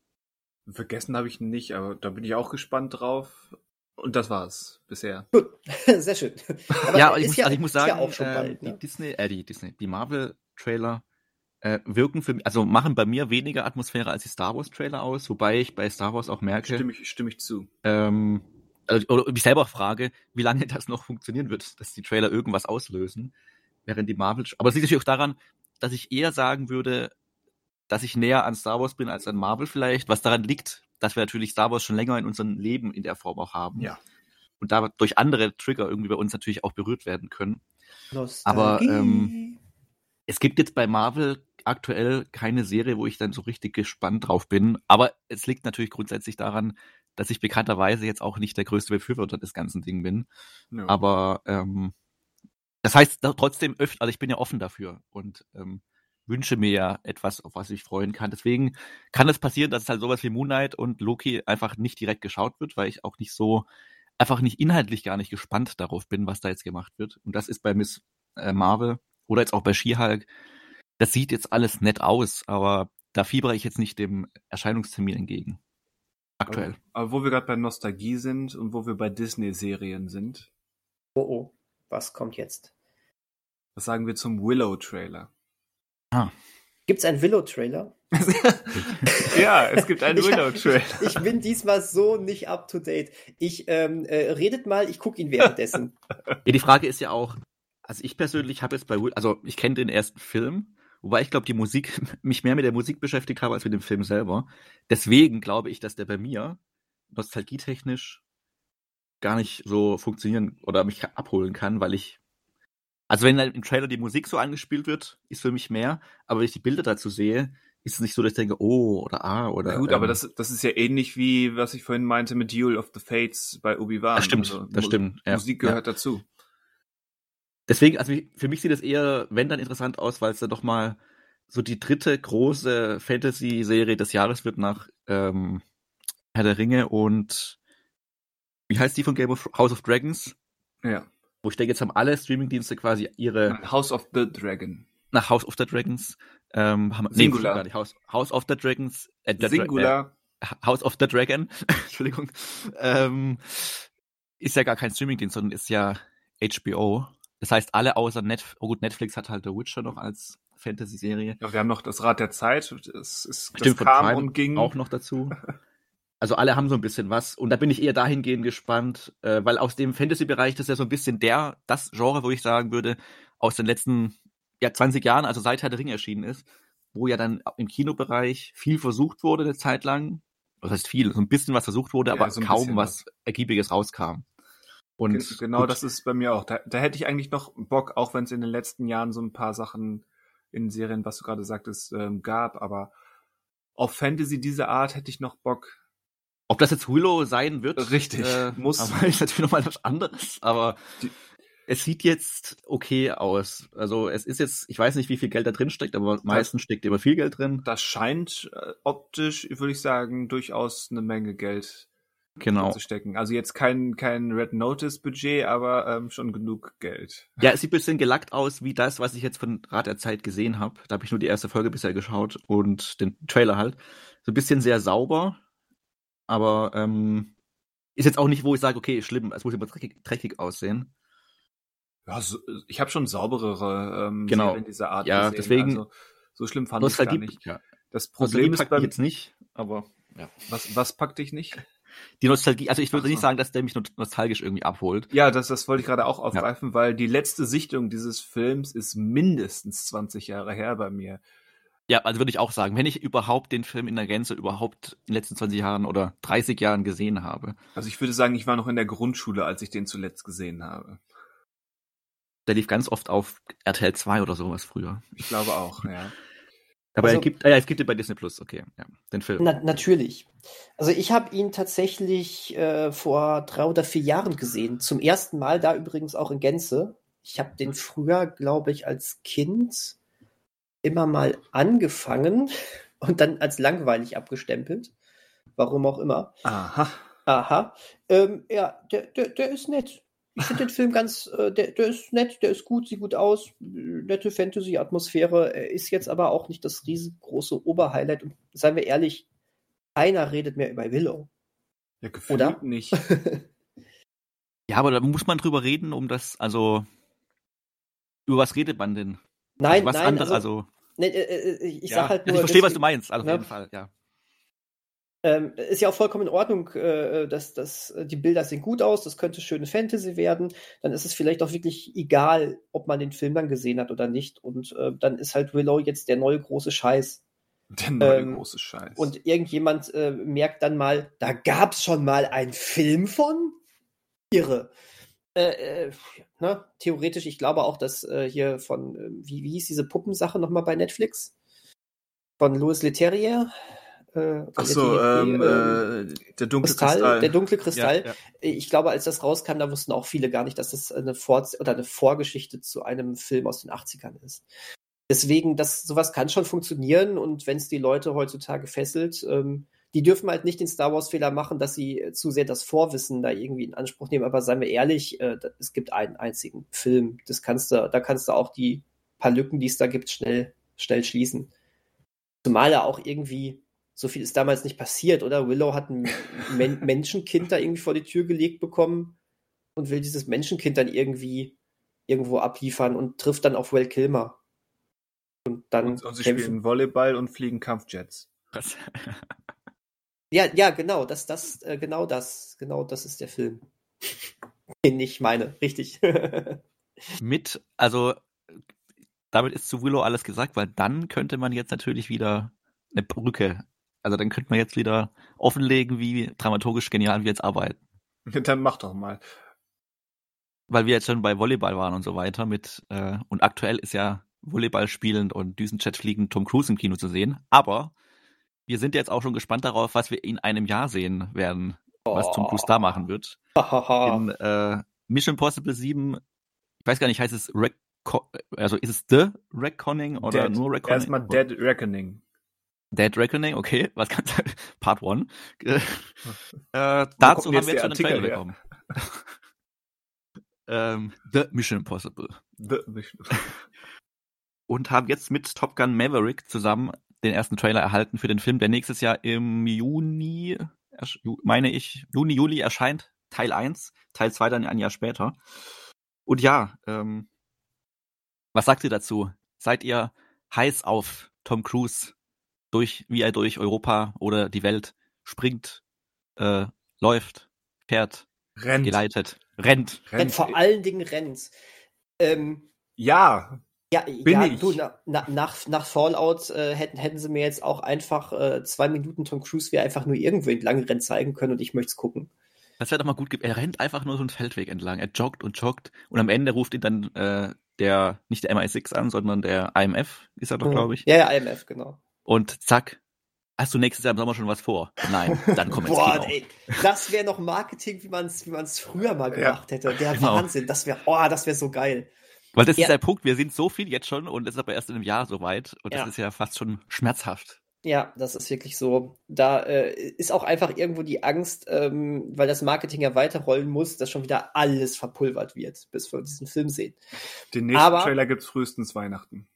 Vergessen habe ich nicht, aber da bin ich auch gespannt drauf. Und das war's bisher. Gut, sehr schön. Aber ja, ich muss, ja, also ich muss sagen, ja auch schon äh, bald, die ne? Disney, äh, die Disney, die Marvel-Trailer äh, wirken für mich, also machen bei mir weniger Atmosphäre als die Star Wars-Trailer aus, wobei ich bei Star Wars auch merke. Stimme ich, stimme ich zu. Ähm, also, oder mich selber auch frage, wie lange das noch funktionieren wird, dass die Trailer irgendwas auslösen, während die Marvel. Aber es liegt natürlich auch daran, dass ich eher sagen würde, dass ich näher an Star Wars bin als an Marvel vielleicht, was daran liegt, dass wir natürlich Star Wars schon länger in unserem Leben in der Form auch haben. Ja. Und da durch andere Trigger irgendwie bei uns natürlich auch berührt werden können. Nostalgie. Aber ähm, es gibt jetzt bei Marvel aktuell keine Serie, wo ich dann so richtig gespannt drauf bin. Aber es liegt natürlich grundsätzlich daran, dass ich bekannterweise jetzt auch nicht der größte Befürworter des ganzen Ding bin. Ja. Aber ähm, das heißt trotzdem, öfter, also ich bin ja offen dafür und ähm, wünsche mir ja etwas, auf was ich freuen kann. Deswegen kann es passieren, dass es halt sowas wie Moon Knight und Loki einfach nicht direkt geschaut wird, weil ich auch nicht so, einfach nicht inhaltlich gar nicht gespannt darauf bin, was da jetzt gemacht wird. Und das ist bei Miss äh, Marvel oder jetzt auch bei She-Hulk. Das sieht jetzt alles nett aus, aber da fiebere ich jetzt nicht dem Erscheinungstermin entgegen. Aktuell. Aber, aber wo wir gerade bei Nostalgie sind und wo wir bei Disney-Serien sind. Oh oh, was kommt jetzt? Was sagen wir zum Willow-Trailer? Ah. Gibt es einen Willow-Trailer? Ja, es gibt einen Willow-Trailer. Ich, ich bin diesmal so nicht up to date. Ich ähm, äh, redet mal, ich gucke ihn währenddessen. Ja, die Frage ist ja auch, also ich persönlich habe jetzt bei Will, also ich kenne den ersten Film, wobei ich glaube, die Musik, mich mehr mit der Musik beschäftigt habe als mit dem Film selber. Deswegen glaube ich, dass der bei mir nostalgietechnisch gar nicht so funktionieren oder mich abholen kann, weil ich Also wenn im Trailer die Musik so angespielt wird, ist für mich mehr. Aber wenn ich die Bilder dazu sehe, ist es nicht so, dass ich denke, oh oder ah oder. Na gut, ähm, aber das, das ist ja ähnlich wie, was ich vorhin meinte mit Duel of the Fates bei Obi-Wan. Das stimmt, also, das Mu- stimmt. Ja, Musik gehört ja. dazu. Deswegen, also für mich sieht es eher, wenn dann interessant aus, weil es dann doch mal so die dritte große Fantasy-Serie des Jahres wird nach ähm, Herr der Ringe und wie heißt die von Game of House of Dragons? Ja. Wo ich denke, jetzt haben alle Streamingdienste quasi ihre House of the Dragon. nach House of the Dragons ähm, haben, Singular. Nee, gar nicht. House, House of the Dragons äh, the Singular. Dra- äh, House of the Dragon Entschuldigung ähm, ist ja gar kein Streamingdienst, sondern ist ja H B O Das heißt, alle außer Netflix, oh gut, Netflix hat halt The Witcher noch als Fantasy-Serie. Ja, wir haben noch das Rad der Zeit. Das, ist, das Stimmt, von kam Prime und ging. auch noch dazu. Also alle haben so ein bisschen was. Und da bin ich eher dahingehend gespannt, äh, weil aus dem Fantasy-Bereich, das ist ja so ein bisschen der, das Genre, wo ich sagen würde, aus den letzten ja, zwanzig Jahren, also seit Herr der Ringe erschienen ist, wo ja dann im Kinobereich viel versucht wurde eine Zeit lang. Das heißt viel, so ein bisschen was versucht wurde, Ja, aber so ein kaum bisschen was Ergiebiges rauskam. Und Ge- Genau, gut, das ist bei mir auch. Da, da hätte ich eigentlich noch Bock, auch wenn es in den letzten Jahren so ein paar Sachen in Serien, was du gerade sagtest, ähm, gab, aber auf Fantasy dieser Art hätte ich noch Bock. ob das jetzt Willow sein wird, Richtig, äh, muss. aber ist natürlich nochmal was anderes. Aber Die- es sieht jetzt okay aus. Also es ist jetzt, ich weiß nicht, wie viel Geld da drin steckt, aber meistens steckt immer viel Geld drin. Das scheint äh, optisch, würde ich sagen, durchaus eine Menge Geld Genau. zu stecken. Also jetzt kein, kein Red Notice Budget, aber ähm, schon genug Geld. Ja, es sieht ein bisschen gelackt aus, wie das, was ich jetzt von Rat der Zeit gesehen habe. Da habe ich nur die erste Folge bisher geschaut und den Trailer halt. So ein bisschen sehr sauber, aber ähm, ist jetzt auch nicht, wo ich sage, okay, schlimm, es muss immer dreckig, dreckig aussehen. Ja, so, ich habe schon sauberere ähm, Genau. Serien dieser Art Ja, gesehen. deswegen- Also, so schlimm fand ich es gar Nostalgie, nicht. ja. Das Problem Problem ist packt beim... mich jetzt nicht, aber ja. Was, was packt dich nicht? Die Nostalgie, also ich würde Ach so. nicht sagen, dass der mich no- nostalgisch irgendwie abholt. Ja, das, das wollte ich gerade auch aufgreifen, weil die letzte Sichtung dieses Films ist mindestens zwanzig Jahre her bei mir. Ja, also würde ich auch sagen, wenn ich überhaupt den Film in der Gänze überhaupt in den letzten zwanzig Jahren oder dreißig Jahren gesehen habe. Also ich würde sagen, ich war noch in der Grundschule, als ich den zuletzt gesehen habe. Der lief ganz oft auf R T L zwei oder sowas früher. Ich glaube auch, ja. Aber Also- er gibt, ah ja, es gibt ihn bei Disney Plus, okay, ja, den Film. Na, natürlich. Also ich habe ihn tatsächlich äh, vor drei oder vier Jahren gesehen. Zum ersten Mal, da übrigens auch in Gänze. Ich habe den früher, glaube ich, als Kind immer mal angefangen und dann als langweilig abgestempelt. Warum auch immer. Aha. Aha. Ähm, ja, der, der, der ist nett. Ich finde den Film ganz, äh, der, der ist nett, der ist gut, sieht gut aus, nette Fantasy-Atmosphäre. Er ist jetzt aber auch nicht das riesengroße Oberhighlight. Und seien wir ehrlich, keiner redet mehr über Willow. Ja, gefühlt Oder? nicht. Ja, aber da muss man drüber reden, um das, also, über was redet man denn? Nein, also was nein, anderes, also, also, nee, äh, äh, ich Ja. sag halt ja, nur, ich verstehe, was deswegen- du meinst, also auf Ja. jeden Fall, ja. Ähm, ist ja auch vollkommen in Ordnung, äh, dass, dass äh, die Bilder sehen gut aus, das könnte schöne Fantasy werden. Dann ist es vielleicht auch wirklich egal, ob man den Film dann gesehen hat oder nicht. Und äh, dann ist halt Willow jetzt der neue große Scheiß. Der neue Ähm, große Scheiß. Und irgendjemand äh, merkt dann mal, da gab's schon mal einen Film von? Irre. Äh, äh, ne? Theoretisch, ich glaube auch, dass äh, hier von, äh, wie, wie hieß diese Puppensache nochmal bei Netflix? Von Louis Leterrier? Äh, Ach so, Leterrier, ähm, ähm, äh, der dunkle Kristall, Kristall. der dunkle Kristall. Ja, ja. Ich glaube, als das rauskam, da wussten auch viele gar nicht, dass das eine Vor- oder eine Vorgeschichte zu einem Film aus den achtzigern ist. Deswegen, das, sowas kann schon funktionieren und wenn es die Leute heutzutage fesselt, ähm, die dürfen halt nicht den Star Wars-Fehler machen, dass sie äh, zu sehr das Vorwissen da irgendwie in Anspruch nehmen. Aber seien wir ehrlich, äh, da, es gibt einen einzigen Film. Das kannst du, da kannst du auch die paar Lücken, die es da gibt, schnell, schnell schließen. Zumal er auch irgendwie, so viel ist damals nicht passiert, oder? Willow hat ein Men- Menschenkind da irgendwie vor die Tür gelegt bekommen und will dieses Menschenkind dann irgendwie irgendwo abliefern und trifft dann auf Val Kilmer. Und dann Und, und sie kämpfen. spielen Volleyball und fliegen Kampfjets. Krass. Ja, ja, genau, das, das, äh, genau das, genau das ist der Film. Den ich meine, richtig. Mit, also, damit ist zu Willow alles gesagt, weil dann könnte man jetzt natürlich wieder eine Brücke, also dann könnte man jetzt wieder offenlegen, wie dramaturgisch genial wir jetzt arbeiten. Dann mach doch mal. Weil wir jetzt schon bei Volleyball waren und so weiter mit, äh, und aktuell ist ja Volleyball spielend und Düsenjet fliegend Tom Cruise im Kino zu sehen, aber wir sind jetzt auch schon gespannt darauf, was wir in einem Jahr sehen werden, was Tom Cruise da machen wird. In äh, Mission Impossible sieben, ich weiß gar nicht, heißt es Reco- also ist es The Reckoning oder Dead. nur Reckoning? Erstmal Dead Reckoning. Dead Reckoning, okay, was kann Part one. äh, kommt dazu denn haben wir jetzt jetzt schon der einen Trailer Artikel her? bekommen. ähm, The Mission Impossible. The Mission. Und haben jetzt mit Top Gun Maverick zusammen den ersten Trailer erhalten für den Film, der nächstes Jahr im Juni, ersch- Ju- meine ich, Juni, Juli erscheint, Teil eins, Teil zwei dann ein Jahr später. Und ja, ähm, was sagt ihr dazu? Seid ihr heiß auf Tom Cruise, durch, wie er durch Europa oder die Welt springt, äh, läuft, fährt, Rennt. geleitet, rennt? rennt. Vor allen Dingen rennt. Ähm, ja, ja, bin ja, ich. Du, na, na, nach, nach Fallout äh, hätten, hätten sie mir jetzt auch einfach äh, zwei Minuten Tom Cruise wie einfach nur irgendwo entlang rennen zeigen können und ich möchte es gucken. Das wäre doch mal gut. ge- Er rennt einfach nur so einen Feldweg entlang. Er joggt und joggt und am Ende ruft ihn dann äh, der, nicht der M I sechs an, sondern der I M F, ist er doch, glaube ich. Ja, ja, I M F, genau. Und zack, hast du nächstes Jahr im Sommer schon was vor? Nein, dann komm ins Boah, Kino. ey, das wäre noch Marketing, wie man es wie man's früher mal gemacht Ja, hätte. Der genau. Wahnsinn, das wäre, oh, das wäre so geil. Weil das Ja. ist der Punkt, wir sind so viel jetzt schon und es ist aber erst in einem Jahr soweit und das Ja. ist ja fast schon schmerzhaft. Ja, das ist wirklich so. Da äh, ist auch einfach irgendwo die Angst, ähm, weil das Marketing ja weiterrollen muss, dass schon wieder alles verpulvert wird, bis wir diesen Film sehen. Den nächsten Aber- Trailer gibt's frühestens Weihnachten.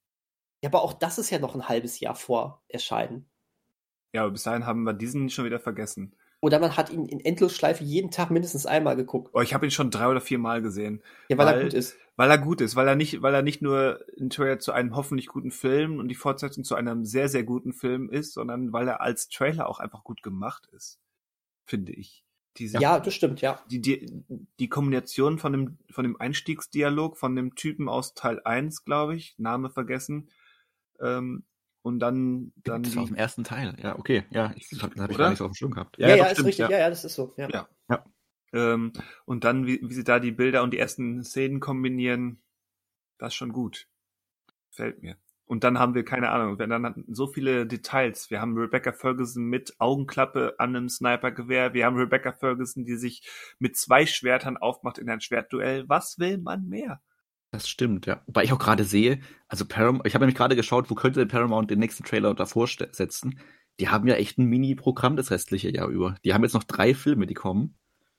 Ja, aber auch das ist ja noch ein halbes Jahr vor Erscheinen. Ja, aber bis dahin haben wir diesen schon wieder vergessen. Oder man hat ihn in Endlosschleife jeden Tag mindestens einmal geguckt. Oh, ich habe ihn schon drei oder vier Mal gesehen. Ja, weil, Weil- er gut ist. Weil er gut ist, weil er nicht, weil er nicht nur ein Trailer zu einem hoffentlich guten Film und die Fortsetzung zu einem sehr, sehr guten Film ist, sondern weil er als Trailer auch einfach gut gemacht ist. Finde ich. Diese, Ja, das stimmt, ja. die, die, die Kombination von dem, von dem Einstiegsdialog, von dem Typen aus Teil eins, glaube ich, Name vergessen, ähm, und dann, dann Das war aus dem ersten Teil. Ja, okay. Ja, ich, das habe ich Oder? gar nicht so auf dem Schirm gehabt. Ja, ja, doch, ist stimmt, richtig. ja. Ja. ja, das ist so. Ja. Ja. Ja. Ähm, und dann, wie, wie sie da die Bilder und die ersten Szenen kombinieren, das ist schon gut. Gefällt mir. Und dann haben wir, keine Ahnung, wir dann hatten so viele Details. Wir haben Rebecca Ferguson mit Augenklappe an einem Snipergewehr. Wir haben Rebecca Ferguson, die sich mit zwei Schwertern aufmacht in ein Schwertduell. Was will man mehr? Das stimmt, ja. Wobei ich auch gerade sehe, also Paramount, ich habe nämlich gerade geschaut, wo könnte Paramount den nächsten Trailer davor ste- setzen. Die haben ja echt ein Mini-Programm das restliche Jahr über. Die haben jetzt noch drei Filme, die kommen.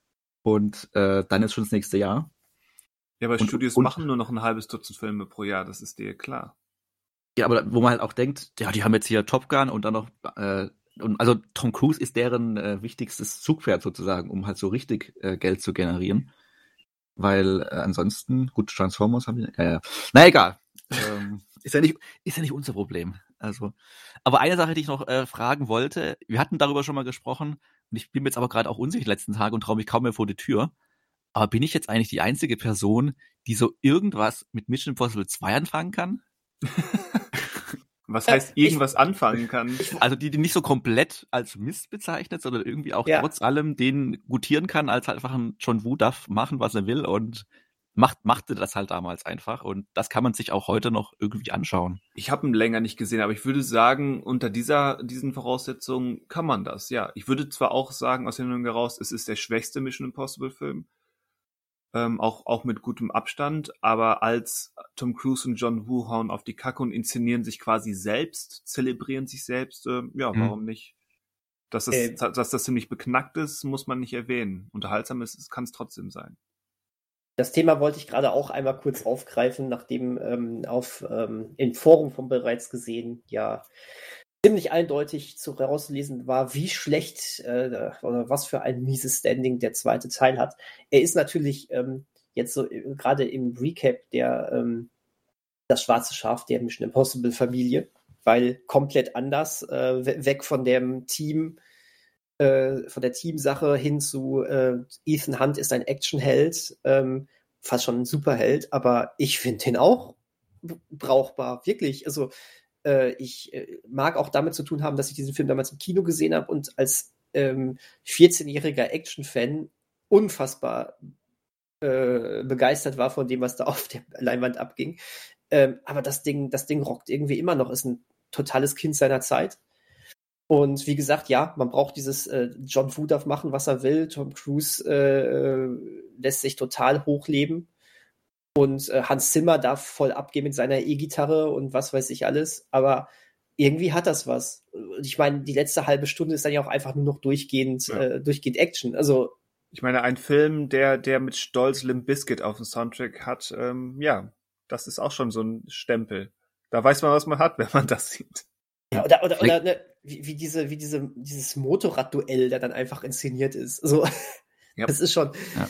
Und äh, dann ist schon das nächste Jahr. Ja, aber Und- Studios und- machen nur noch ein halbes Dutzend Filme pro Jahr, das ist dir klar. Ja, aber wo man halt auch denkt, ja, die haben jetzt hier Top Gun und dann noch, äh, und also Tom Cruise ist deren äh, wichtigstes Zugpferd sozusagen, um halt so richtig äh, Geld zu generieren. Weil äh, ansonsten, gut, Transformers haben die, ja, ja. Na egal. ähm, ist ja nicht, ist ja nicht unser Problem. Also, aber eine Sache, die ich noch äh, fragen wollte, wir hatten darüber schon mal gesprochen und ich bin mir jetzt aber gerade auch unsicher die letzten Tage und traue mich kaum mehr vor die Tür. Aber bin ich jetzt eigentlich die einzige Person, die so irgendwas mit Mission Impossible zwei anfangen kann? Was Äh, heißt irgendwas anfangen kann? Also die, die nicht so komplett als Mist bezeichnet, sondern irgendwie auch Ja. trotz allem den gutieren kann, als halt einfach ein John Woo darf machen, was er will und macht, machte das halt damals einfach und das kann man sich auch heute noch irgendwie anschauen. Ich habe ihn länger nicht gesehen, aber ich würde sagen, unter dieser diesen Voraussetzungen kann man das, ja. Ich würde zwar auch sagen, aus Hintergrund heraus, es ist der schwächste Mission Impossible Film, ähm, auch auch mit gutem Abstand, aber als Tom Cruise und John Woo hauen auf die Kacke und inszenieren sich quasi selbst, zelebrieren sich selbst, äh, ja, Mhm. warum nicht? Dass das, Äh. dass das ziemlich beknackt ist, muss man nicht erwähnen. Unterhaltsam ist, kann es trotzdem sein. Das Thema wollte ich gerade auch einmal kurz aufgreifen, nachdem ähm, auf ähm, im Forum von bereits gesehen ja ziemlich eindeutig zu herauszulesen war, wie schlecht äh, oder was für ein mieses Standing der zweite Teil hat. Er ist natürlich ähm, jetzt so äh, gerade im Recap der ähm, das schwarze Schaf der Mission Impossible Familie, weil komplett anders, äh, we- weg von dem Team, äh, von der Teamsache hin zu äh, Ethan Hunt ist ein Actionheld, ähm, fast schon ein Superheld, aber ich finde den auch b- brauchbar, wirklich. Also äh, ich äh, mag auch damit zu tun haben, dass ich diesen Film damals im Kino gesehen habe und als ähm, vierzehnjähriger Action-Fan unfassbar äh, begeistert war von dem, was da auf der Leinwand abging. Ähm, aber das Ding, das Ding rockt irgendwie immer noch, ist ein totales Kind seiner Zeit. Und wie gesagt, ja, man braucht dieses äh, John Woo darf machen, was er will. Tom Cruise äh, lässt sich total hochleben. Und äh, Hans Zimmer darf voll abgehen mit seiner E-Gitarre und was weiß ich alles. Aber irgendwie hat das was. Und ich meine, die letzte halbe Stunde ist dann ja auch einfach nur noch durchgehend, Ja. äh, durchgehend Action. Also Ich meine, ein Film, der, der mit Stolz Limp Bizkit auf dem Soundtrack hat, ähm, ja, das ist auch schon so ein Stempel. Da weiß man, was man hat, wenn man das sieht. ja, oder oder, Vielleicht- oder ne, wie, wie diese wie diese dieses Motorradduell, der dann einfach inszeniert ist. So, Ja. das ist schon. Ja.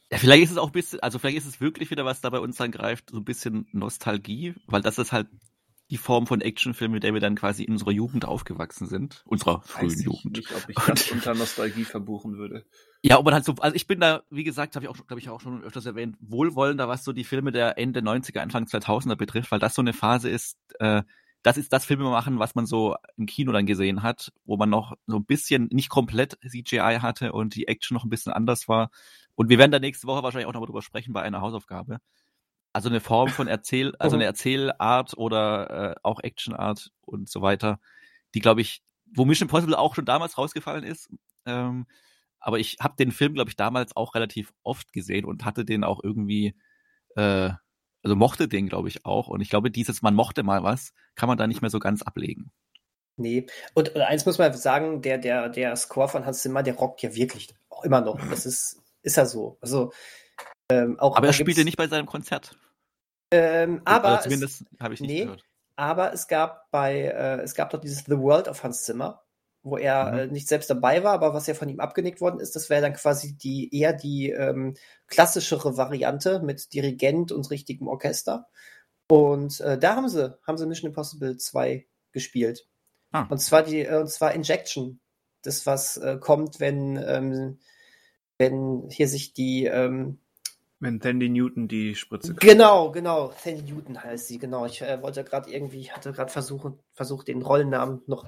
Ja, vielleicht ist es auch ein bisschen, also vielleicht ist es wirklich wieder, was da bei uns dann greift, so ein bisschen Nostalgie, weil das ist halt die Form von Actionfilm, mit der wir dann quasi in unserer Jugend aufgewachsen sind, unserer frühen Weiß ich Jugend. nicht, ob ich das unter Nostalgie verbuchen würde. Ja, ob man halt so, also ich bin da, wie gesagt, habe ich auch, glaube ich, auch schon öfters erwähnt, wohlwollender, was so die Filme der Ende neunziger, Anfang zweitausender betrifft, weil das so eine Phase ist, äh, das ist das Filme machen, was man so im Kino dann gesehen hat, wo man noch so ein bisschen, nicht komplett C G I hatte und die Action noch ein bisschen anders war. Und wir werden da nächste Woche wahrscheinlich auch noch drüber sprechen bei einer Hausaufgabe. Also eine Form von Erzähl, also eine Erzählart oder äh, auch Actionart und so weiter, die, glaube ich, wo Mission Impossible auch schon damals rausgefallen ist. Ähm, aber ich habe den Film, glaube ich, damals auch relativ oft gesehen und hatte den auch irgendwie, äh, also mochte den, glaube ich, auch. Und ich glaube, dieses Man mochte mal was, kann man da nicht mehr so ganz ablegen. Nee. Und, und eins muss man sagen, der, der, der Score von Hans Zimmer, der rockt ja wirklich auch immer noch. Das ist, ist ja so. Also, ähm, auch, aber er da spielte gibt's- nicht bei seinem Konzert. Ähm, aber Oder es, zumindest habe ich nicht nee, gehört. aber es gab bei, äh, es gab doch dieses The World of Hans Zimmer, wo er Mhm. äh, nicht selbst dabei war, aber was ja von ihm abgenickt worden ist, das wäre dann quasi die eher die ähm, klassischere Variante mit Dirigent und richtigem Orchester. Und äh, da haben sie, haben sie Mission Impossible zwei gespielt. Ah. Und zwar die, äh, und zwar Injection. Das, was äh, kommt, wenn, ähm, wenn hier sich die ähm, Wenn Tandy Newton die Spritze kriegt. Genau, genau. Tandy Newton heißt sie, genau. Ich äh, wollte gerade irgendwie, hatte gerade versucht, versucht, den Rollennamen noch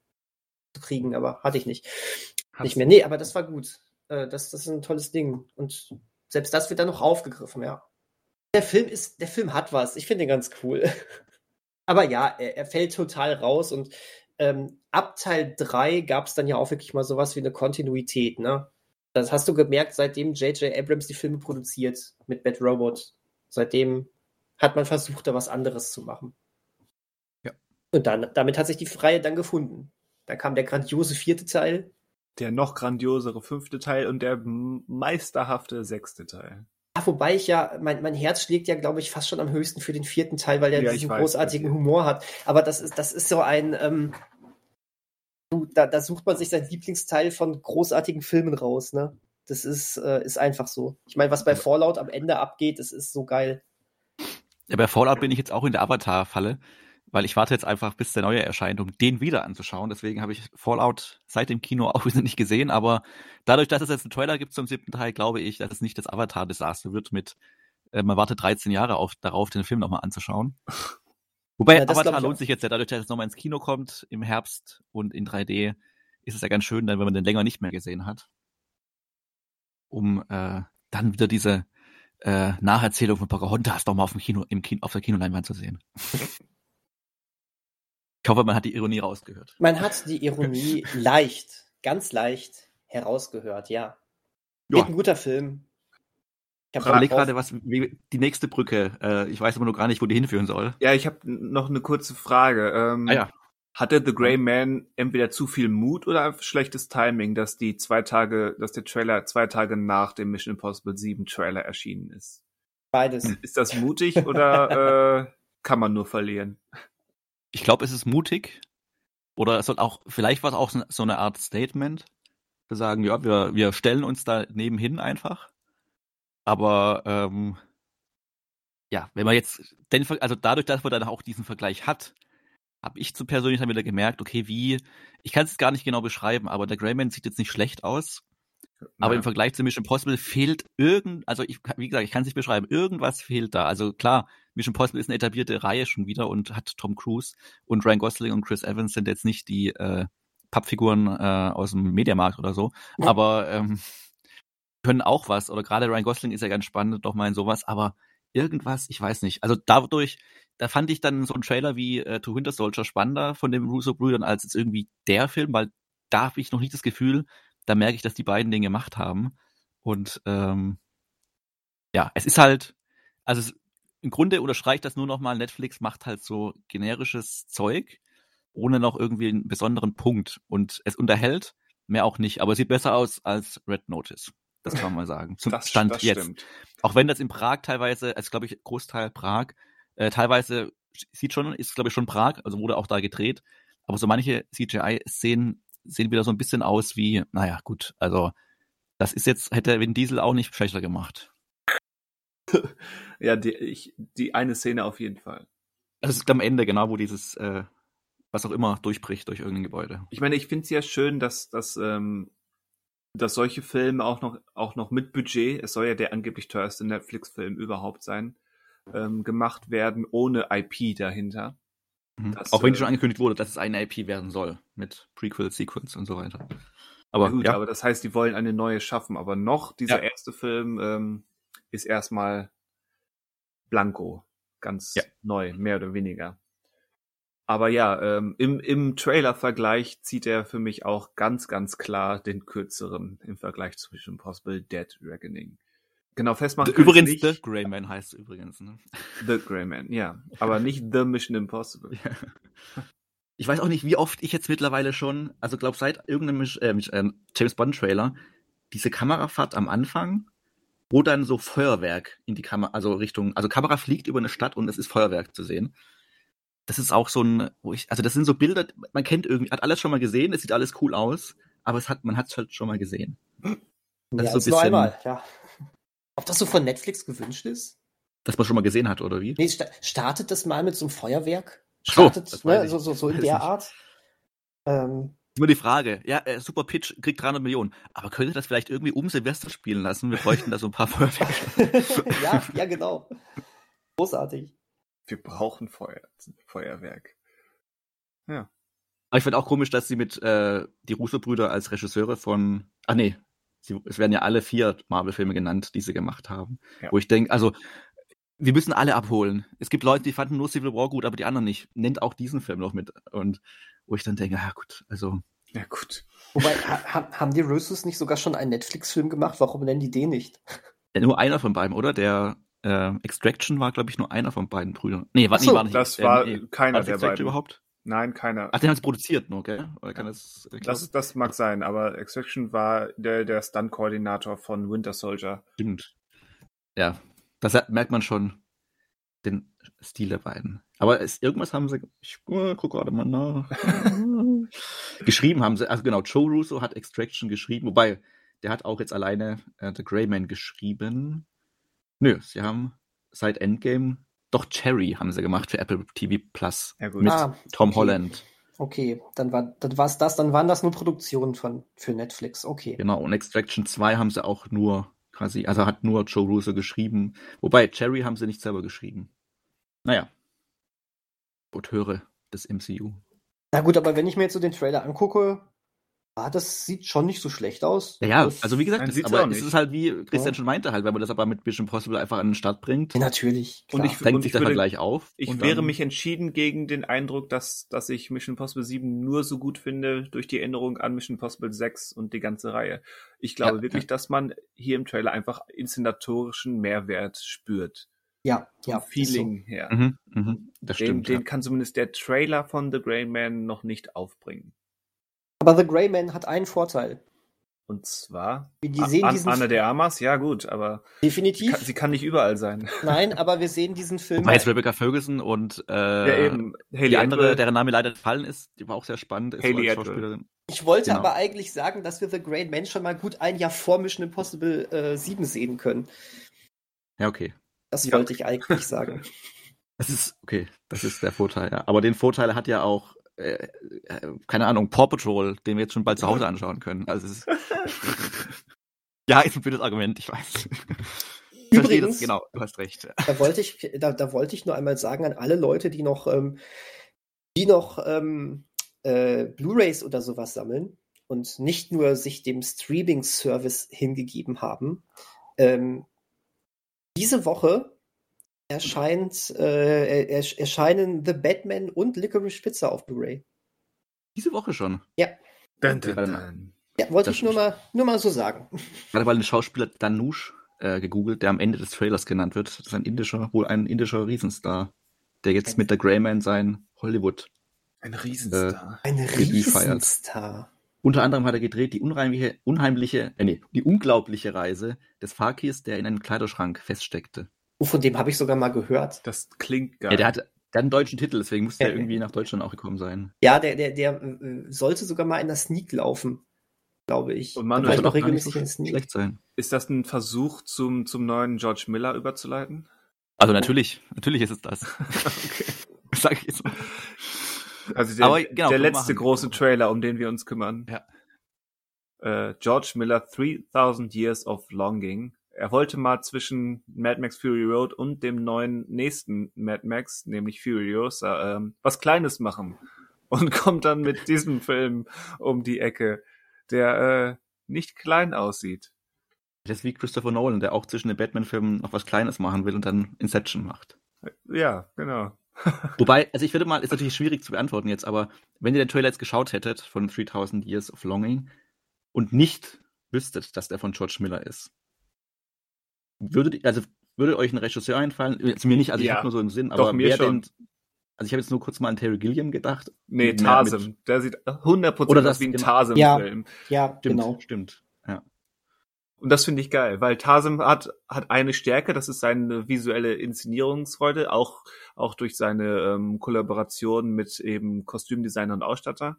zu kriegen, aber hatte ich nicht. Hat's nicht mehr. Nee, aber das war gut. Äh, das, das ist ein tolles Ding. Und selbst das wird dann noch aufgegriffen, ja. Der Film ist, der Film hat was. Ich finde ihn ganz cool. aber ja, er, er fällt total raus und ähm, ab Teil drei gab es dann ja auch wirklich mal sowas wie eine Kontinuität, ne? Das hast du gemerkt, seitdem J J Abrams die Filme produziert mit Bad Robot. Seitdem hat man versucht, da was anderes zu machen. Ja. Und dann, damit hat sich die Reihe dann gefunden. Da kam der grandiose vierte Teil. Der noch grandiosere fünfte Teil und der meisterhafte sechste Teil. Ach, wobei ich ja, mein, mein Herz schlägt ja, glaube ich, fast schon am höchsten für den vierten Teil, weil der Ja, diesen ich weiß, großartigen das- Humor hat. Aber das ist, das ist so ein, ähm, da, da sucht man sich sein Lieblingsteil von großartigen Filmen raus, ne? Das ist, äh, ist einfach so. Ich meine, was bei Fallout am Ende abgeht, das ist so geil. Ja, bei Fallout bin ich jetzt auch in der Avatar-Falle, weil ich warte jetzt einfach, bis der neue erscheint, um den wieder anzuschauen. Deswegen habe ich Fallout seit dem Kino auch wieder nicht gesehen. Aber dadurch, dass es jetzt einen Trailer gibt zum siebten Teil, glaube ich, dass es nicht das Avatar-Desaster wird mit, äh, man wartet dreizehn Jahre auf, darauf, den Film nochmal anzuschauen. Wobei Ja, das glaub Avatar ich lohnt auch. sich jetzt ja dadurch, dass es nochmal ins Kino kommt im Herbst und in drei D, ist es ja ganz schön, dann, wenn man den länger nicht mehr gesehen hat. Um äh, dann wieder diese äh, Nacherzählung von Pocahontas doch mal auf dem Kino, im Kino, auf der Kinoleinwand zu sehen. Ich hoffe, man hat die Ironie rausgehört. Man hat die Ironie leicht, ganz leicht herausgehört, ja. Ja. Wird ein guter Film. Ich Ich hab überlege Bock drauf. gerade, was wie, die nächste Brücke. Äh, ich weiß aber nur gar nicht, wo die hinführen soll. Ja, ich habe noch eine kurze Frage. Ähm, Ah ja. Hatte The Grey Man entweder zu viel Mut oder einfach schlechtes Timing, dass die zwei Tage, dass der Trailer zwei Tage nach dem Mission Impossible sieben Trailer erschienen ist? Beides. Ist das mutig oder äh, kann man nur verlieren? Ich glaube, es ist mutig. Oder es soll auch, vielleicht war es auch so- so eine Art Statement, zu sagen, ja, wir, wir stellen uns da nebenhin einfach. Aber ähm, ja, wenn man jetzt, den, Ver- also dadurch, dass man dann auch diesen Vergleich hat, habe ich zu persönlich dann wieder gemerkt, okay, wie, ich kann es gar nicht genau beschreiben, aber der Greyman sieht jetzt nicht schlecht aus. Aber Ja. im Vergleich zu Mission Impossible fehlt irgend, also ich, wie gesagt, ich kann es nicht beschreiben, irgendwas fehlt da. Also klar, Mission Impossible ist eine etablierte Reihe schon wieder und hat Tom Cruise und Ryan Gosling und Chris Evans sind jetzt nicht die äh, Pappfiguren äh, aus dem Mediamarkt oder so, aber ähm, können auch was. Oder gerade Ryan Gosling ist ja ganz spannend, doch mal in sowas, aber irgendwas, ich weiß nicht. Also dadurch, da fand ich dann so einen Trailer wie äh, To Winter Soldier spannender von den Russo-Brüdern als jetzt irgendwie der Film, weil da habe ich noch nicht das Gefühl, da merke ich, dass die beiden den gemacht haben. Und ähm, ja, es ist halt, also es, im Grunde unterstreicht das nur nochmal, Netflix macht halt so generisches Zeug, ohne noch irgendwie einen besonderen Punkt. Und es unterhält, mehr auch nicht, aber es sieht besser aus als Red Notice. Das kann man mal sagen. Zum Das, Stand das jetzt. stimmt. Auch wenn das in Prag teilweise, also glaube ich, Großteil Prag, äh, teilweise sieht schon, ist glaube ich schon Prag, also wurde auch da gedreht, aber so manche C G I-Szenen sehen wieder so ein bisschen aus wie, naja, gut, also Das ist jetzt, hätte Vin Diesel auch nicht schlechter gemacht. Ja, die, ich, die eine Szene auf jeden Fall. Das ist am Ende, genau, wo dieses, äh, was auch immer, durchbricht durch irgendein Gebäude. Ich meine, ich finde es ja schön, dass, dass, ähm, dass solche Filme auch noch, auch noch mit Budget, es soll ja der angeblich teuerste Netflix-Film überhaupt sein, ähm, gemacht werden, ohne I P dahinter. Mhm. Das, auch wenn äh, schon angekündigt wurde, dass es eine I P werden soll, mit Prequels, Sequels und so weiter. Aber, ja, gut, ja. aber das heißt, die wollen eine neue schaffen. Aber noch, dieser Ja. erste Film ähm, ist erstmal blanko. Ganz Ja. neu, mehr oder weniger. Aber ja, ähm, im, im Trailer-Vergleich zieht er für mich auch ganz, ganz klar den kürzeren im Vergleich zu Mission Impossible Dead Reckoning. Genau, festmachen kann Übrigens, ich The nicht. Grey Man heißt es übrigens. Ne? The Grey Man, ja. Aber nicht The Mission Impossible. Ja. Ich weiß auch nicht, wie oft ich jetzt mittlerweile schon, also glaube seit irgendeinem äh, James Bond Trailer, diese Kamerafahrt am Anfang, wo dann so Feuerwerk in die Kamera, also Richtung, also Kamera fliegt über eine Stadt und es ist Feuerwerk zu sehen. Das ist auch so ein, wo ich, also das sind so Bilder, man kennt irgendwie, hat alles schon mal gesehen, es sieht alles cool aus, aber es hat, man hat es halt schon mal gesehen. Das Ja, ist so ein ist nur bisschen, einmal, ja. Ob das so von Netflix gewünscht ist? dass man schon mal gesehen hat, oder wie? Nee, sta- startet das mal mit so einem Feuerwerk? Ach so, Startet, das weiß ne, ich. so, so, so in Weiß der nicht. Art? Ähm, Immer die Frage, ja, äh, Super Pitch kriegt dreihundert Millionen, aber könnte das vielleicht irgendwie um Silvester spielen lassen? Wir bräuchten da so ein paar Feuerwerke. ja, ja, genau. Großartig. Wir brauchen Feuer, Feuerwerk. Ja. Aber ich finde auch komisch, dass sie mit äh, die Russo-Brüder als Regisseure von, ach nee, sie, es werden ja alle vier Marvel-Filme genannt, die sie gemacht haben. Ja. Wo ich denke, also wir müssen alle abholen. Es gibt Leute, die fanden nur Civil War gut, aber die anderen nicht. Nennt auch diesen Film noch mit. Und wo ich dann denke, ja gut, also Ja, gut. Wobei, ha, ha, haben die Russos nicht sogar schon einen Netflix-Film gemacht? Warum nennen die den nicht? ja, nur einer von beiden, oder? Der äh, Extraction war, glaube ich, nur einer von beiden Brüdern. Nee, war, Ach so, nee, war nicht. Das äh, war nee. keiner War das der Extraction beiden. überhaupt? Nein, keiner. Ach, den haben sie produziert nur, gell? Oder kann das, ich glaub, Das, das mag sein, aber Extraction war der, der Stunt-Koordinator von Winter Soldier. Stimmt. Ja, das hat- merkt man schon den Stil der beiden. Aber es, irgendwas haben sie, ich äh, guck gerade mal nach. geschrieben haben sie, also genau, Joe Russo hat Extraction geschrieben, wobei, der hat auch jetzt alleine äh, The Grey Man geschrieben. Nö, sie haben seit Endgame, doch Cherry haben sie gemacht für Apple T V Plus. Ja, gut. Mit Ah, Tom okay. Holland. Okay, dann war dann war's das, dann waren das nur Produktionen von für Netflix. Okay. Genau, und Extraction zwei haben sie auch nur quasi, also hat nur Joe Russo geschrieben. Wobei, Cherry haben sie nicht selber geschrieben. Naja. Auteure des M C U. Na gut, aber wenn ich mir jetzt so den Trailer angucke, ah, das sieht schon nicht so schlecht aus. Ja, ja, Das- also wie gesagt, Nein, das, sieht's aber auch es nicht. ist halt wie Christian Ja. schon meinte halt, wenn man das aber mit Mission Impossible einfach an den Start bringt, Ja, natürlich. Und Klar. ich- drängt und sich ich der würde- Vergleich auf. Ich und wehre dann- mich entschieden gegen den Eindruck, dass, dass ich Mission Impossible sieben nur so gut finde durch die Erinnerung an Mission Impossible sechs und die ganze Reihe. Ich glaube Ja, wirklich, ja. dass man hier im Trailer einfach inszenatorischen Mehrwert spürt. ja, Vom ja. Feeling her. Mhm, mhm, das Den, stimmt. den ja. kann zumindest der Trailer von The Grey Man noch nicht aufbringen. Aber The Grey Man hat einen Vorteil. Und zwar Wir sehen A- An- diesen Anna de Armas, ja gut, aber sie definitiv. kann, sie kann nicht überall sein. Nein, aber wir sehen diesen Film. Wobei jetzt Rebecca Ferguson und äh, ja eben, Hayley die andere, Atwell. deren Name leider gefallen ist, die war auch sehr spannend, ist Hayley so als Atwell. Schauspielerin. Ich wollte Genau. aber eigentlich sagen, dass wir The Great Man schon mal gut ein Jahr vor Mission Impossible äh, sieben sehen können. Ja, okay. Das Ja. wollte ich eigentlich sagen. Das ist, okay, das ist der Vorteil, ja. Aber den Vorteil hat ja auch, äh, äh, keine Ahnung, Paw Patrol, den wir jetzt schon bald zu Hause anschauen können. Also es ist ja, ist ein blödes Argument, ich weiß. Ich verstehe das, Übrigens- genau, du hast recht. Da wollte ich, da, da wollte ich nur einmal sagen an alle Leute, die noch, ähm, die noch ähm, äh, Blu-rays oder sowas sammeln und nicht nur sich dem Streaming-Service hingegeben haben. Ähm, diese Woche erscheint, äh, er, erscheinen The Batman und Licorice Pizza auf Blu-ray. Diese Woche schon. Dun, dun, dun. Ja, wollte Das ich nur mal, nur mal so sagen. Gerade weil ein Schauspieler Danush äh, gegoogelt, der am Ende des Trailers genannt wird. Das ist ein indischer, wohl ein indischer Riesenstar, der jetzt mit der Grey Man sein Hollywood. Ein Riesenstar. Ein Debüt feiert. Riesenstar. Unter anderem hat er gedreht die unheimliche, unheimliche, äh, nee, die unglaubliche Reise des Fakirs, der in einem Kleiderschrank feststeckte. Oh, von dem habe ich sogar mal gehört. Das klingt geil. Ja, der hat, der hat einen deutschen Titel, deswegen musste Ja, er irgendwie nach Deutschland auch gekommen sein. Ja, der, der, der äh, sollte sogar mal in der Sneak laufen. glaube ich. Und Manuel, da war ich wird noch auch gar nicht so regelmäßig in schlecht sein. Ist das ein Versuch, zum, zum neuen George Miller überzuleiten? Also natürlich, natürlich ist es das. Okay. Sag ich jetzt mal. Also der, Aber genau, der so letzte machen. große Trailer, um den wir uns kümmern. Ja. Äh, George Miller, three thousand Years of Longing. Er wollte mal zwischen Mad Max Fury Road und dem neuen nächsten Mad Max, nämlich Furiosa, ähm, was Kleines machen. Und kommt dann mit diesem Film um die Ecke, der äh, nicht klein aussieht. Das ist wie Christopher Nolan, der auch zwischen den Batman-Filmen noch was Kleines machen will und dann Inception macht. Ja, genau. Wobei, also ich würde mal, ist natürlich schwierig zu beantworten jetzt, aber wenn ihr den Trailer jetzt geschaut hättet von three thousand Years of Longing und nicht wüsstet, dass der von George Miller ist, würdet, also würde euch ein Regisseur einfallen? Also mir nicht, also ich Ja, habe nur so im Sinn, doch, aber mir wer schon. denn, also ich habe jetzt nur kurz mal an Terry Gilliam gedacht. Nee, Mit- Tarsem. mit- Der sieht hundert Prozent Oder aus das, wie ein genau. Tarsem-Film. Ja, Stimmt, genau. stimmt. Ja. Und das finde ich geil, weil Tarsem hat, hat eine Stärke, das ist seine visuelle Inszenierungsfreude, auch, auch durch seine ähm, Kollaboration mit eben Kostümdesigner und Ausstatter.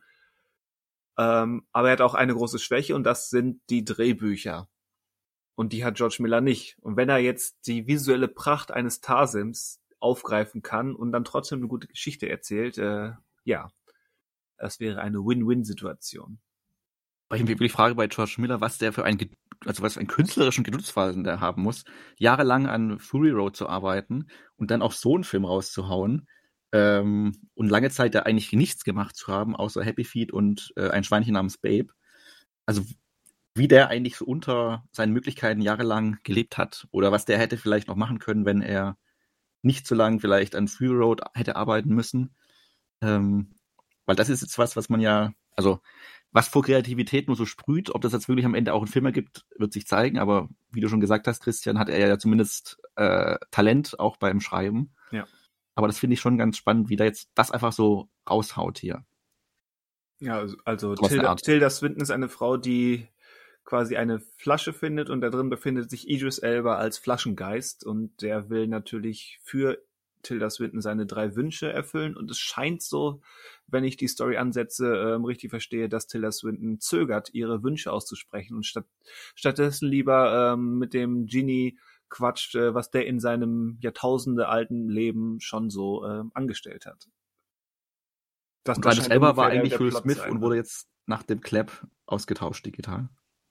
Ähm, aber er hat auch eine große Schwäche und das sind die Drehbücher. Und die hat George Miller nicht. Und wenn er jetzt die visuelle Pracht eines Tarsims aufgreifen kann und dann trotzdem eine gute Geschichte erzählt, äh, ja, das wäre eine Win-Win-Situation. Aber ich wirklich frage bei George Miller, was der für ein, Ge- also was für einen künstlerischen Geduldsfaden der haben muss, jahrelang an Fury Road zu arbeiten und dann auch so einen Film rauszuhauen ähm, und lange Zeit da eigentlich nichts gemacht zu haben, außer Happy Feet und äh, ein Schweinchen namens Babe. Also wie der eigentlich so unter seinen Möglichkeiten jahrelang gelebt hat oder was der hätte vielleicht noch machen können, wenn er nicht so lange vielleicht an Fury Road hätte arbeiten müssen. Ähm, weil das ist jetzt was, was man ja, also was vor Kreativität nur so sprüht, ob das jetzt wirklich am Ende auch einen Film ergibt, wird sich zeigen, aber wie du schon gesagt hast, Christian, hat er ja zumindest äh, Talent auch beim Schreiben. Ja. Aber das finde ich schon ganz spannend, wie der jetzt das einfach so raushaut hier. Ja, also, also Sowas in der Tilda, Art. Tilda Swinton ist eine Frau, die quasi eine Flasche findet und da drin befindet sich Idris Elba als Flaschengeist und der will natürlich für Tilda Swinton seine drei Wünsche erfüllen und es scheint so, wenn ich die Story ansetze, ähm, richtig verstehe, dass Tilda Swinton zögert, ihre Wünsche auszusprechen und statt, stattdessen lieber ähm, mit dem Genie quatscht, äh, was der in seinem Jahrtausende alten Leben schon so ähm, angestellt hat. Das, Und das Idris scheint Elba war ungefähr der- eigentlich der Will Plot Smith sein, und ne? wurde jetzt nach dem Clap ausgetauscht digital.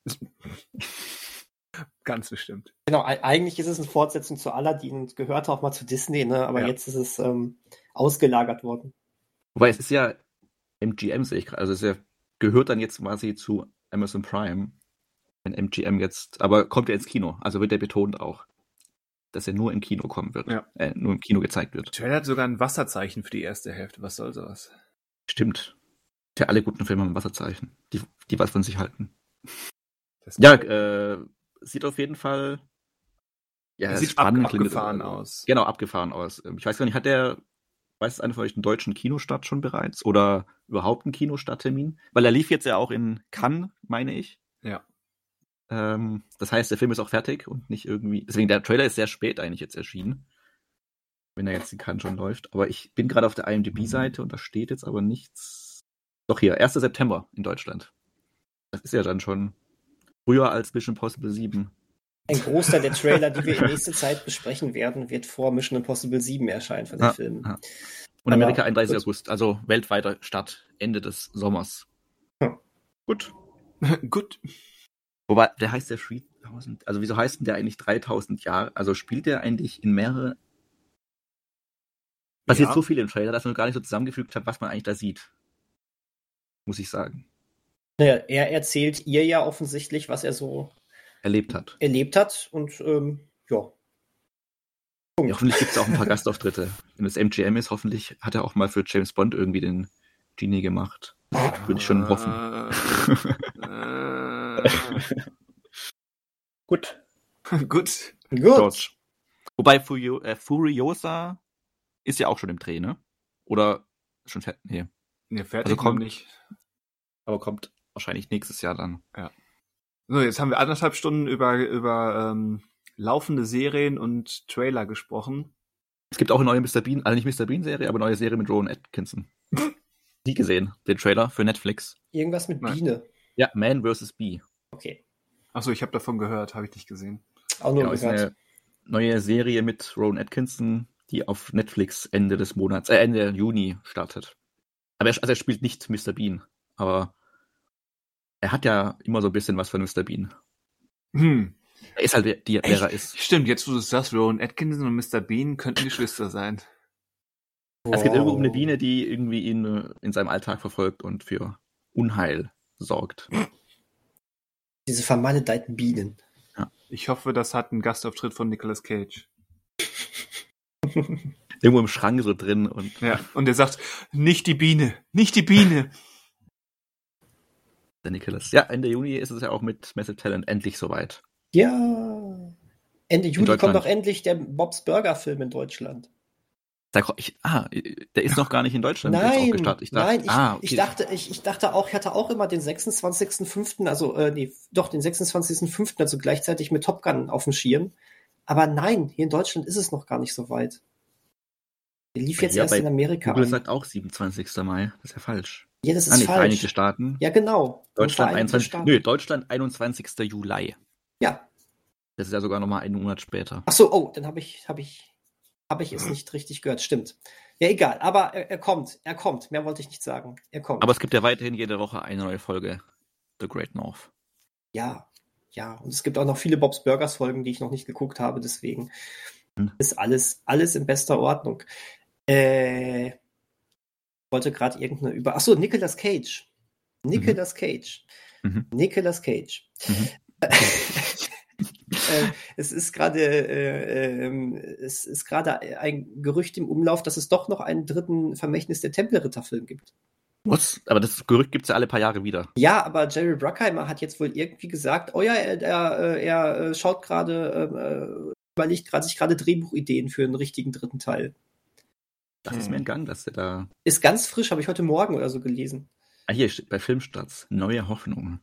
Ganz bestimmt. Genau, e- eigentlich ist es eine Fortsetzung zu Aladdin und gehörte auch mal zu Disney, ne? Aber Ja. jetzt ist es ähm, ausgelagert worden. Wobei es ist ja M G M, sehe ich gerade. Also es ist ja, gehört dann jetzt quasi zu Amazon Prime, wenn M G M jetzt, aber kommt ja ins Kino. Also wird der betont auch, dass er nur im Kino kommen wird. Ja. Äh, nur im Kino gezeigt wird. Trailer hat sogar ein Wasserzeichen für die erste Hälfte. Was soll sowas? Stimmt. Ja, alle guten Filme haben ein Wasserzeichen, die, die was von sich halten. Das Ja, äh, sieht auf jeden Fall ja, sieht spannend, ab, klingt abgefahren das- aus. Genau, abgefahren aus. Ähm, Ich weiß gar nicht, hat der, weiß einer von euch, einen deutschen Kinostart schon bereits? Oder überhaupt einen Kinostarttermin? Weil er lief jetzt ja auch in Cannes, meine ich. Ja. Ähm, das heißt, der Film ist auch fertig und nicht irgendwie. Deswegen, der Trailer ist sehr spät eigentlich jetzt erschienen. Wenn er jetzt in Cannes schon läuft. Aber ich bin gerade auf der I M D B-Seite und da steht jetzt aber nichts. Doch hier, erster September in Deutschland. Das ist ja dann schon früher als Mission Impossible sieben. Ein Großteil der Trailer, die wir in nächster Zeit besprechen werden, wird vor Mission Impossible sieben erscheinen von den Ja, Filmen. ja. Und Amerika Aber einunddreißigsten gut. August, also weltweiter Start, Ende des Sommers. Ja. Gut. Gut. Wobei, der heißt ja dreitausend, also wieso heißt denn der eigentlich dreitausend Jahre? Also spielt der eigentlich in mehrere. Passiert Ja. so viel im Trailer, dass man gar nicht so zusammengefügt hat, was man eigentlich da sieht. Muss ich sagen. Naja, er erzählt ihr ja offensichtlich, was er so Erlebt hat. erlebt hat und ähm, ja. Ja, Punkt. hoffentlich gibt es auch ein paar Gastauftritte. Wenn es M G M ist, hoffentlich hat er auch mal für James Bond irgendwie den Genie gemacht. Würde ich schon hoffen. Äh, Gut. äh, gut. Gut. George. Wobei Furio, äh, Furiosa ist ja auch schon im Dreh, ne? Oder schon fertig? Nee. Nee, fertig Also noch kommt- nicht. Aber kommt wahrscheinlich nächstes Jahr dann. So, jetzt haben wir anderthalb Stunden über, über ähm, laufende Serien und Trailer gesprochen. Es gibt auch eine neue Mister Bean, also nicht Mister Bean-Serie, aber eine neue Serie mit Rowan Atkinson. Die gesehen, den Trailer für Netflix. Irgendwas mit Nein. Biene. Ja, Man versus. Bee. Okay. Achso, ich habe davon gehört, habe ich nicht gesehen. Auch nur Genau, ist gehört. eine neue Serie mit Rowan Atkinson, die auf Netflix Ende des Monats, äh, Ende Juni startet. Aber er, also er spielt nicht Mister Bean, aber er hat ja immer so ein bisschen was von Mister Bean. Hm. Er ist halt, wer, die, wer er ist. Stimmt, jetzt wo du es sagst, Rowan Atkinson und Mister Bean könnten Geschwister sein. Es geht irgendwo um eine Biene, die irgendwie ihn äh, in seinem Alltag verfolgt und für Unheil sorgt. Diese vermaledeiten Bienen. Ich hoffe, das hat einen Gastauftritt von Nicolas Cage. Irgendwo im Schrank so drin und Ja, und er sagt, nicht die Biene, nicht die Biene. der Nicholas. Ja, Ende Juni ist es ja auch mit Massive Talent endlich soweit. Ja. Ende Juni Deutschland. kommt doch endlich der Bob's Burger Film in Deutschland. Da, ko- ich, ah, der ist noch gar nicht in Deutschland jetzt auch Nein, gestartet. Ich dachte, nein, ich, ah, okay. ich dachte, ich, ich dachte auch, ich hatte auch immer den sechsundzwanzigsten fünften, also äh, nee, doch den sechsundzwanzigsten fünften, also gleichzeitig mit Top Gun auf dem Schirm. Aber nein, hier in Deutschland ist es noch gar nicht so weit. Der lief jetzt Ja, erst bei in Amerika Google an. sagt auch siebenundzwanzigsten Mai. Das ist ja falsch. Ja, das Ah, ist nee, Vereinigte falsch. Staaten. Ja, genau. Deutschland Vereinigte einundzwanzigsten Staaten. Nö, Deutschland einundzwanzigsten Juli. Ja. Das ist ja sogar nochmal einen Monat später. Ach so, oh, dann habe ich, habe ich, habe ich es nicht richtig gehört. Stimmt. Ja, egal. Aber er, er kommt, er kommt. Mehr wollte ich nicht sagen. Er kommt. Aber es gibt ja weiterhin jede Woche eine neue Folge The Great North. Ja, ja. Und es gibt auch noch viele Bob's Burgers Folgen, die ich noch nicht geguckt habe. Deswegen Hm. ist alles, alles in bester Ordnung. Äh, ich wollte gerade irgendeine über. Ach so, Nicolas Cage. Nicolas Cage. Mhm. Nicolas Cage. Mhm. äh, es ist gerade äh, ähm, es ist gerade ein Gerücht im Umlauf, dass es doch noch einen dritten Vermächtnis der Tempelritter-Film gibt. Was? Aber das Gerücht gibt es ja alle paar Jahre wieder. Ja, aber Jerry Bruckheimer hat jetzt wohl irgendwie gesagt, oh ja, er, er, er schaut gerade, äh, überlegt gerade sich gerade Drehbuchideen für einen richtigen dritten Teil. Das ist mir entgangen, dass der da. Ist ganz frisch, habe ich heute Morgen oder so gelesen. Ah, hier steht bei Filmstarts. Neue Hoffnung.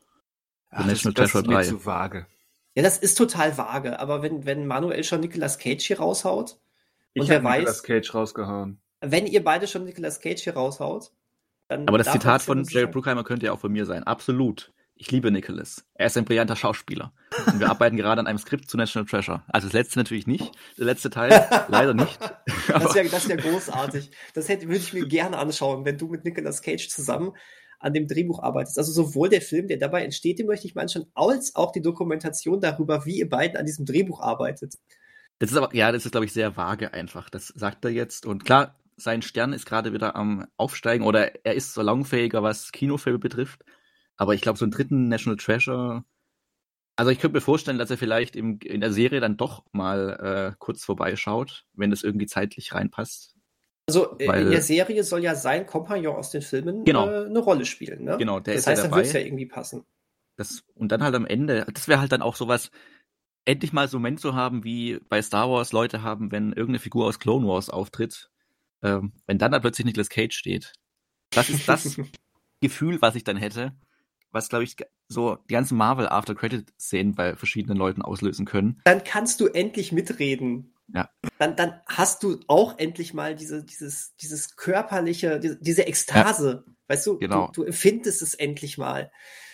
Ach, National das, das Treasure ist mir drei. zu vage. Ja, das ist total vage, aber wenn, wenn Manuel schon Nicolas Cage hier raushaut, Ich und wer habe Nicolas weiß, Cage rausgehauen. wenn ihr beide schon Nicolas Cage hier raushaut, dann Aber das darf Zitat das ja von nicht Jerry sein. Bruckheimer könnte ja auch von mir sein. Absolut. Ich liebe Nicholas. Er ist ein brillanter Schauspieler. Und wir arbeiten gerade an einem Skript zu National Treasure. Also das letzte natürlich nicht. Der letzte Teil leider nicht. Das ist ja, das ist ja großartig. Das hätte, würde ich mir gerne anschauen, wenn du mit Nicolas Cage zusammen an dem Drehbuch arbeitest. Also sowohl der Film, der dabei entsteht, den möchte ich mal anschauen, als auch die Dokumentation darüber, wie ihr beiden an diesem Drehbuch arbeitet. Das ist aber, ja, das ist, glaube ich, sehr vage einfach. Das sagt er jetzt. Und klar, sein Stern ist gerade wieder am Aufsteigen oder er ist salonfähiger, was Kinofilme betrifft. Aber ich glaube, so einen dritten National Treasure. Also ich könnte mir vorstellen, dass er vielleicht im, in der Serie dann doch mal äh, kurz vorbeischaut, wenn das irgendwie zeitlich reinpasst. Also äh, Weil- in der Serie soll ja sein Kompagnon aus den Filmen Genau. äh, eine Rolle spielen. Ne? Genau, der das ist ja heißt, dann dabei. wird es ja irgendwie passen. Das, und dann halt am Ende, das wäre halt dann auch sowas, endlich mal so einen Moment zu haben, wie bei Star Wars Leute haben, wenn irgendeine Figur aus Clone Wars auftritt, ähm, wenn dann da plötzlich Nicolas Cage steht. Das ist das Gefühl, was ich dann hätte, was, glaube ich, so die ganzen Marvel After-Credit-Szenen bei verschiedenen Leuten auslösen können. Dann kannst du endlich mitreden. Ja. Dann, dann hast du auch endlich mal diese, dieses, dieses körperliche, diese, diese Ekstase. Weißt du, Genau. du, du empfindest es endlich mal.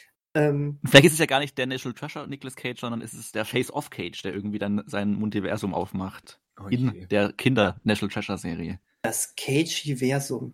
Ähm, Vielleicht ist es ja gar nicht der National Treasure Nicolas Cage, sondern ist es der Face-Off Cage, der irgendwie dann sein Multiversum aufmacht. Oh in je. der Kinder-National Treasure-Serie. das Cage-Versum.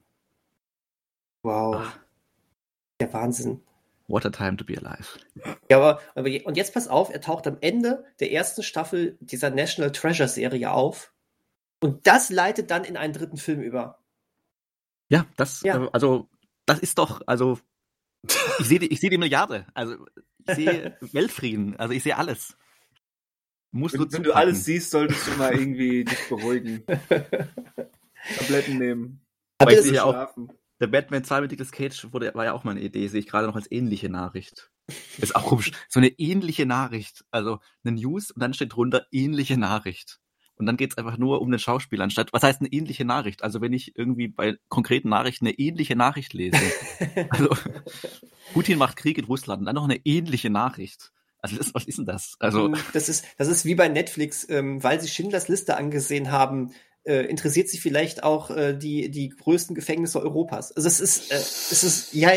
Wow. Ach. Der Wahnsinn. What a time to be alive. Ja, aber, aber je- und jetzt pass auf, er taucht am Ende der ersten Staffel dieser National Treasure Serie auf. Und das leitet dann in einen dritten Film über. Ja, das, Ja. äh, also, das ist doch, also, ich sehe die, ich sehe die Milliarde. Also, ich sehe Weltfrieden. Also, ich sehe alles. Musst Wenn, du wenn du zupacken. alles siehst, solltest du mal irgendwie dich beruhigen. Tabletten nehmen. Habt Aber ihr ich das, sehe ja auch, Schlafen. der Batman zwei mit Nicolas Cage wurde, war ja auch mal eine Idee, sehe ich gerade noch als ähnliche Nachricht. Ist auch komisch. So eine ähnliche Nachricht. Also, eine News und dann steht drunter ähnliche Nachricht. Und dann geht's einfach nur um den Schauspieler anstatt, was heißt eine ähnliche Nachricht? Also, wenn ich irgendwie bei konkreten Nachrichten eine ähnliche Nachricht lese. Also, Putin macht Krieg in Russland und dann noch eine ähnliche Nachricht. Also, das, was ist denn das? Also, das ist, das ist wie bei Netflix, ähm, weil sie Schindlers Liste angesehen haben, äh, interessiert sie vielleicht auch äh, die, die größten Gefängnisse Europas. Also es ist, äh, es ist, ja, ja.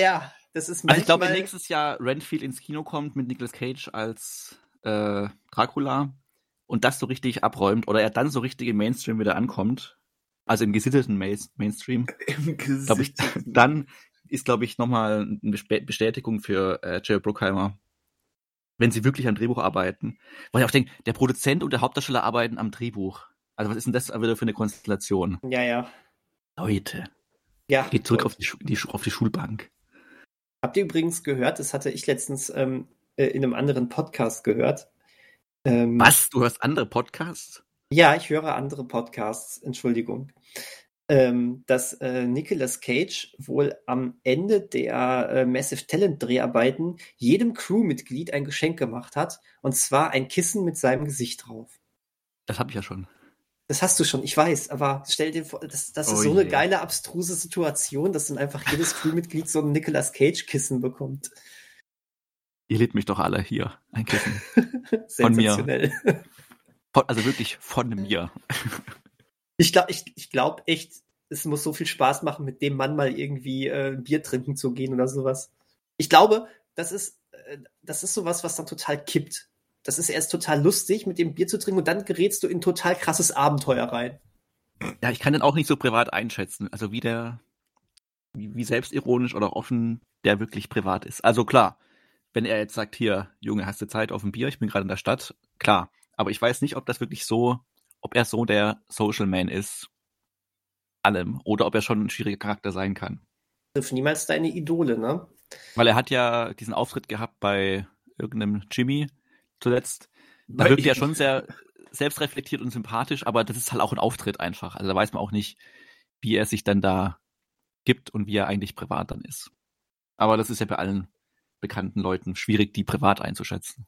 das ist Also ich glaube, wenn manchmal- nächstes Jahr Renfield ins Kino kommt mit Nicolas Cage als äh, Dracula und das so richtig abräumt oder er dann so richtig im Mainstream wieder ankommt, also im gesitteten Main- Mainstream, glaube ich, dann ist, glaube ich, nochmal eine Besp- Bestätigung für äh, Jerry Bruckheimer, wenn sie wirklich am Drehbuch arbeiten. Weil ich auch denke, der Produzent und der Hauptdarsteller arbeiten am Drehbuch. Also was ist denn das wieder für eine Konstellation? Ja, ja. Leute, Ja. geht zurück und- auf die, Schu- die, Schu- auf die Schulbank. Habt ihr übrigens gehört, das hatte ich letztens ähm, äh, in einem anderen Podcast gehört. Ähm, Was? Du hörst andere Podcasts? Ja, ich höre andere Podcasts, Entschuldigung. Ähm, dass äh, Nicolas Cage wohl am Ende der äh, Massive Talent Dreharbeiten jedem Crewmitglied ein Geschenk gemacht hat, und zwar ein Kissen mit seinem Gesicht drauf. Das habe ich ja schon. Das hast du schon, ich weiß, aber stell dir vor, das, das ist Oh so eine je. geile, abstruse Situation, dass dann einfach jedes Crewmitglied so ein Nicolas Cage Kissen bekommt. Ihr lädt mich doch alle hier. Ein Kissen. Von mir. Sensationell. Von, also wirklich von mir. Ich glaube ich, ich glaub echt, es muss so viel Spaß machen, mit dem Mann mal irgendwie äh, Bier trinken zu gehen oder sowas. Ich glaube, das ist, äh, das ist sowas, was dann total kippt. Das ist erst total lustig, mit dem Bier zu trinken, und dann gerätst du in total krasses Abenteuer rein. Ja, ich kann den auch nicht so privat einschätzen. Also wie der, wie, wie selbstironisch oder offen der wirklich privat ist. Also klar, wenn er jetzt sagt, hier, Junge, hast du Zeit auf ein Bier? Ich bin gerade in der Stadt. Klar. Aber ich weiß nicht, ob das wirklich so, ob er so der Social Man ist. Allem. Oder ob er schon ein schwieriger Charakter sein kann. Triff niemals deine Idole, ne? Weil er hat ja diesen Auftritt gehabt bei irgendeinem Jimmy zuletzt. Da Bei wirkt er ihm. schon sehr selbstreflektiert und sympathisch, aber das ist halt auch ein Auftritt einfach. Also da weiß man auch nicht, wie er sich dann da gibt und wie er eigentlich privat dann ist. Aber das ist ja bei allen bekannten Leuten schwierig, die privat einzuschätzen.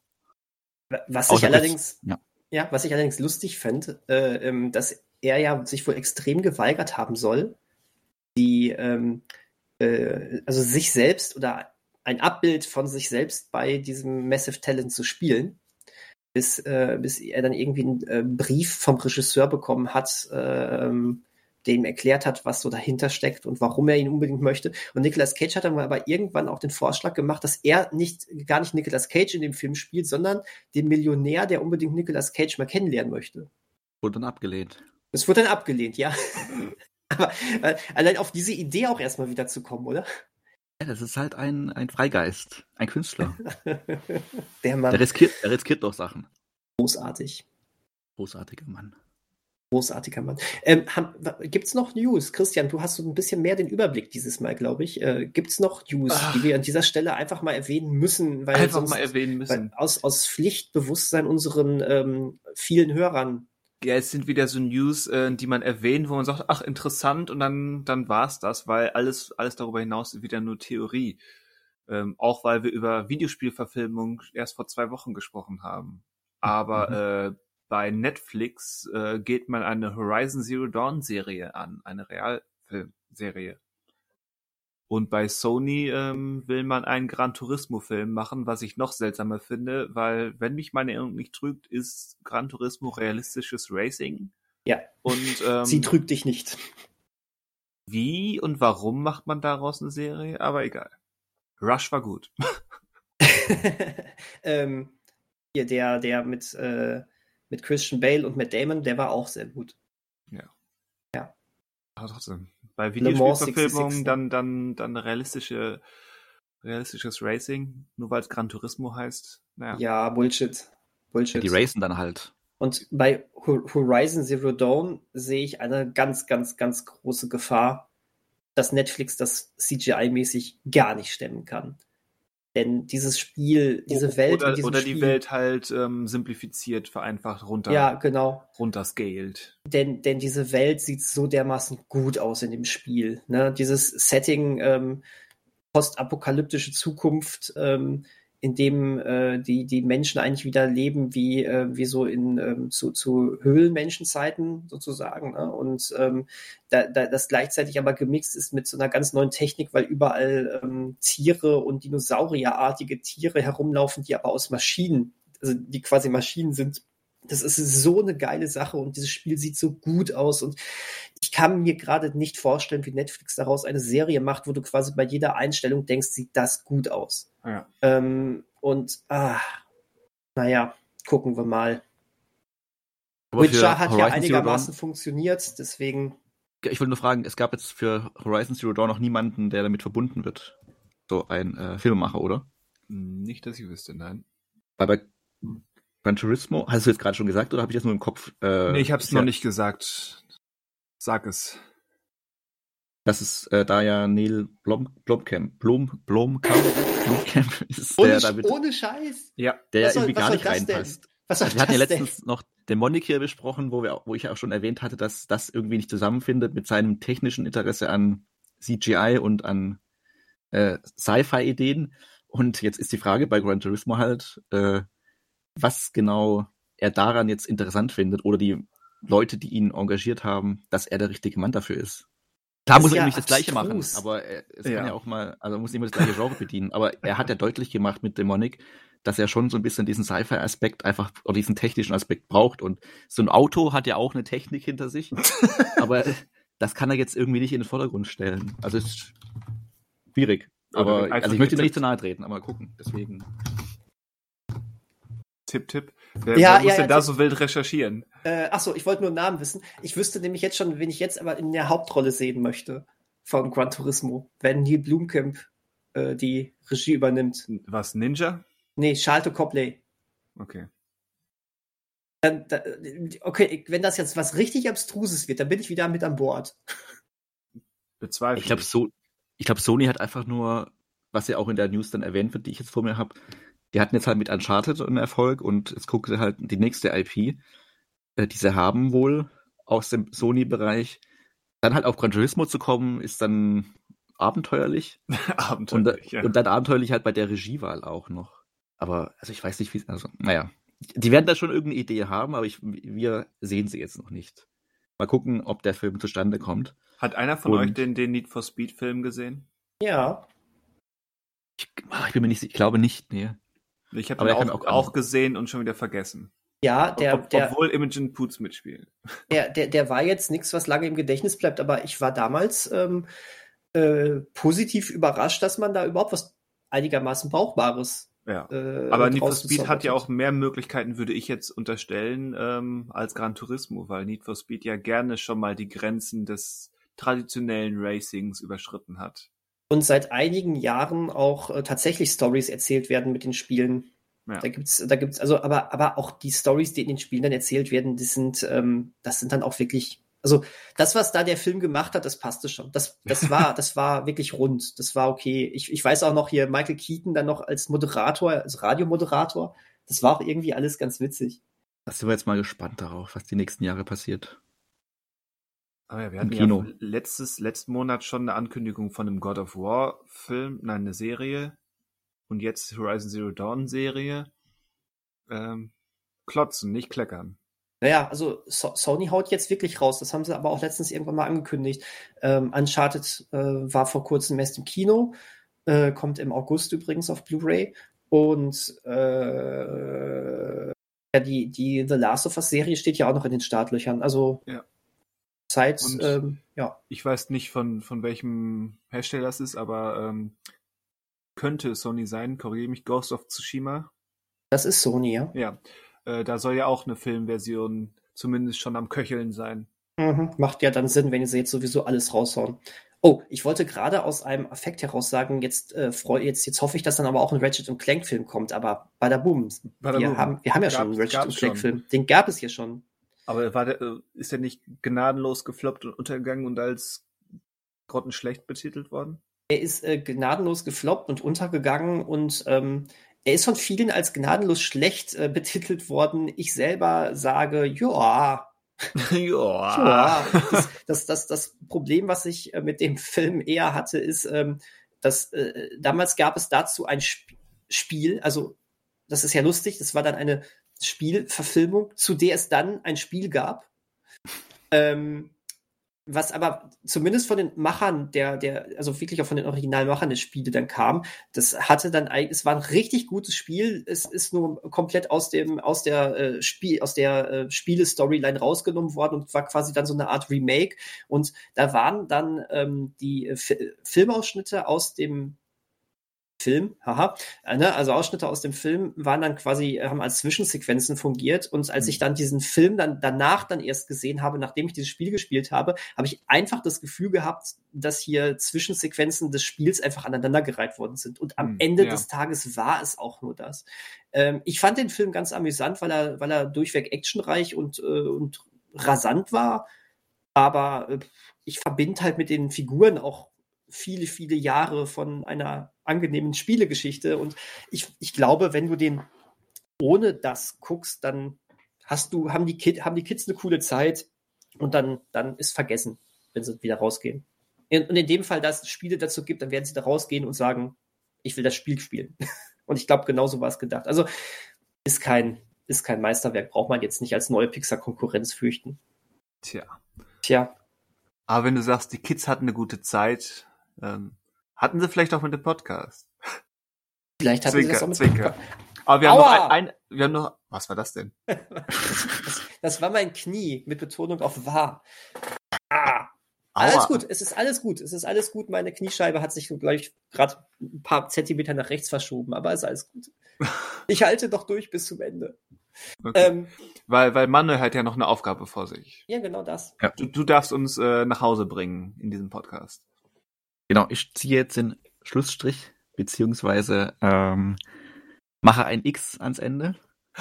Was Außer ich allerdings, jetzt- ja. ja, was ich allerdings lustig fände, äh, ähm, dass er ja sich wohl extrem geweigert haben soll, die, ähm, äh, also sich selbst oder ein Abbild von sich selbst bei diesem Massive Talent zu spielen, bis, äh, bis er dann irgendwie einen äh, Brief vom Regisseur bekommen hat, äh, ähm, dem erklärt hat, was so dahinter steckt und warum er ihn unbedingt möchte. Und Nicolas Cage hat dann aber irgendwann auch den Vorschlag gemacht, dass er nicht, gar nicht Nicolas Cage in dem Film spielt, sondern den Millionär, der unbedingt Nicolas Cage mal kennenlernen möchte. Wurde dann abgelehnt. Das wurde dann abgelehnt, ja. Aber äh, allein auf diese Idee auch erstmal wieder zu kommen, oder? Ja, das ist halt ein, ein Freigeist, ein Künstler. Der Mann, Der riskiert, der riskiert doch Sachen. großartig. Großartiger Mann. Großartiger Mann. Ähm, haben, gibt's noch News? Christian, du hast so ein bisschen mehr den Überblick dieses Mal, glaube ich. Äh, gibt's noch News, Ach. die wir an dieser Stelle einfach mal erwähnen müssen? Weil Einfach sonst, mal erwähnen weil müssen. aus, aus Pflichtbewusstsein unseren ähm, vielen Hörern. Ja, es sind wieder so News, äh, die man erwähnt, wo man sagt, ach, interessant, und dann, dann war's das, weil alles, alles darüber hinaus ist wieder nur Theorie. Ähm, auch weil wir über Videospielverfilmung erst vor zwei Wochen gesprochen haben. Aber äh, bei Netflix äh, geht man eine Horizon Zero Dawn Serie an, eine Realfilmserie. Und bei Sony ähm, will man einen Gran Turismo Film machen, was ich noch seltsamer finde, weil, wenn mich meine Erinnerung nicht trügt, ist Gran Turismo realistisches Racing. Ja, Und ähm, sie trügt dich nicht. wie und warum macht man daraus eine Serie? Aber egal. Rush war gut. ähm, hier, der, der mit, äh, mit Christian Bale und Matt Damon, der war auch sehr gut. Aber trotzdem. Bei Le Mans Videospielverfilmungen sechsundsechzig. dann, dann, dann realistische, realistisches Racing, nur weil es Gran Turismo heißt. Naja. Ja, Bullshit. Bullshit. Die racen dann halt. Und bei Ho- Horizon Zero Dawn sehe ich eine ganz, ganz, ganz große Gefahr, dass Netflix das C G I-mäßig gar nicht stemmen kann. Denn dieses Spiel, diese Welt in Oder, diesem oder Spiel, die Welt halt ähm, simplifiziert, vereinfacht, runter, ja, genau. runterscaled. Denn, denn diese Welt sieht so dermaßen gut aus in dem Spiel. Ne? Dieses Setting, ähm, postapokalyptische Zukunft, ähm, in dem äh, die, die Menschen eigentlich wieder leben wie, äh, wie so in ähm, zu, zu Höhlenmenschenzeiten sozusagen. Ne? Und ähm, da, da, das gleichzeitig aber gemixt ist mit so einer ganz neuen Technik, weil überall ähm, Tiere und Dinosaurierartige Tiere herumlaufen, die aber aus Maschinen, also die quasi Maschinen sind, das ist so eine geile Sache und dieses Spiel sieht so gut aus und ich kann mir gerade nicht vorstellen, wie Netflix daraus eine Serie macht, wo du quasi bei jeder Einstellung denkst, sieht das gut aus. Ja. Ähm, und, ah, naja, gucken wir mal. Aber für Witcher hat ja Horizon Zero einigermaßen Dawn- funktioniert, deswegen, Ich wollte nur fragen, es gab jetzt für Horizon Zero Dawn noch niemanden, der damit verbunden wird. So ein äh, Filmemacher, oder? Nicht, dass ich wüsste, nein. Weil bei Gran Turismo, hast du jetzt gerade schon gesagt, oder habe ich das nur im Kopf? Äh, Nee, ich hab's ist noch ja, nicht gesagt. Sag es. Das ist äh, da ja Neil Blom, Blomkamp, Blom, Blomkamp, Blomkamp ist, ohne, der damit, ohne Scheiß. Ja. der ja Was soll- irgendwie was gar soll nicht das denn? reinpasst. Was soll Also wir hatten ja das denn? letztens noch Demonic hier besprochen, wo wir, auch- wo ich auch schon erwähnt hatte, dass das irgendwie nicht zusammenfindet mit seinem technischen Interesse an C G I und an äh, Sci-Fi-Ideen. Und jetzt ist die Frage bei Gran Turismo halt, äh, was genau er daran jetzt interessant findet oder die Leute, die ihn engagiert haben, dass er der richtige Mann dafür ist. Klar Das muss ist er ja nämlich das Gleiche machen, abstrus. aber er, es Ja. kann ja auch mal, also er muss nicht immer das gleiche Genre bedienen, aber er hat ja deutlich gemacht mit Demonic, dass er schon so ein bisschen diesen Sci-Fi-Aspekt einfach, oder diesen technischen Aspekt braucht und so ein Auto hat ja auch eine Technik hinter sich, aber das kann er jetzt irgendwie nicht in den Vordergrund stellen. Also es ist schwierig. Aber, Oder also ich möchte ihm einfach nicht zu nahe treten, aber mal gucken, deswegen. Tipp, Tipp. Wer, Ja, wer muss ja, denn ja, da Tipp. so wild recherchieren? Äh, achso, ich wollte nur einen Namen wissen. Ich wüsste nämlich jetzt schon, wen ich jetzt aber in der Hauptrolle sehen möchte von Gran Turismo, wenn Neil Blomkamp äh, die Regie übernimmt. Was, Ninja? Nee, Charlton Copley. Okay. Dann, da, okay, wenn das jetzt was richtig Abstruses wird, dann bin ich wieder mit an Bord. Bezweifle Ich glaube, so, ich glaub, Sony hat einfach nur, was ja auch in der News dann erwähnt wird, die ich jetzt vor mir habe, die hatten jetzt halt mit Uncharted einen Erfolg und jetzt gucken sie halt die nächste I P, äh, die sie haben wohl aus dem Sony-Bereich. Dann halt auf Gran Turismo zu kommen, ist dann abenteuerlich. Und, Abenteuerlich, ja. und dann abenteuerlich halt bei der Regiewahl auch noch. Aber, also ich weiß nicht, wie, also, naja. Die werden da schon irgendeine Idee haben, aber ich, wir sehen sie jetzt noch nicht. Mal gucken, ob der Film zustande kommt. Hat einer von Und- euch den, den Need for Speed Film gesehen? Ja. Ich, ah, ich bin mir nicht sicher, ich glaube nicht, nee. Ich habe Aber ihn er kann auch, auch- auch gesehen und schon wieder vergessen. Ja, der, Ob, der, obwohl Imogen Poots mitspielen. der, der, der war jetzt nichts, was lange im Gedächtnis bleibt, aber ich war damals ähm, äh, positiv überrascht, dass man da überhaupt was einigermaßen Brauchbares Ja. äh, Aber Need for draus Speed hat ja gezaubert auch mehr Möglichkeiten, würde ich jetzt unterstellen, ähm, als Gran Turismo, weil Need for Speed ja gerne schon mal die Grenzen des traditionellen Racings überschritten hat. Und seit einigen Jahren auch äh, tatsächlich Stories erzählt werden mit den Spielen. Ja. Da gibt's, da gibt's, also, aber, aber auch die Stories, die in den Spielen dann erzählt werden, die sind, ähm, das sind dann auch wirklich, also das, was da der Film gemacht hat, das passte schon. Das, das war, das war wirklich rund. Das war okay. Ich, ich weiß auch noch hier Michael Keaton dann noch als Moderator, als Radiomoderator. Das war auch irgendwie alles ganz witzig. Da sind wir jetzt mal gespannt darauf, was die nächsten Jahre passiert. Aber ja, wir Im hatten Kino. ja letztes, letzten Monat schon eine Ankündigung von einem God of War Film, nein, eine Serie. Und jetzt Horizon Zero Dawn Serie. Ähm, klotzen, nicht kleckern. Naja, also so Sony haut jetzt wirklich raus. Das haben sie aber auch letztens irgendwann mal angekündigt. Ähm, Uncharted äh, war vor kurzem erst im Kino, äh, kommt im August übrigens auf Blu-ray. Und äh, ja, die, die The Last of Us Serie steht ja auch noch in den Startlöchern. Also Ja. Zeit, Und- ähm, ja. Ich weiß nicht, von, von welchem Hersteller das ist, aber ähm, könnte Sony sein, korrigiere mich, Ghost of Tsushima. Das ist Sony, ja. Ja, äh, da soll ja auch eine Filmversion zumindest schon am Köcheln sein. Mhm. Macht ja dann Sinn, wenn sie jetzt sowieso alles raushauen. Oh, ich wollte gerade aus einem Affekt heraus sagen, jetzt, äh, freu, jetzt, jetzt hoffe ich, dass dann aber auch ein Ratchet und Clank Film kommt, aber bei der Boom. Bada Wir boom. haben, wir haben ja schon einen Gab's- Ratchet und gab's Clank schon. Film. Den gab es hier schon. Aber war der, äh, ist er nicht gnadenlos gefloppt und untergegangen und als grottenschlecht betitelt worden? Er ist äh, gnadenlos gefloppt und untergegangen und ähm, er ist von vielen als gnadenlos schlecht äh, betitelt worden. Ich selber sage, ja, ja. ja. Das, das, das, das Problem, was ich äh, mit dem Film eher hatte, ist, ähm, dass äh, damals gab es dazu ein Sp- Spiel, also das ist ja lustig, das war dann eine Spielverfilmung, zu der es dann ein Spiel gab. Ähm, was aber zumindest von den Machern der, der, also wirklich auch von den Originalmachern der Spiele dann kam, das hatte dann eigentlich, es war ein richtig gutes Spiel, es ist nur komplett aus dem, aus der äh, Spiel, aus der äh, Spiele-Storyline rausgenommen worden und war quasi dann so eine Art Remake. Und da waren dann ähm, die F- Filmausschnitte aus dem Film, haha, äh, ne? Also Ausschnitte aus dem Film waren dann quasi, äh, haben als Zwischensequenzen fungiert, und als ich dann diesen Film dann danach dann erst gesehen habe, nachdem ich dieses Spiel gespielt habe, habe ich einfach das Gefühl gehabt, dass hier Zwischensequenzen des Spiels einfach aneinandergereiht worden sind, und am Hm, Ende ja. des Tages war es auch nur das. Ähm, ich fand den Film ganz amüsant, weil er, weil er durchweg actionreich und, äh, und rasant war, aber äh, ich verbinde halt mit den Figuren auch viele, viele Jahre von einer angenehmen Spielegeschichte, und ich, ich glaube, wenn du den ohne das guckst, dann hast du, haben die, Kid, haben die Kids eine coole Zeit, und dann, dann ist vergessen, wenn sie wieder rausgehen. Und in dem Fall, dass es Spiele dazu gibt, dann werden sie da rausgehen und sagen, ich will das Spiel spielen. Und ich glaube, genauso war es gedacht. Also ist kein, ist kein Meisterwerk, braucht man jetzt nicht als neue Pixar-Konkurrenz fürchten. Tja. Tja. Aber wenn du sagst, die Kids hatten eine gute Zeit, ähm, hatten sie vielleicht auch mit dem Podcast. Vielleicht hatten sie das auch mit Zwinker. Aber wir haben Aua! noch ein, ein, wir haben noch, was war das denn? das, das war mein Knie, mit Betonung auf war. Ah. Aua. Alles gut, es ist alles gut, es ist alles gut. Meine Kniescheibe hat sich, glaube ich, gerade ein paar Zentimeter nach rechts verschoben, aber ist alles gut. Ich halte doch durch bis zum Ende. Okay. Ähm, weil, weil Manuel hat ja noch eine Aufgabe vor sich. ja, genau das. Ja. Du, du darfst uns äh, nach Hause bringen in diesem Podcast. Genau, ich ziehe jetzt den Schlussstrich, beziehungsweise ähm, mache ein X ans Ende.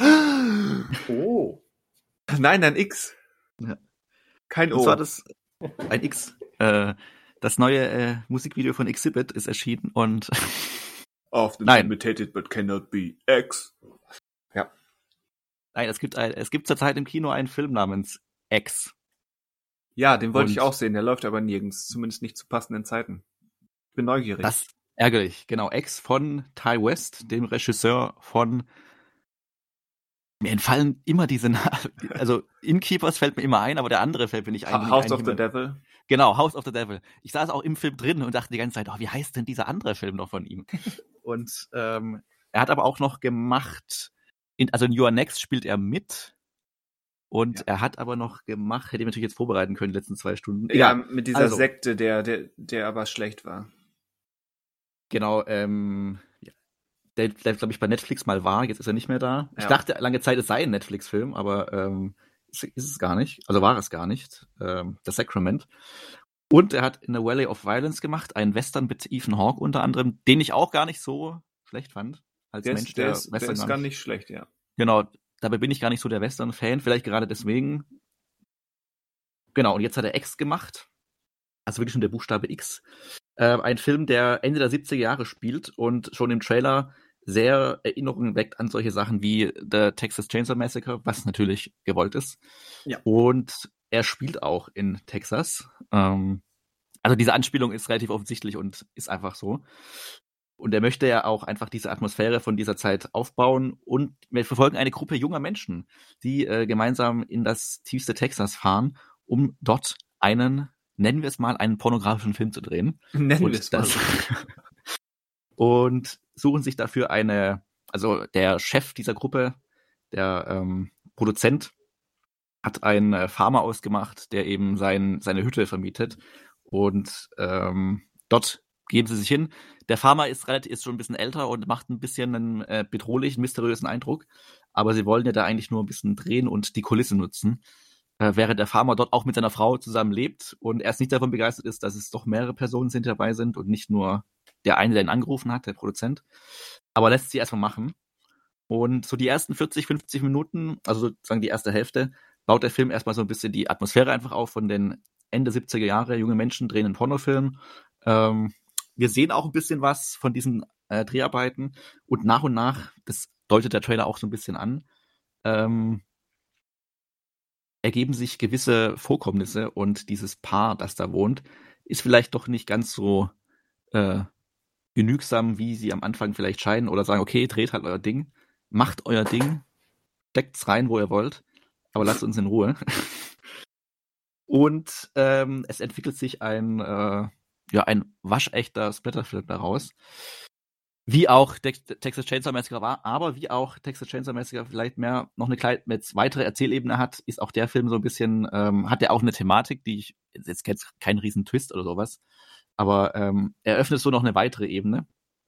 Oh. Nein, ein X. Ja. Kein Und O. zwar das, ein X. Äh, das neue äh, Musikvideo von Exhibit ist erschienen und Often Nein. imitated but cannot be X. Ja. nein, es gibt ein, es gibt zurzeit im Kino einen Film namens X. Ja, den wollte Und- ich auch sehen, der läuft aber nirgends, zumindest nicht zu passenden Zeiten. Ich bin neugierig. Das ärgerlich, genau. X von Ty West, dem Regisseur von. Mir entfallen immer diese Namen. Also Innkeepers fällt mir immer ein, aber der andere fällt mir nicht ein. Ha- House ein, of the Devil. Genau, House of the Devil. Ich saß auch im Film drin und dachte die ganze Zeit, oh, wie heißt denn dieser andere Film noch von ihm? Und ähm, er hat aber auch noch gemacht, in, also in Your Next spielt er mit. Und Ja. er hat aber noch gemacht, hätte ich natürlich jetzt vorbereiten können, die letzten zwei Stunden. Ja, Egal. mit dieser Also. Sekte, der, der, der aber schlecht war. Genau, ähm, ja. der, der glaube ich, bei Netflix mal war, jetzt ist er nicht mehr da. Ich Ja. dachte lange Zeit, es sei ein Netflix-Film, aber ähm, ist, ist es gar nicht. Also war es gar nicht. Ähm, The Sacrament. Und er hat in The Valley of Violence gemacht, einen Western mit Ethan Hawke unter anderem, den ich auch gar nicht so schlecht fand. Als Der Mensch, ist, der der, ist, der Western ist gar nicht schlecht, ja. Genau, dabei bin ich gar nicht so der Western-Fan, vielleicht gerade deswegen. Genau, und jetzt hat er X gemacht. Also wirklich schon der Buchstabe X. Äh, ein Film, der Ende der siebziger Jahre spielt und schon im Trailer sehr Erinnerungen weckt an solche Sachen wie The Texas Chainsaw Massacre, was natürlich gewollt ist. Ja. Und er spielt auch in Texas. Ähm, also diese Anspielung ist relativ offensichtlich und ist einfach so. Und er möchte ja auch einfach diese Atmosphäre von dieser Zeit aufbauen. Und wir verfolgen eine Gruppe junger Menschen, die äh, gemeinsam in das tiefste Texas fahren, um dort einen, nennen wir es mal, einen pornografischen Film zu drehen. Nennen Und wir es mal. das- und suchen sich dafür eine, also der Chef dieser Gruppe, der ähm, Produzent, hat einen äh, Farmer ausgemacht, der eben sein, seine Hütte vermietet. Und ähm, dort geben sie sich hin. Der Farmer ist relativ ist schon ein bisschen älter und macht ein bisschen einen äh, bedrohlichen, mysteriösen Eindruck. Aber sie wollen ja da eigentlich nur ein bisschen drehen und die Kulisse nutzen. Äh, während der Farmer dort auch mit seiner Frau zusammen lebt und erst nicht davon begeistert ist, dass es doch mehrere Personen sind, die dabei sind und nicht nur der eine, der ihn angerufen hat, der Produzent. Aber lässt sie erstmal machen. Und so die ersten vierzig, fünfzig Minuten, also sozusagen die erste Hälfte, baut der Film erstmal so ein bisschen die Atmosphäre einfach auf von den Ende siebziger Jahre, junge Menschen drehen einen Pornofilm. Ähm, wir sehen auch ein bisschen was von diesen äh, Dreharbeiten und nach und nach, das deutet der Trailer auch so ein bisschen an, ähm, ergeben sich gewisse Vorkommnisse und dieses Paar, das da wohnt, ist vielleicht doch nicht ganz so äh, genügsam, wie sie am Anfang vielleicht scheinen oder sagen, okay, dreht halt euer Ding, macht euer Ding, steckt's rein, wo ihr wollt, aber lasst uns in Ruhe. Und ähm, es entwickelt sich ein, äh, ja, ein waschechter Splatterfilm daraus. Wie auch Tex- Texas Chainsaw Massacre war, aber wie auch Texas Chainsaw Massacre vielleicht mehr noch eine kleine jetzt weitere Erzählebene hat, ist auch der Film so ein bisschen, ähm, hat der auch eine Thematik, die ich, jetzt jetzt kein riesen Twist oder sowas, aber ähm, eröffnet so noch eine weitere Ebene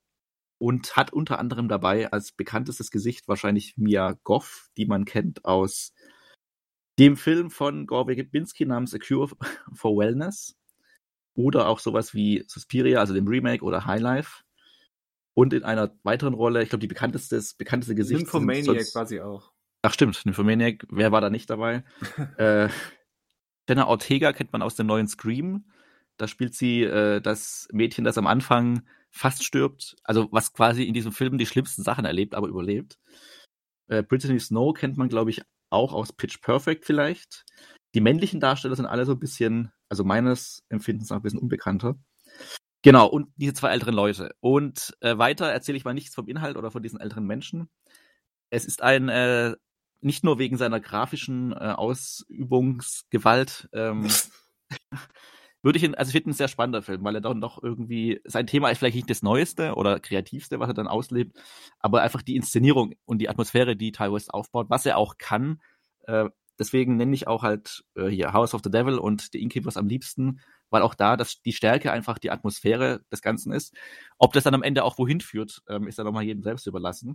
und hat unter anderem dabei als bekanntestes Gesicht wahrscheinlich Mia Goth, die man kennt aus dem Film von Gore Verbinski namens A Cure for Wellness oder auch sowas wie Suspiria, also dem Remake oder High Life. Und in einer weiteren Rolle, ich glaube, die bekannteste, das bekannteste Gesicht. Nymphomaniac sonst... war sie auch. Ach stimmt, Nymphomaniac, wer war da nicht dabei? äh, Jenna Ortega kennt man aus dem neuen Scream. Da spielt sie äh, das Mädchen, das am Anfang fast stirbt. Also was quasi in diesem Film die schlimmsten Sachen erlebt, aber überlebt. Äh, Brittany Snow kennt man, glaube ich, auch aus Pitch Perfect vielleicht. Die männlichen Darsteller sind alle so ein bisschen, also meines Empfindens auch ein bisschen unbekannter. Genau, und diese zwei älteren Leute. Und äh, weiter erzähle ich mal nichts vom Inhalt oder von diesen älteren Menschen. Es ist ein, äh, nicht nur wegen seiner grafischen äh, Ausübungsgewalt, ähm, würde ich ihn, also ich finde ihn ein sehr spannender Film, weil er dann doch irgendwie, sein Thema ist vielleicht nicht das Neueste oder Kreativste, was er dann auslebt, aber einfach die Inszenierung und die Atmosphäre, die Ty West aufbaut, was er auch kann. Äh, deswegen nenne ich auch halt äh, hier House of the Devil und The Innkeepers am liebsten, weil auch da das, die Stärke einfach die Atmosphäre des Ganzen ist. Ob das dann am Ende auch wohin führt, ähm, ist dann nochmal jedem selbst überlassen.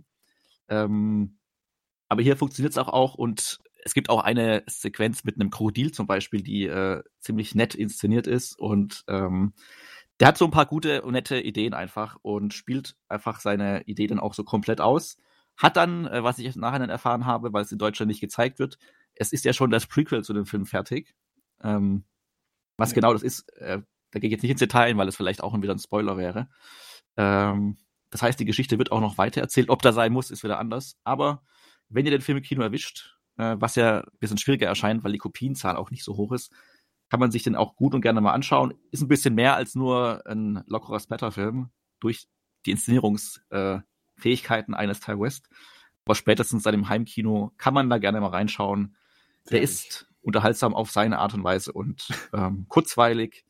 Ähm, aber hier funktioniert es auch, auch und es gibt auch eine Sequenz mit einem Krokodil zum Beispiel, die äh, ziemlich nett inszeniert ist und ähm, der hat so ein paar gute und nette Ideen einfach und spielt einfach seine Idee dann auch so komplett aus. Hat dann, äh, was ich im Nachhinein erfahren habe, weil es in Deutschland nicht gezeigt wird, es ist ja schon das Prequel zu dem Film fertig. Ähm, was ja. genau das ist, äh, da gehe ich jetzt nicht ins Detail, weil es vielleicht auch wieder ein Spoiler wäre. Ähm, das heißt, die Geschichte wird auch noch weiter erzählt. Ob da sein muss, ist wieder anders. Aber wenn ihr den Film im Kino erwischt, äh, was ja ein bisschen schwieriger erscheint, weil die Kopienzahl auch nicht so hoch ist, kann man sich den auch gut und gerne mal anschauen. Ist ein bisschen mehr als nur ein lockerer Splatter-Film durch die Inszenierungsfähigkeiten äh, eines Ty West. Aber spätestens seit dem Heimkino kann man da gerne mal reinschauen. Der Ehrlich. ist unterhaltsam auf seine Art und Weise und ähm, kurzweilig.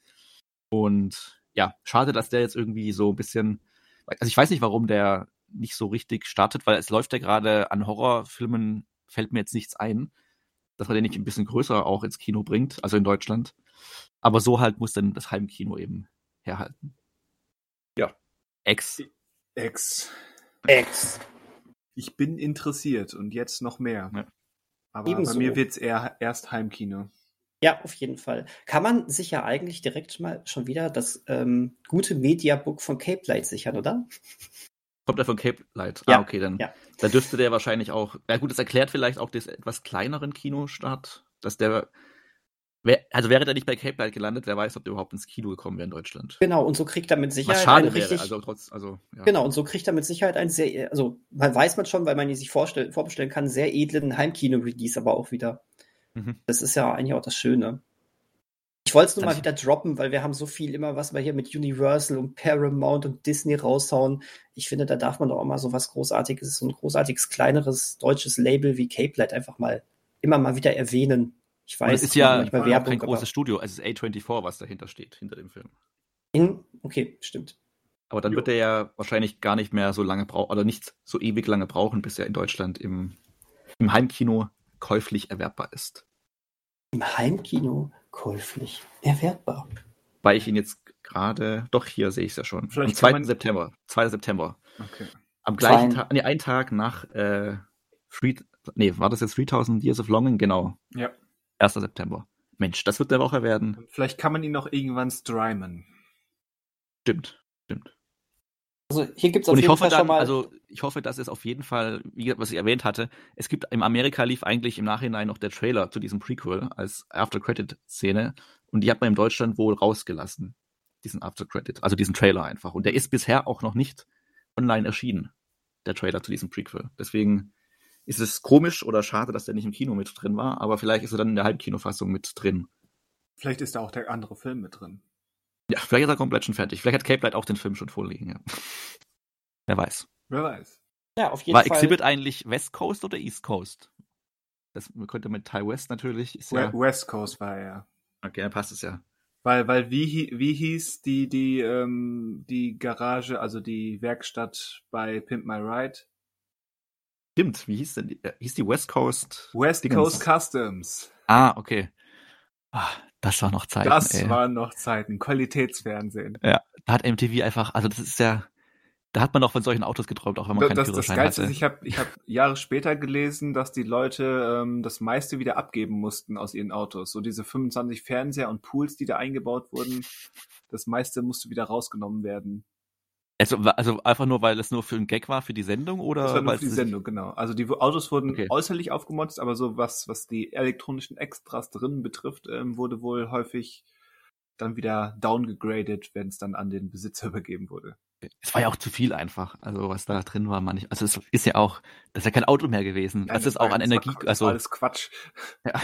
Und ja, schade, dass der jetzt irgendwie so ein bisschen, also ich weiß nicht, warum der nicht so richtig startet, weil es läuft ja gerade an Horrorfilmen, fällt mir jetzt nichts ein, dass man den nicht ein bisschen größer auch ins Kino bringt, also in Deutschland. Aber so halt muss dann das Heimkino eben herhalten. Ja. Ex. Ex. Ex. Ich bin interessiert und jetzt noch mehr. Ja. Aber Ebenso. Bei mir wird's eher erst Heimkino. Ja, auf jeden Fall. Kann man sich ja eigentlich direkt mal schon wieder das ähm, gute Mediabook von Cape Light sichern, oder? Kommt er von Cape Light? Ja. Ah, okay, dann, ja. dann dürfte der wahrscheinlich auch, ja gut, das erklärt vielleicht auch den etwas kleineren Kinostart, dass der, also wäre der nicht bei Cape Light gelandet, wer weiß, ob der überhaupt ins Kino gekommen wäre in Deutschland. Genau, und so kriegt er mit Sicherheit Was schade einen wäre, richtig, also trotz, also, ja. Genau, und so kriegt er mit Sicherheit einen sehr, also man weiß man schon, weil man ihn sich vorstell, vorbestellen kann, sehr edlen Heimkino-Release aber auch wieder. Mhm. Das ist ja eigentlich auch das Schöne. Ich wollte es nur mal wieder droppen, weil wir haben so viel immer, was wir hier mit Universal und Paramount und Disney raushauen. Ich finde, da darf man doch auch mal so was Großartiges, so ein großartiges, kleineres deutsches Label wie Cape Light einfach mal immer mal wieder erwähnen. Ich weiß, es ist ja manchmal Werbung, kein großes Studio, es ist A vierundzwanzig, was dahinter steht, hinter dem Film. In, okay, stimmt. Aber dann jo. wird er ja wahrscheinlich gar nicht mehr so lange brauchen, oder nicht so ewig lange brauchen, bis er in Deutschland im, im Heimkino käuflich erwerbbar ist. Im Heimkino käuflich erwerbbar. Weil ich ihn jetzt gerade, doch hier sehe ich es ja schon. Vielleicht am zweiten man... September. zweiten September. Okay. Am gleichen Tag, nee, einen Tag nach äh, Free, nee, war das jetzt dreitausend Years of Longing? Genau. Ja. erster September. Mensch, das wird der Woche werden. Vielleicht kann man ihn noch irgendwann streamen. Stimmt, stimmt. Also hier gibt's auf Und ich jeden hoffe Fall dann, schon mal... also ich hoffe, dass es auf jeden Fall, wie was ich erwähnt hatte, es gibt, im Amerika lief eigentlich im Nachhinein noch der Trailer zu diesem Prequel als After-Credit-Szene und die hat man in Deutschland wohl rausgelassen, diesen After-Credit, also diesen Trailer einfach. Und der ist bisher auch noch nicht online erschienen, der Trailer zu diesem Prequel. Deswegen ist es komisch oder schade, dass der nicht im Kino mit drin war, aber vielleicht ist er dann in der Halbkinofassung mit drin. Vielleicht ist da auch der andere Film mit drin. Ja, vielleicht ist er komplett schon fertig. Vielleicht hat Cape Light auch den Film schon vorliegen, ja. Wer weiß. Wer weiß. Ja, auf jeden War Fall. Exhibit eigentlich West Coast oder East Coast? Das könnte mit Ty West natürlich. Ist ja West Coast war er, ja. Okay, dann passt es ja. Weil, weil wie, hi- wie hieß die, die, ähm, die Garage, also die Werkstatt bei Pimp My Ride? Stimmt, wie hieß denn die? Äh, hieß die West Coast? West Dingens? Coast Customs. Ah, okay. Ah, das war noch Zeiten, Das ey. waren noch Zeiten. Qualitätsfernsehen. Ja, da hat M T V einfach, also das ist ja, da hat man noch von solchen Autos geträumt, auch wenn man Das, keinen das, das Führerschein Geilste hatte. ist, ich habe ich hab Jahre später gelesen, dass die Leute ähm, das meiste wieder abgeben mussten aus ihren Autos. So diese fünfundzwanzig Fernseher und Pools, die da eingebaut wurden, das meiste musste wieder rausgenommen werden. Also, also einfach nur, weil es nur für einen Gag war, für die Sendung, oder? Das war nur weil für die es- Sendung, genau. Also die Autos wurden Okay. äußerlich aufgemotzt, aber so was, was die elektronischen Extras drin betrifft, ähm, wurde wohl häufig dann wieder downgegradet, wenn es dann an den Besitzer übergeben wurde. Es war ja auch zu viel einfach, also was da drin war, man nicht. Also es ist ja auch, das ist ja kein Auto mehr gewesen. Nein, das ist war- auch an das Energie, war, das also war alles Quatsch. ja.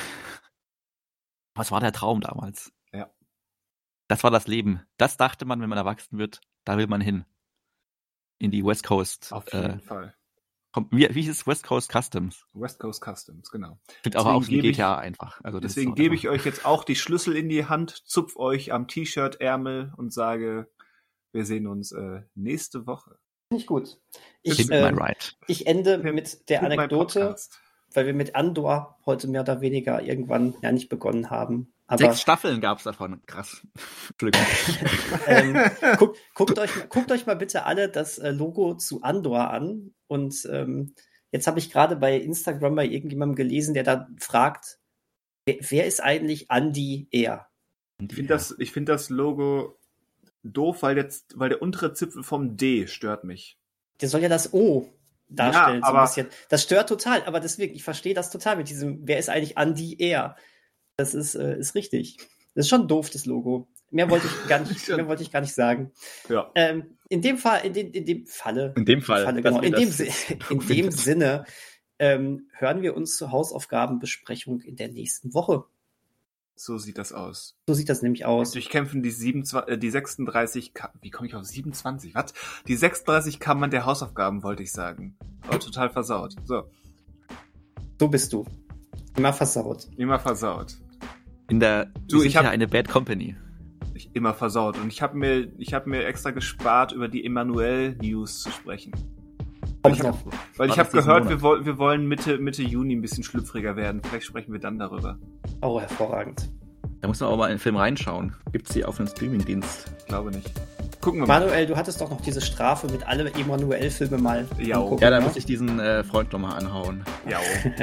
Was war der Traum damals? Ja. Das war das Leben. Das dachte man, wenn man erwachsen wird, da will man hin. In die West Coast. Auf äh, jeden Fall. kommt- wie, wie hieß es? West Coast Customs. West Coast Customs, genau. Klingt aber Deswegen auch so wie gebe ich- G T A einfach. Also das Deswegen ist gebe ich euch jetzt auch die Schlüssel in die Hand, zupf euch am T-Shirt-Ärmel und sage, wir sehen uns äh, nächste Woche. Nicht gut. Ich, Pimp äh, My Ride. ich ende Pimp- mit der Pimp My Anekdote, Podcast. weil wir mit Andor heute mehr oder weniger irgendwann ja nicht begonnen haben. Aber Sechs Staffeln gab's davon. Krass. Entschuldigung. ähm, guckt, guckt, euch, mal- guckt euch mal bitte alle das äh, Logo zu Andor an. Und ähm, jetzt habe ich gerade bei Instagram bei irgendjemandem gelesen, der da fragt, wer, wer ist eigentlich Andy Er? Ich finde das, ich find das Logo doof, weil, jetzt, weil der untere Zipfel vom D stört mich. Der soll ja das O darstellen, Ja, so ein aber- bisschen. Das stört total, aber deswegen, ich verstehe das total mit diesem, wer ist eigentlich Andy Er? Das ist, äh, ist richtig. Das ist schon doof, das Logo. Mehr wollte ich gar nicht, mehr wollte ich gar nicht sagen. Ja. Ähm, in dem Fall, in dem, in dem Falle, In dem Fall. Falle dass genau, wir in dem, das Si- in doof dem finden. Sinne ähm, hören wir uns zur Hausaufgabenbesprechung in der nächsten Woche. So sieht das aus. So sieht das nämlich aus. Durchkämpfen die, siebenundzwanzig, äh, die sechsunddreißig K. Wie komme ich auf siebenundzwanzig? Was? Die sechsunddreißig Kammern der Hausaufgaben, wollte ich sagen. Aber total versaut. So, So bist du. Immer versaut. immer versaut. In der, Du, wir sind ich hab- ja eine Bad Company. Ich, immer versaut. Und ich habe mir, ich habe mir extra gespart, über die Emanuel News zu sprechen. Kommt ich hab- noch. Weil War ich habe das diesen gehört, Monat? wir, woll, wir wollen Mitte, Mitte Juni ein bisschen schlüpfriger werden. Vielleicht sprechen wir dann darüber. Oh, hervorragend. Da muss man auch mal in den Film reinschauen. Gibt's die auf einem Streamingdienst? Ich glaube nicht. Gucken wir mal. Manuel, du hattest doch noch diese Strafe mit alle Emanuel-Filme mal Ja, angucken, Ja, da ne? muss ich diesen äh, Freund nochmal anhauen. Ja.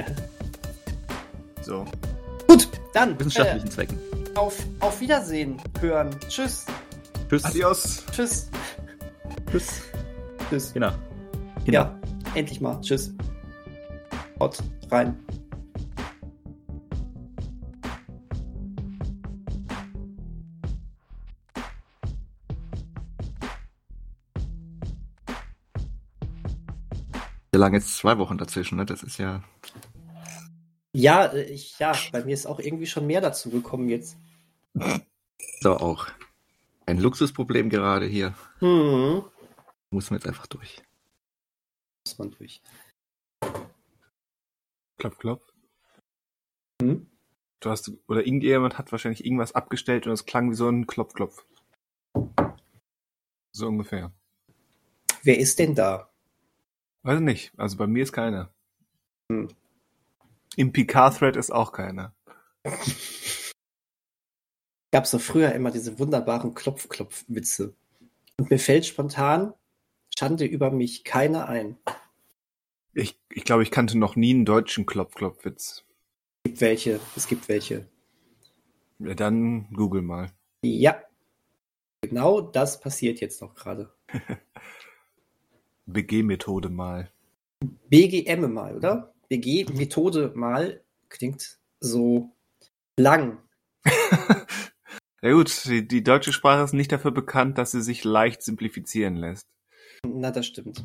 So. Gut, dann Wissenschaftlichen Zwecken. äh, auf, auf Wiedersehen hören. Tschüss. Tschüss. Adios. Tschüss. Tschüss. Tschüss. Genau. Ja, endlich mal. Tschüss. Haut rein. Da lagen jetzt zwei Wochen dazwischen, ne? Das ist ja. Ja, äh, ich, ja, bei mir ist auch irgendwie schon mehr dazu gekommen jetzt. So auch. Ein Luxusproblem gerade hier. Hm. Muss man jetzt einfach durch. Muss man durch. Klopf, klopf. Hm? Du hast, oder irgendjemand hat wahrscheinlich irgendwas abgestellt und es klang wie so ein Klopf, klopf. So ungefähr. Wer ist denn da? Weiß ich nicht. Also bei mir ist keiner. Hm. Im Picard-Thread ist auch keiner. Gab es doch früher immer diese wunderbaren Klopf-Klopf-Witze. Und mir fällt spontan Schande über mich keiner ein. Ich, ich glaube, ich kannte noch nie einen deutschen Klopf-Klopf-Witz. Es gibt welche, es gibt welche. Ja, dann google mal. Ja, genau das passiert jetzt noch gerade. B G-Methode mal. B G M mal, oder? B G-Methode mal klingt so lang. Ja gut, die, die deutsche Sprache ist nicht dafür bekannt, dass sie sich leicht simplifizieren lässt. Na, das stimmt.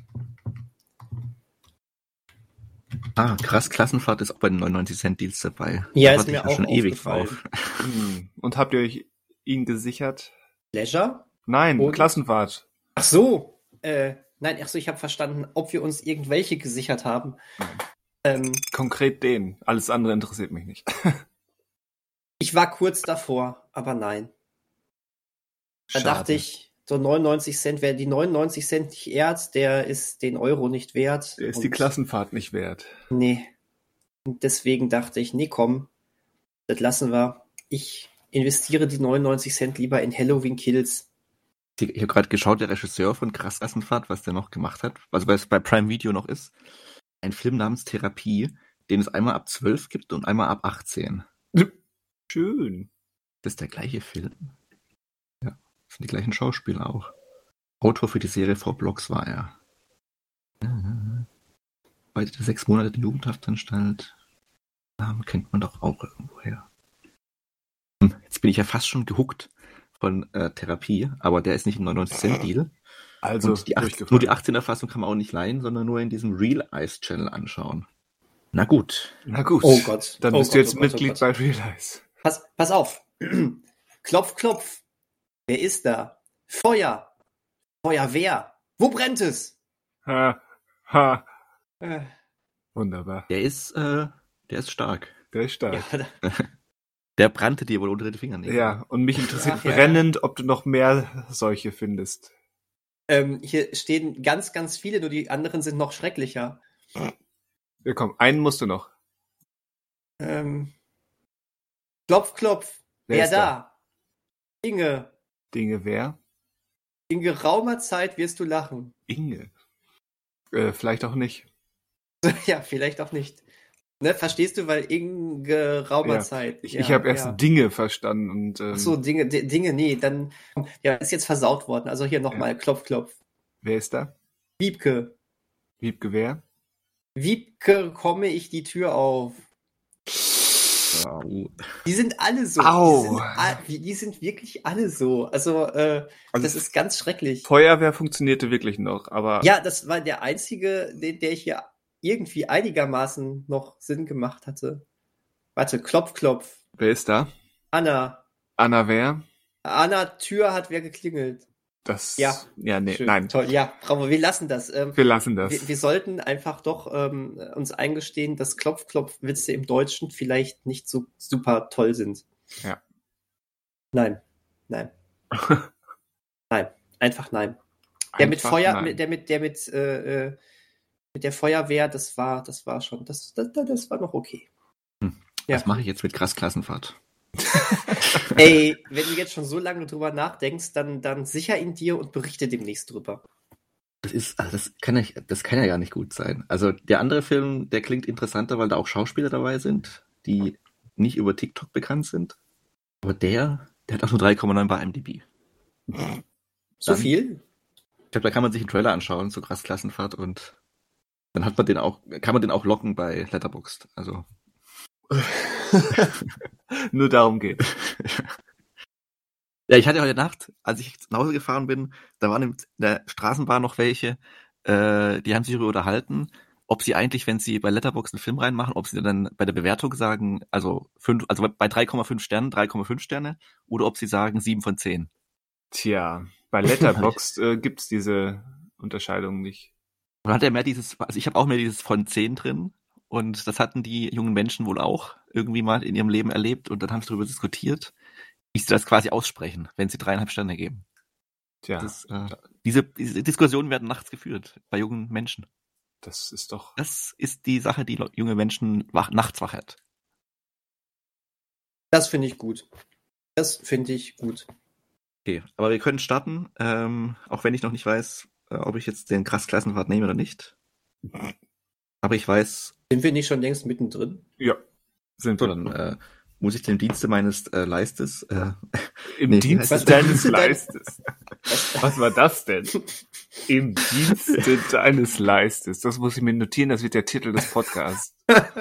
Ah, krass, Klassenfahrt ist auch bei den neunundneunzig Cent Deals dabei. Ja, Da ist warte mir ich auch schon ewig aufgefallen. drauf. Hm. Und habt ihr euch ihn gesichert? Leisure? Nein, Und? Klassenfahrt. Ach so. Äh, nein, ach so, ich habe verstanden, ob wir uns irgendwelche gesichert haben. Ähm, Konkret den. Alles andere interessiert mich nicht. Ich war kurz davor, aber nein. Da Schade. dachte ich, so neunundneunzig Cent, wer die neunundneunzig Cent nicht ehrt, der ist den Euro nicht wert. Der ist die Und- Klassenfahrt nicht wert. Nee. Und deswegen dachte ich, nee, komm, das lassen wir. Ich investiere die neunundneunzig Cent lieber in Halloween Kills. Ich habe gerade geschaut, der Regisseur von Krass Klassenfahrt, was der noch gemacht hat, also was bei Prime Video noch ist, ein Film namens Therapie, den es einmal ab zwölf gibt und einmal ab achtzehn. Schön. Das ist der gleiche Film. Ja, das sind die gleichen Schauspieler auch. Autor für die Serie Frau Blocks war er. Arbeitete sechs Monate in der Jugendhaftanstalt. Namen kennt man doch auch irgendwoher. Hm, jetzt bin ich ja fast schon gehuckt von äh, Therapie, aber der ist nicht im neunundneunzig Cent Deal. Also Und die acht, nur die achtzehner Fassung kann man auch nicht leihen, sondern nur in diesem Real Eyes Channel anschauen. Na gut. Na gut. Oh Gott. Dann Oh bist Gott, du jetzt oh Gott, oh Mitglied Gott. bei Realize. Pass, pass auf. Klopf, klopf. Wer ist da? Feuer. Feuerwehr. Wo brennt es? Ha, ha. Äh, Wunderbar. Der ist, äh, der ist stark. Der ist stark. ja, Der brannte dir wohl unter den Fingernägeln. Ja, und mich interessiert Ach, ja. brennend, ob du noch mehr solche findest. ähm, hier stehen ganz, ganz viele, nur die anderen sind noch schrecklicher. Ja, komm, einen musst du noch. Ähm, klopf, klopf. Wer Wer, ist da? Inge. Dinge wer? In geraumer Zeit wirst du lachen. Inge. Äh, vielleicht auch nicht. Ja, vielleicht auch nicht. Ne, verstehst du, weil in geraumer Ja, Zeit. Ich, ja, ich habe erst ja. Dinge verstanden und ähm, Ach so, Dinge, D- Dinge, nee, dann ja, ist jetzt versaut worden. Also hier nochmal, Ja. klopf, klopf. wer ist da? Wiebke. Wiebke wer? Wiebke, komme ich die Tür auf. Au. Die sind alle so. Au. Die sind, a- die sind wirklich alle so. Also, äh, Also das ist ganz schrecklich. Feuerwehr funktionierte wirklich noch, aber Ja, das war der einzige, den, der hier irgendwie einigermaßen noch Sinn gemacht hatte. Warte, klopf, klopf. wer ist da? Anna. Anna wer? Anna, Tür hat wer geklingelt. Das. Ja. Ja, nee, Schön, nein. Toll, ja, bravo, wir lassen das. Ähm, Wir lassen das. wir, wir sollten einfach doch ähm, uns eingestehen, dass Klopf-Klopf-Witze im Deutschen vielleicht nicht so super toll sind. Ja. Nein, nein, nein, einfach nein. Der mit Einfach Feuer, nein. mit, der mit, der mit, äh, äh, mit der Feuerwehr, das war, das war schon, das, das, das war noch okay. Hm. Ja. Was mache ich jetzt mit Krass Klassenfahrt? Ey, wenn du jetzt schon so lange drüber nachdenkst, dann, dann sicher ihn dir und berichte demnächst drüber. Das ist, also das kann ja, das kann ja gar nicht gut sein. Also der andere Film, der klingt interessanter, weil da auch Schauspieler dabei sind, die nicht über TikTok bekannt sind. Aber der, der hat auch nur drei Komma neun bei I M D B. So Dann- viel? Ich glaube, da kann man sich einen Trailer anschauen, so Krass Klassenfahrt, und dann hat man den auch, kann man den auch locken bei Letterboxd. Also Nur darum geht. ja, ich hatte heute Nacht, als ich nach Hause gefahren bin, da waren in der Straßenbahn noch welche, äh, die haben sich darüber unterhalten, ob sie eigentlich, wenn sie bei Letterboxd einen Film reinmachen, ob sie dann bei der Bewertung sagen, also fünf, also bei drei Komma fünf Sternen, drei Komma fünf Sterne, oder ob sie sagen sieben von zehn. Tja, bei Letterboxd äh, gibt's diese Unterscheidung nicht. Und dann hat er mehr dieses, also ich habe auch mehr dieses von zehn drin, und das hatten die jungen Menschen wohl auch irgendwie mal in ihrem Leben erlebt, und dann haben sie darüber diskutiert, wie sie das quasi aussprechen, wenn sie dreieinhalb Sterne geben. Tja, Das, äh, diese, diese Diskussionen werden nachts geführt bei jungen Menschen. das ist doch. Das ist die Sache, die junge Menschen wach, nachts wach hält. Das finde ich gut. Das finde ich gut. Okay, aber wir können starten, ähm, auch wenn ich noch nicht weiß, äh, ob ich jetzt den Krass Klassenfahrt nehme oder nicht. Aber ich weiß, Sind wir nicht schon längst mittendrin? Ja, sind so, wir. dann äh, muss ich dem Dienste meines äh, Leistes äh, Im nee, Dienst was- deines was- Leistes. Was war das denn? Im Dienste deines Leistes. Das muss ich mir notieren, das wird der Titel des Podcasts.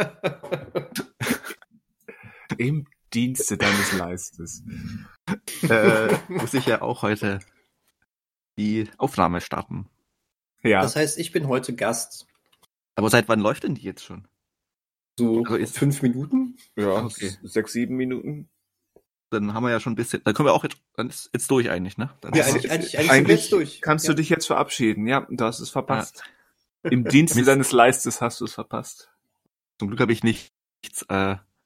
Im Dienste deines Leistes. äh, muss ich ja auch heute die Aufnahme starten. Ja, Das heißt, ich bin heute Gast. Aber seit wann läuft denn die jetzt schon? So Also ist- fünf Minuten? ja, okay. sechs, sieben Minuten. Dann haben wir ja schon ein bisschen, dann können wir auch jetzt, dann ist jetzt durch eigentlich, ne? Dann Ja, ist- eigentlich, eigentlich, eigentlich, Eigentlich sind wir jetzt durch. Kannst ja. du dich jetzt verabschieden? Ja, du hast es verpasst. Im Dienste Mist. deines Leistes hast du es verpasst. Zum Glück habe ich nicht, nichts äh,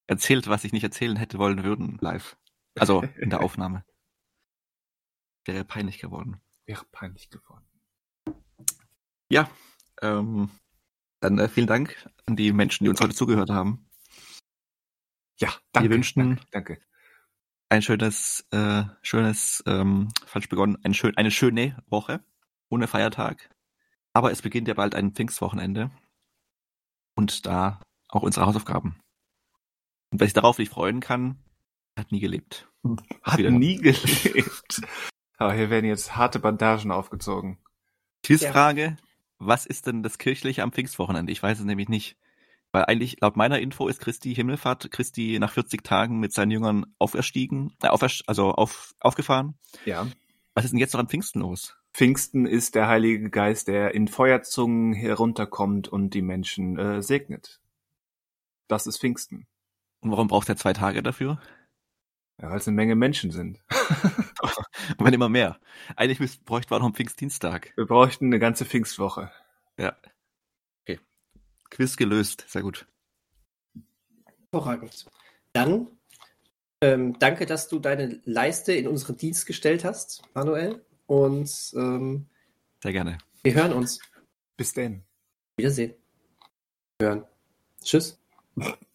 erzählt, was ich nicht erzählen hätte wollen würden, live. Also in der Aufnahme. Wäre peinlich geworden. Wäre peinlich geworden. Ja, ähm, dann äh, vielen Dank an die Menschen, die uns heute zugehört haben. Ja, danke. Wir wünschen danke, danke. ein schönes, äh, schönes, ähm, falsch begonnen, ein schön, eine schöne Woche ohne Feiertag. Aber es beginnt ja bald ein Pfingstwochenende und da auch unsere Hausaufgaben. Und wer sich darauf nicht freuen kann, hat nie gelebt. Hat Wieder. nie gelebt. Aber hier werden jetzt harte Bandagen aufgezogen. Quizfrage, ja. Was ist denn das Kirchliche am Pfingstwochenende? Ich weiß es nämlich nicht. Weil eigentlich laut meiner Info ist Christi Himmelfahrt, Christi nach vierzig Tagen mit seinen Jüngern auferstiegen, äh, auferst- also auf, aufgefahren. Ja. Was ist denn jetzt noch an Pfingsten los? Pfingsten ist der Heilige Geist, der in Feuerzungen herunterkommt und die Menschen äh, segnet. Das ist Pfingsten. Und warum braucht er zwei Tage dafür? Ja, weil es eine Menge Menschen sind. Und wenn immer mehr. Eigentlich müsst, bräuchten wir noch einen Pfingstdienstag. Wir bräuchten eine ganze Pfingstwoche. Ja. Okay. Quiz gelöst. Sehr gut. Hervorragend. Dann ähm, danke, dass du deine Leiste in unseren Dienst gestellt hast, Manuel. Und ähm, sehr gerne. Wir hören uns. Bis denn. Wiedersehen. Hören. Tschüss.